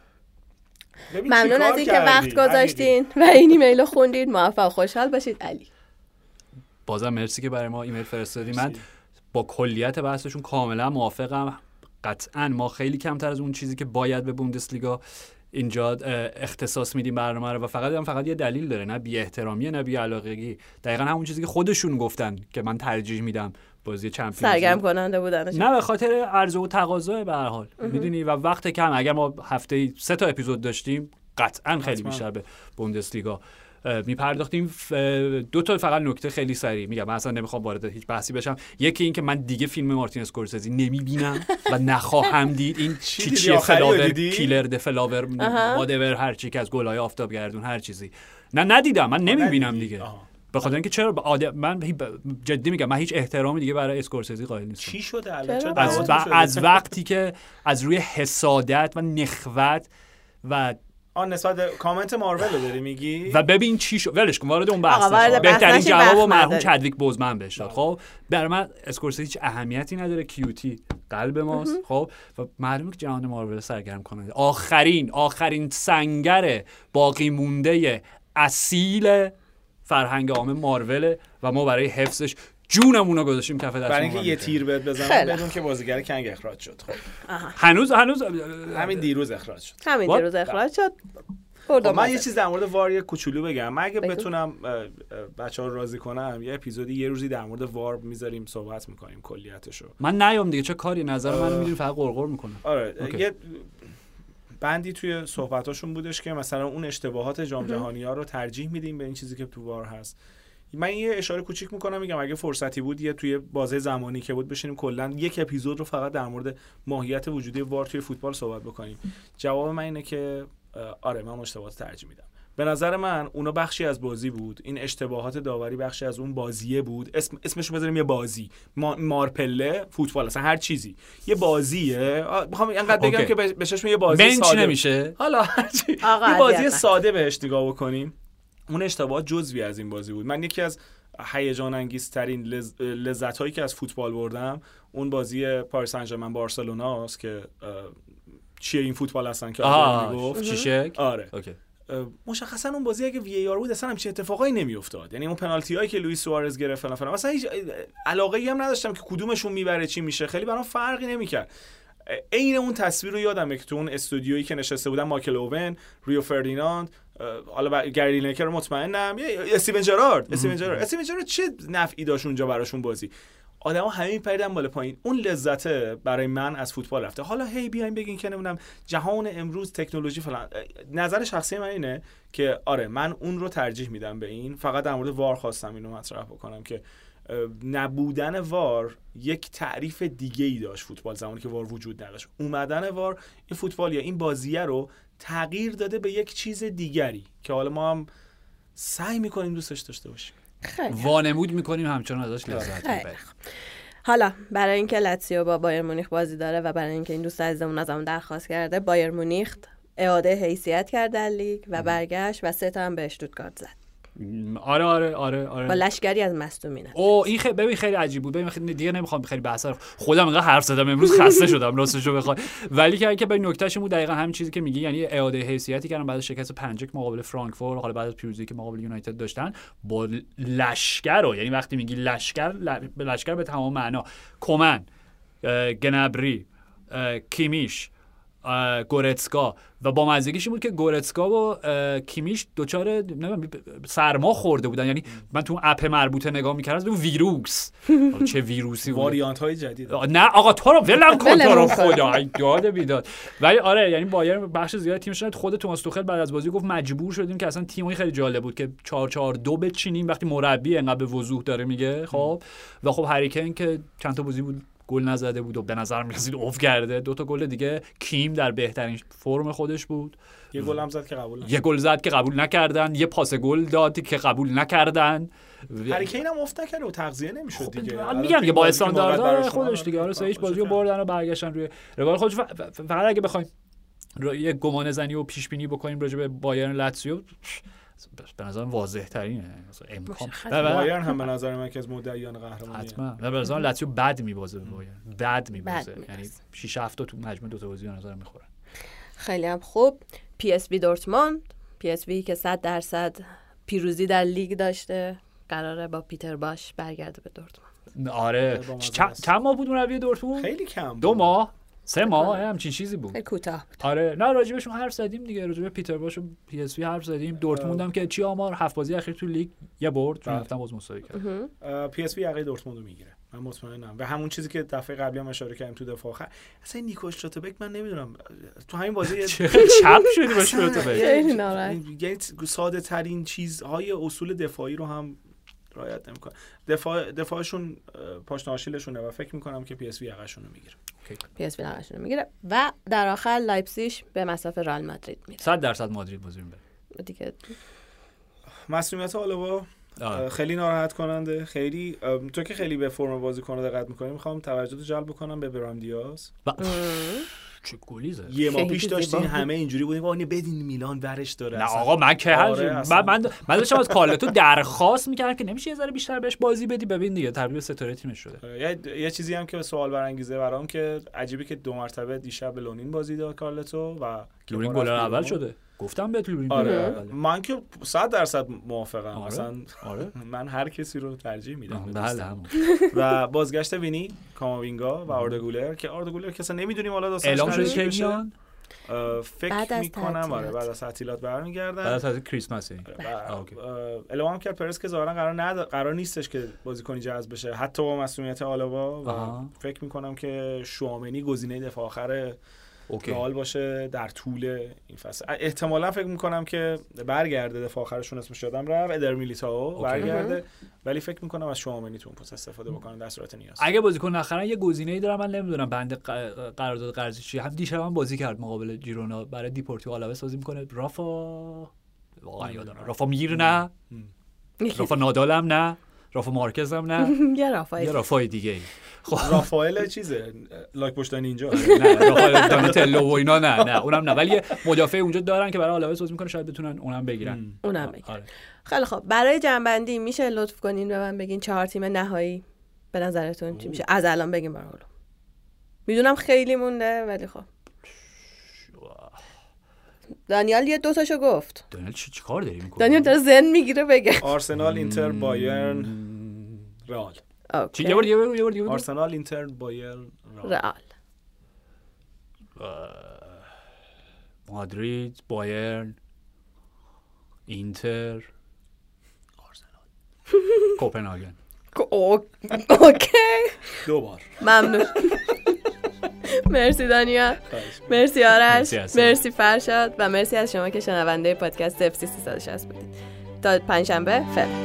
ممنون از اینکه وقت گذاشتین و این ایمیل رو خوندید. موفق خوشحال باشید. علی بازم مرسی که برای ما ایمیل فرستادی. من با کلیت بحثشون کاملا موافقم. قطعا ما خیلی کمتر از اون چیزی که باید به بوندسلیگا اینجا اختصاص میدیم برنامه رو و فقط هم فقط یه دلیل داره، نه بی احترامی نه بی علاقگی، دقیقاً همون چیزی که خودشون گفتن که من ترجیح میدم بازی چمپیونز سرگرم کننده بودنش، نه به خاطر عرضه و تقاضا به هر حال میدونی. و وقت کم، اگر ما هفته سه تا اپیزود داشتیم قطعاً خیلی بیشتر به بوندسلیگا میپرداختیم. دو تا فقط نکته خیلی سریع میگم، من اصلا نمیخوام وارد هیچ بحثی بشم. یکی این که من دیگه فیلم مارتین اسکورسیزی نمیبینم و نخواهم دید. این چی چیه فلاور کیلر د فلاور وادور هر چی که از گلای آفتاب گردون هر چیزی، نه ندیدم، من نمیبینم دیگه. به خاطر اینکه چرا آدم، من جدی میگم من هیچ احترامی دیگه برای اسکورسیزی قائل نیستم. چی شده الان؟ از, ب... از وقتی که از روی حسادت و نخوت و آن نسبت کامنت مارول رو داری میگی و ببین چی شو ولش کن، وارد اون بحث نشو. بهترین جوابو مرحوم چدویک بوزمن بهش داد. خب برای من اسکورسیزی هیچ اهمیتی نداره، کیوتی قلب ماست. خب و معلومه که جهان مارول سرگرم کننده، آخرین آخرین سنگر باقی مونده اصیل فرهنگ عام مارول و ما برای حفظش جونمون رو گذاشتیم کف دست. برای اینکه یه تیر بهت بزنم بدون که بازیگر کنگ اخراج شد. خب هنوز هنوز همین دیروز اخراج شد. همین دیروز اخراج شد. خب من یه چیز در مورد وار یه کوچولو بگم. من اگه بتونم بچه‌ها رو راضی کنم یه اپیزودی یه روزی در مورد وار میذاریم صحبت میکنیم کلیتشو. من نیام دیگه، چه کاری، نظر منو میدونی فقط قرقر میکنم. آره یه بندی توی صحبتاشون بودش که مثلا اون اشتباهات جام جهانی‌ها رو ترجیح میدیم به این چیزی که تو وار هست. من یه اشاره کوچیک میکنم میگم اگه فرصتی بود یه توی بازه زمانی که بود بشینیم کلا یک اپیزود رو فقط در مورد ماهیت وجودی وار توی فوتبال صحبت بکنیم. جواب من اینه که آره من اشتباهات ترجیح میدم. به نظر من اونا بخشی از بازی بود، این اشتباهات داوری بخشی از اون بازیه بود. اسم اسمش رو بذاریم یه بازی، ما... مارپله فوتبال اصلا هر چیزی یه بازیه. میخوام اینقدر بگم که بهش یه بازی ساده نمیشه. حالا هرچی یه بازی ساده بهش نگاه بکنیم. اون اشتباهات جزوی از این بازی بود. من یکی از هیجان انگیزترین لز... لذت‌هایی که از فوتبال بردم اون بازی پاریس سن ژرمن بارسلونا است که چیه این فوتبال اصلا که آدم میگفت چیشه. آره اوکی. مشخصا اون بازی اگه وی ای آر بود اصلا همچین اتفاقایی نمیافتاد. یعنی اون پنالتی هایی که لوئیس سوارز گرفت فلان فلان مثلا هیچ علاقه ای هم نداشتم که کدومشون میبره چی میشه، خیلی برام فرقی نمیکرد. عین اون تصویر رو یادمه که تو اون استودیویی که نشسته بودن مایکل اوون، ریو فردیناند، حالا گری لینکر رو مطمئنم، استیون جرارد استیون جرارد استیون جرارد چه نفعی داشت اونجا براشون بازی. آدما همه میپریدن بالا پایین. اون لذت برای من از فوتبال رفته. حالا هی بیاین بگین که نمیدونم جهان امروز تکنولوژی فلان. نظر شخصی من اینه که آره من اون رو ترجیح میدم به این. فقط در مورد وار خواستم اینو مطرح بکنم که نبودن وار یک تعریف دیگه ای داشت فوتبال زمانی که وار وجود نداشت. اومدن وار این فوتبال یا این بازیه رو تغییر داده به یک چیز دیگری که حالا ما هم سعی میکنیم دوستش داشته باشیم. وانمود میکنیم همچنان ازش لذت ببریم. حالا برای اینکه لاتزیو با بایر مونیخ بازی داره و برای اینکه این دوست عزیزمون ازمون درخواست کرده، بایر مونیخ اعاده حیثیت کرد در لیگ و برگشت و سه تا هم به اشتوتگارت زد. آره آره آره آره با لشکری از مصدومین. او این خیلی ببین خیلی عجیب بود. ببین خیلی دیگه نمیخوام خیلی بحث رو خودم انقدر حرف زدم امروز خسته شدم راستش رو بخوای. ولی که که به نکتهش بود دقیقاً همین چیزی که میگی، یعنی اعاده حیثیتی کردن بعد از شکست پنج یک مقابل فرانکفورت، حالا بعد از پیروزی که مقابل یونایتد داشتن با لشکر رو، یعنی وقتی میگی لشکر به لشکر به تمام معنا، کومن، گنبری، کیمیش، گورتسکا و با مزگیش بود که گورتسکا و کیمیش دوچار سرما خورده بودن. یعنی من تو اپ مربوطه نگاه می‌کردم تو ویروس چه ویروسی بود، واریانت های جدید. نه آقا تو رو ولم کن تو رو خدا یاد بیداد. ولی آره یعنی بایر بخش زیاد تیمش خود توماس توخل بعد از بازی گفت مجبور شدیم که اصلا تیمی خیلی جالب بود که چهار چهار دو بچینیم وقتی مربی انقدر به وضوح داره میگه. خب و خب هری کین که چند تا بازی بود گل نزده بود و به نظر می‌رسید اوف کرده. دو تا گل دیگه کیم در بهترین فرم خودش بود. یه گل هم زد که قبول نکردن. یه گل زد که قبول نکردن. یه پاس گل داد که قبول نکردن. هری کین هم افت نکرد و تغذیه نمیشد دیگه. میگم دیگه با استانداردهای خودش دیگه آره سه هیچ بازیو بردن و برگشتن روی روال خودش. فقط اگه بخوایم یه گمان زنی و پیش بینی بکنیم راجع به بایرن لاتزیو به نظر واضح ترینه امکان. بایرن هم به نظر من که از مدعیان قهرمانی حتما. به نظر لاتزیو بد میبازه به بایرن، بد میبازه، یعنی شش هفت تا تو مجموع دو تا بازی به نظر میخورن. خیلی هم خوب. پی اس وی دورتموند، پی اس وی که صد درصد پیروزی در لیگ داشته قراره با پیتر باش برگرده به دورتموند. آره چند ماه بود مربی دورتموند؟ خیلی کم بود. دو ماه سه ماه همچین چیزی بود. خیلی کوتاه. آره نه راجبشون حرف زدیم دیگه، راجب پیتر باش و پی اس وی حرف زدیم. دورتموند هم که چی آمار هفت بازی اخیر تو لیگ یه برد چون هفتم باز مساوی کرد. پی اس وی یقه دورتموند رو میگیره من مطمئنم. و همون چیزی که دفعه قبلی هم اشاره کردیم تو دفاع آخر اصلا نیکو اشتاتوبک من نمیدونم تو همین بازی چپ شدی باش اشتاتوبک. خیلی ناراحت. یعنی ساده ترین چیزهای اصول دفاعی رو هم رعایت نمیکنه. دفاع دفاعشون پاشنه آشیلشونه و فکر میکنم که پی اس وی یقه‌شون رو میگیره. پی اس وی یقه‌شون رو میگیره و در آخر لایپزیگ به مسافه رئال مادرید میره. صد درصد مادرید بازی میبره. دیگه مسئولیت آلابا خیلی ناراحت کننده. خیلی تو که خیلی به فرم بازیکن دقت می‌کنی، می‌خوام توجه رو جلب بکنم به برام دیاز. چه گلی زد. یه ما پیش داشتین همه اینجوری بودین وای بدین میلان ورش داره. نه آقا من که آره من من من داشتم از کارلتو درخواست می‌کردم که نمیشه یه ذره بیشتر بهش بازی بدی. ببین دیگه تبدیل ستاره تیمش شده. یه یه چیزی هم که سوال برانگیزه برام که عجیبه که دو مرتبه دیشب به لونین بازی داد کارلتو و لونین گل اول شده. گفتم بهت لونین آره. من که صد درصد موافقم. آره. مثلا آره. من هر کسی رو ترجیح میدم. بله همون. و بازگشت وینی، کاماوینگا و آردا گولر که آردا گولر که اصلا نمیدونیم حالا داستانش اعلام شده که میان فکر میکنم آره بعد از تعطیلات برمیگردن. بعد از تعطیل کریسمس این. اعلام کرد پرس که ظاهرا قرار ند... قرار نیستش که بازیکنی جذب بشه حتی با مسئولیت آلابا و فکر میکنم که شوامنی گزینه دفاع آخر رئال باشه در طول این فصل. احتمالاً فکر میکنم که برگرده، دفاع آخرشون اسمش یادم رفت، ادر میلیتائو برگرده، ولی فکر میکنم از شوامنی تو اون پست استفاده بکنن در صورت نیاز. اگه بازیکن نخرن یه گزینه‌ای دارم، من نمیدونم بند قرارداد قرضی چیه. هم دیشب هم بازی کرد مقابل جیرونا برای دیپورتیو آلاوس بازی میکنه. رافا واقعا یادم رافا میر نه، رافا نادال هم نه، رافا مارکز هم نه، یه رافای یه رافای دیگه. خب رافائل چیزه لاک پشت اینجا، نه رافائل دانیتلو و اینا نه نه اونم نه، ولی مدافع اونجا دارن که برای آلاوس بازی میکنه، شاید بتونن اونم بگیرن. اونم بگیرن. خیلی خب برای جنبندی میشه لطف کنین به من بگین چهار تیم نهایی به نظرتون چی میشه؟ از الان بگین برام. میدونم خیلی مونده ولی خب دانیال یه دو تاشو گفت. دانیال چی چیکار داری میکنی؟ دانیال داره زن میگیره بگه. آرسنال، اینتر، بایرن، رئال. چی یه بار یه بار یه بار دیگه؟ آرسنال، اینتر، بایرن، رئال. مادرید، بایرن، اینتر، آرسنال، کوپنهاگن. اوکی. دو بار. ممنون. مرسی دانیال، مرسی آرش، مرسی فرشاد و مرسی از شما که شنونده پادکست اف سی سیصد و شصت بودید. تا پنجشنبه فعلا.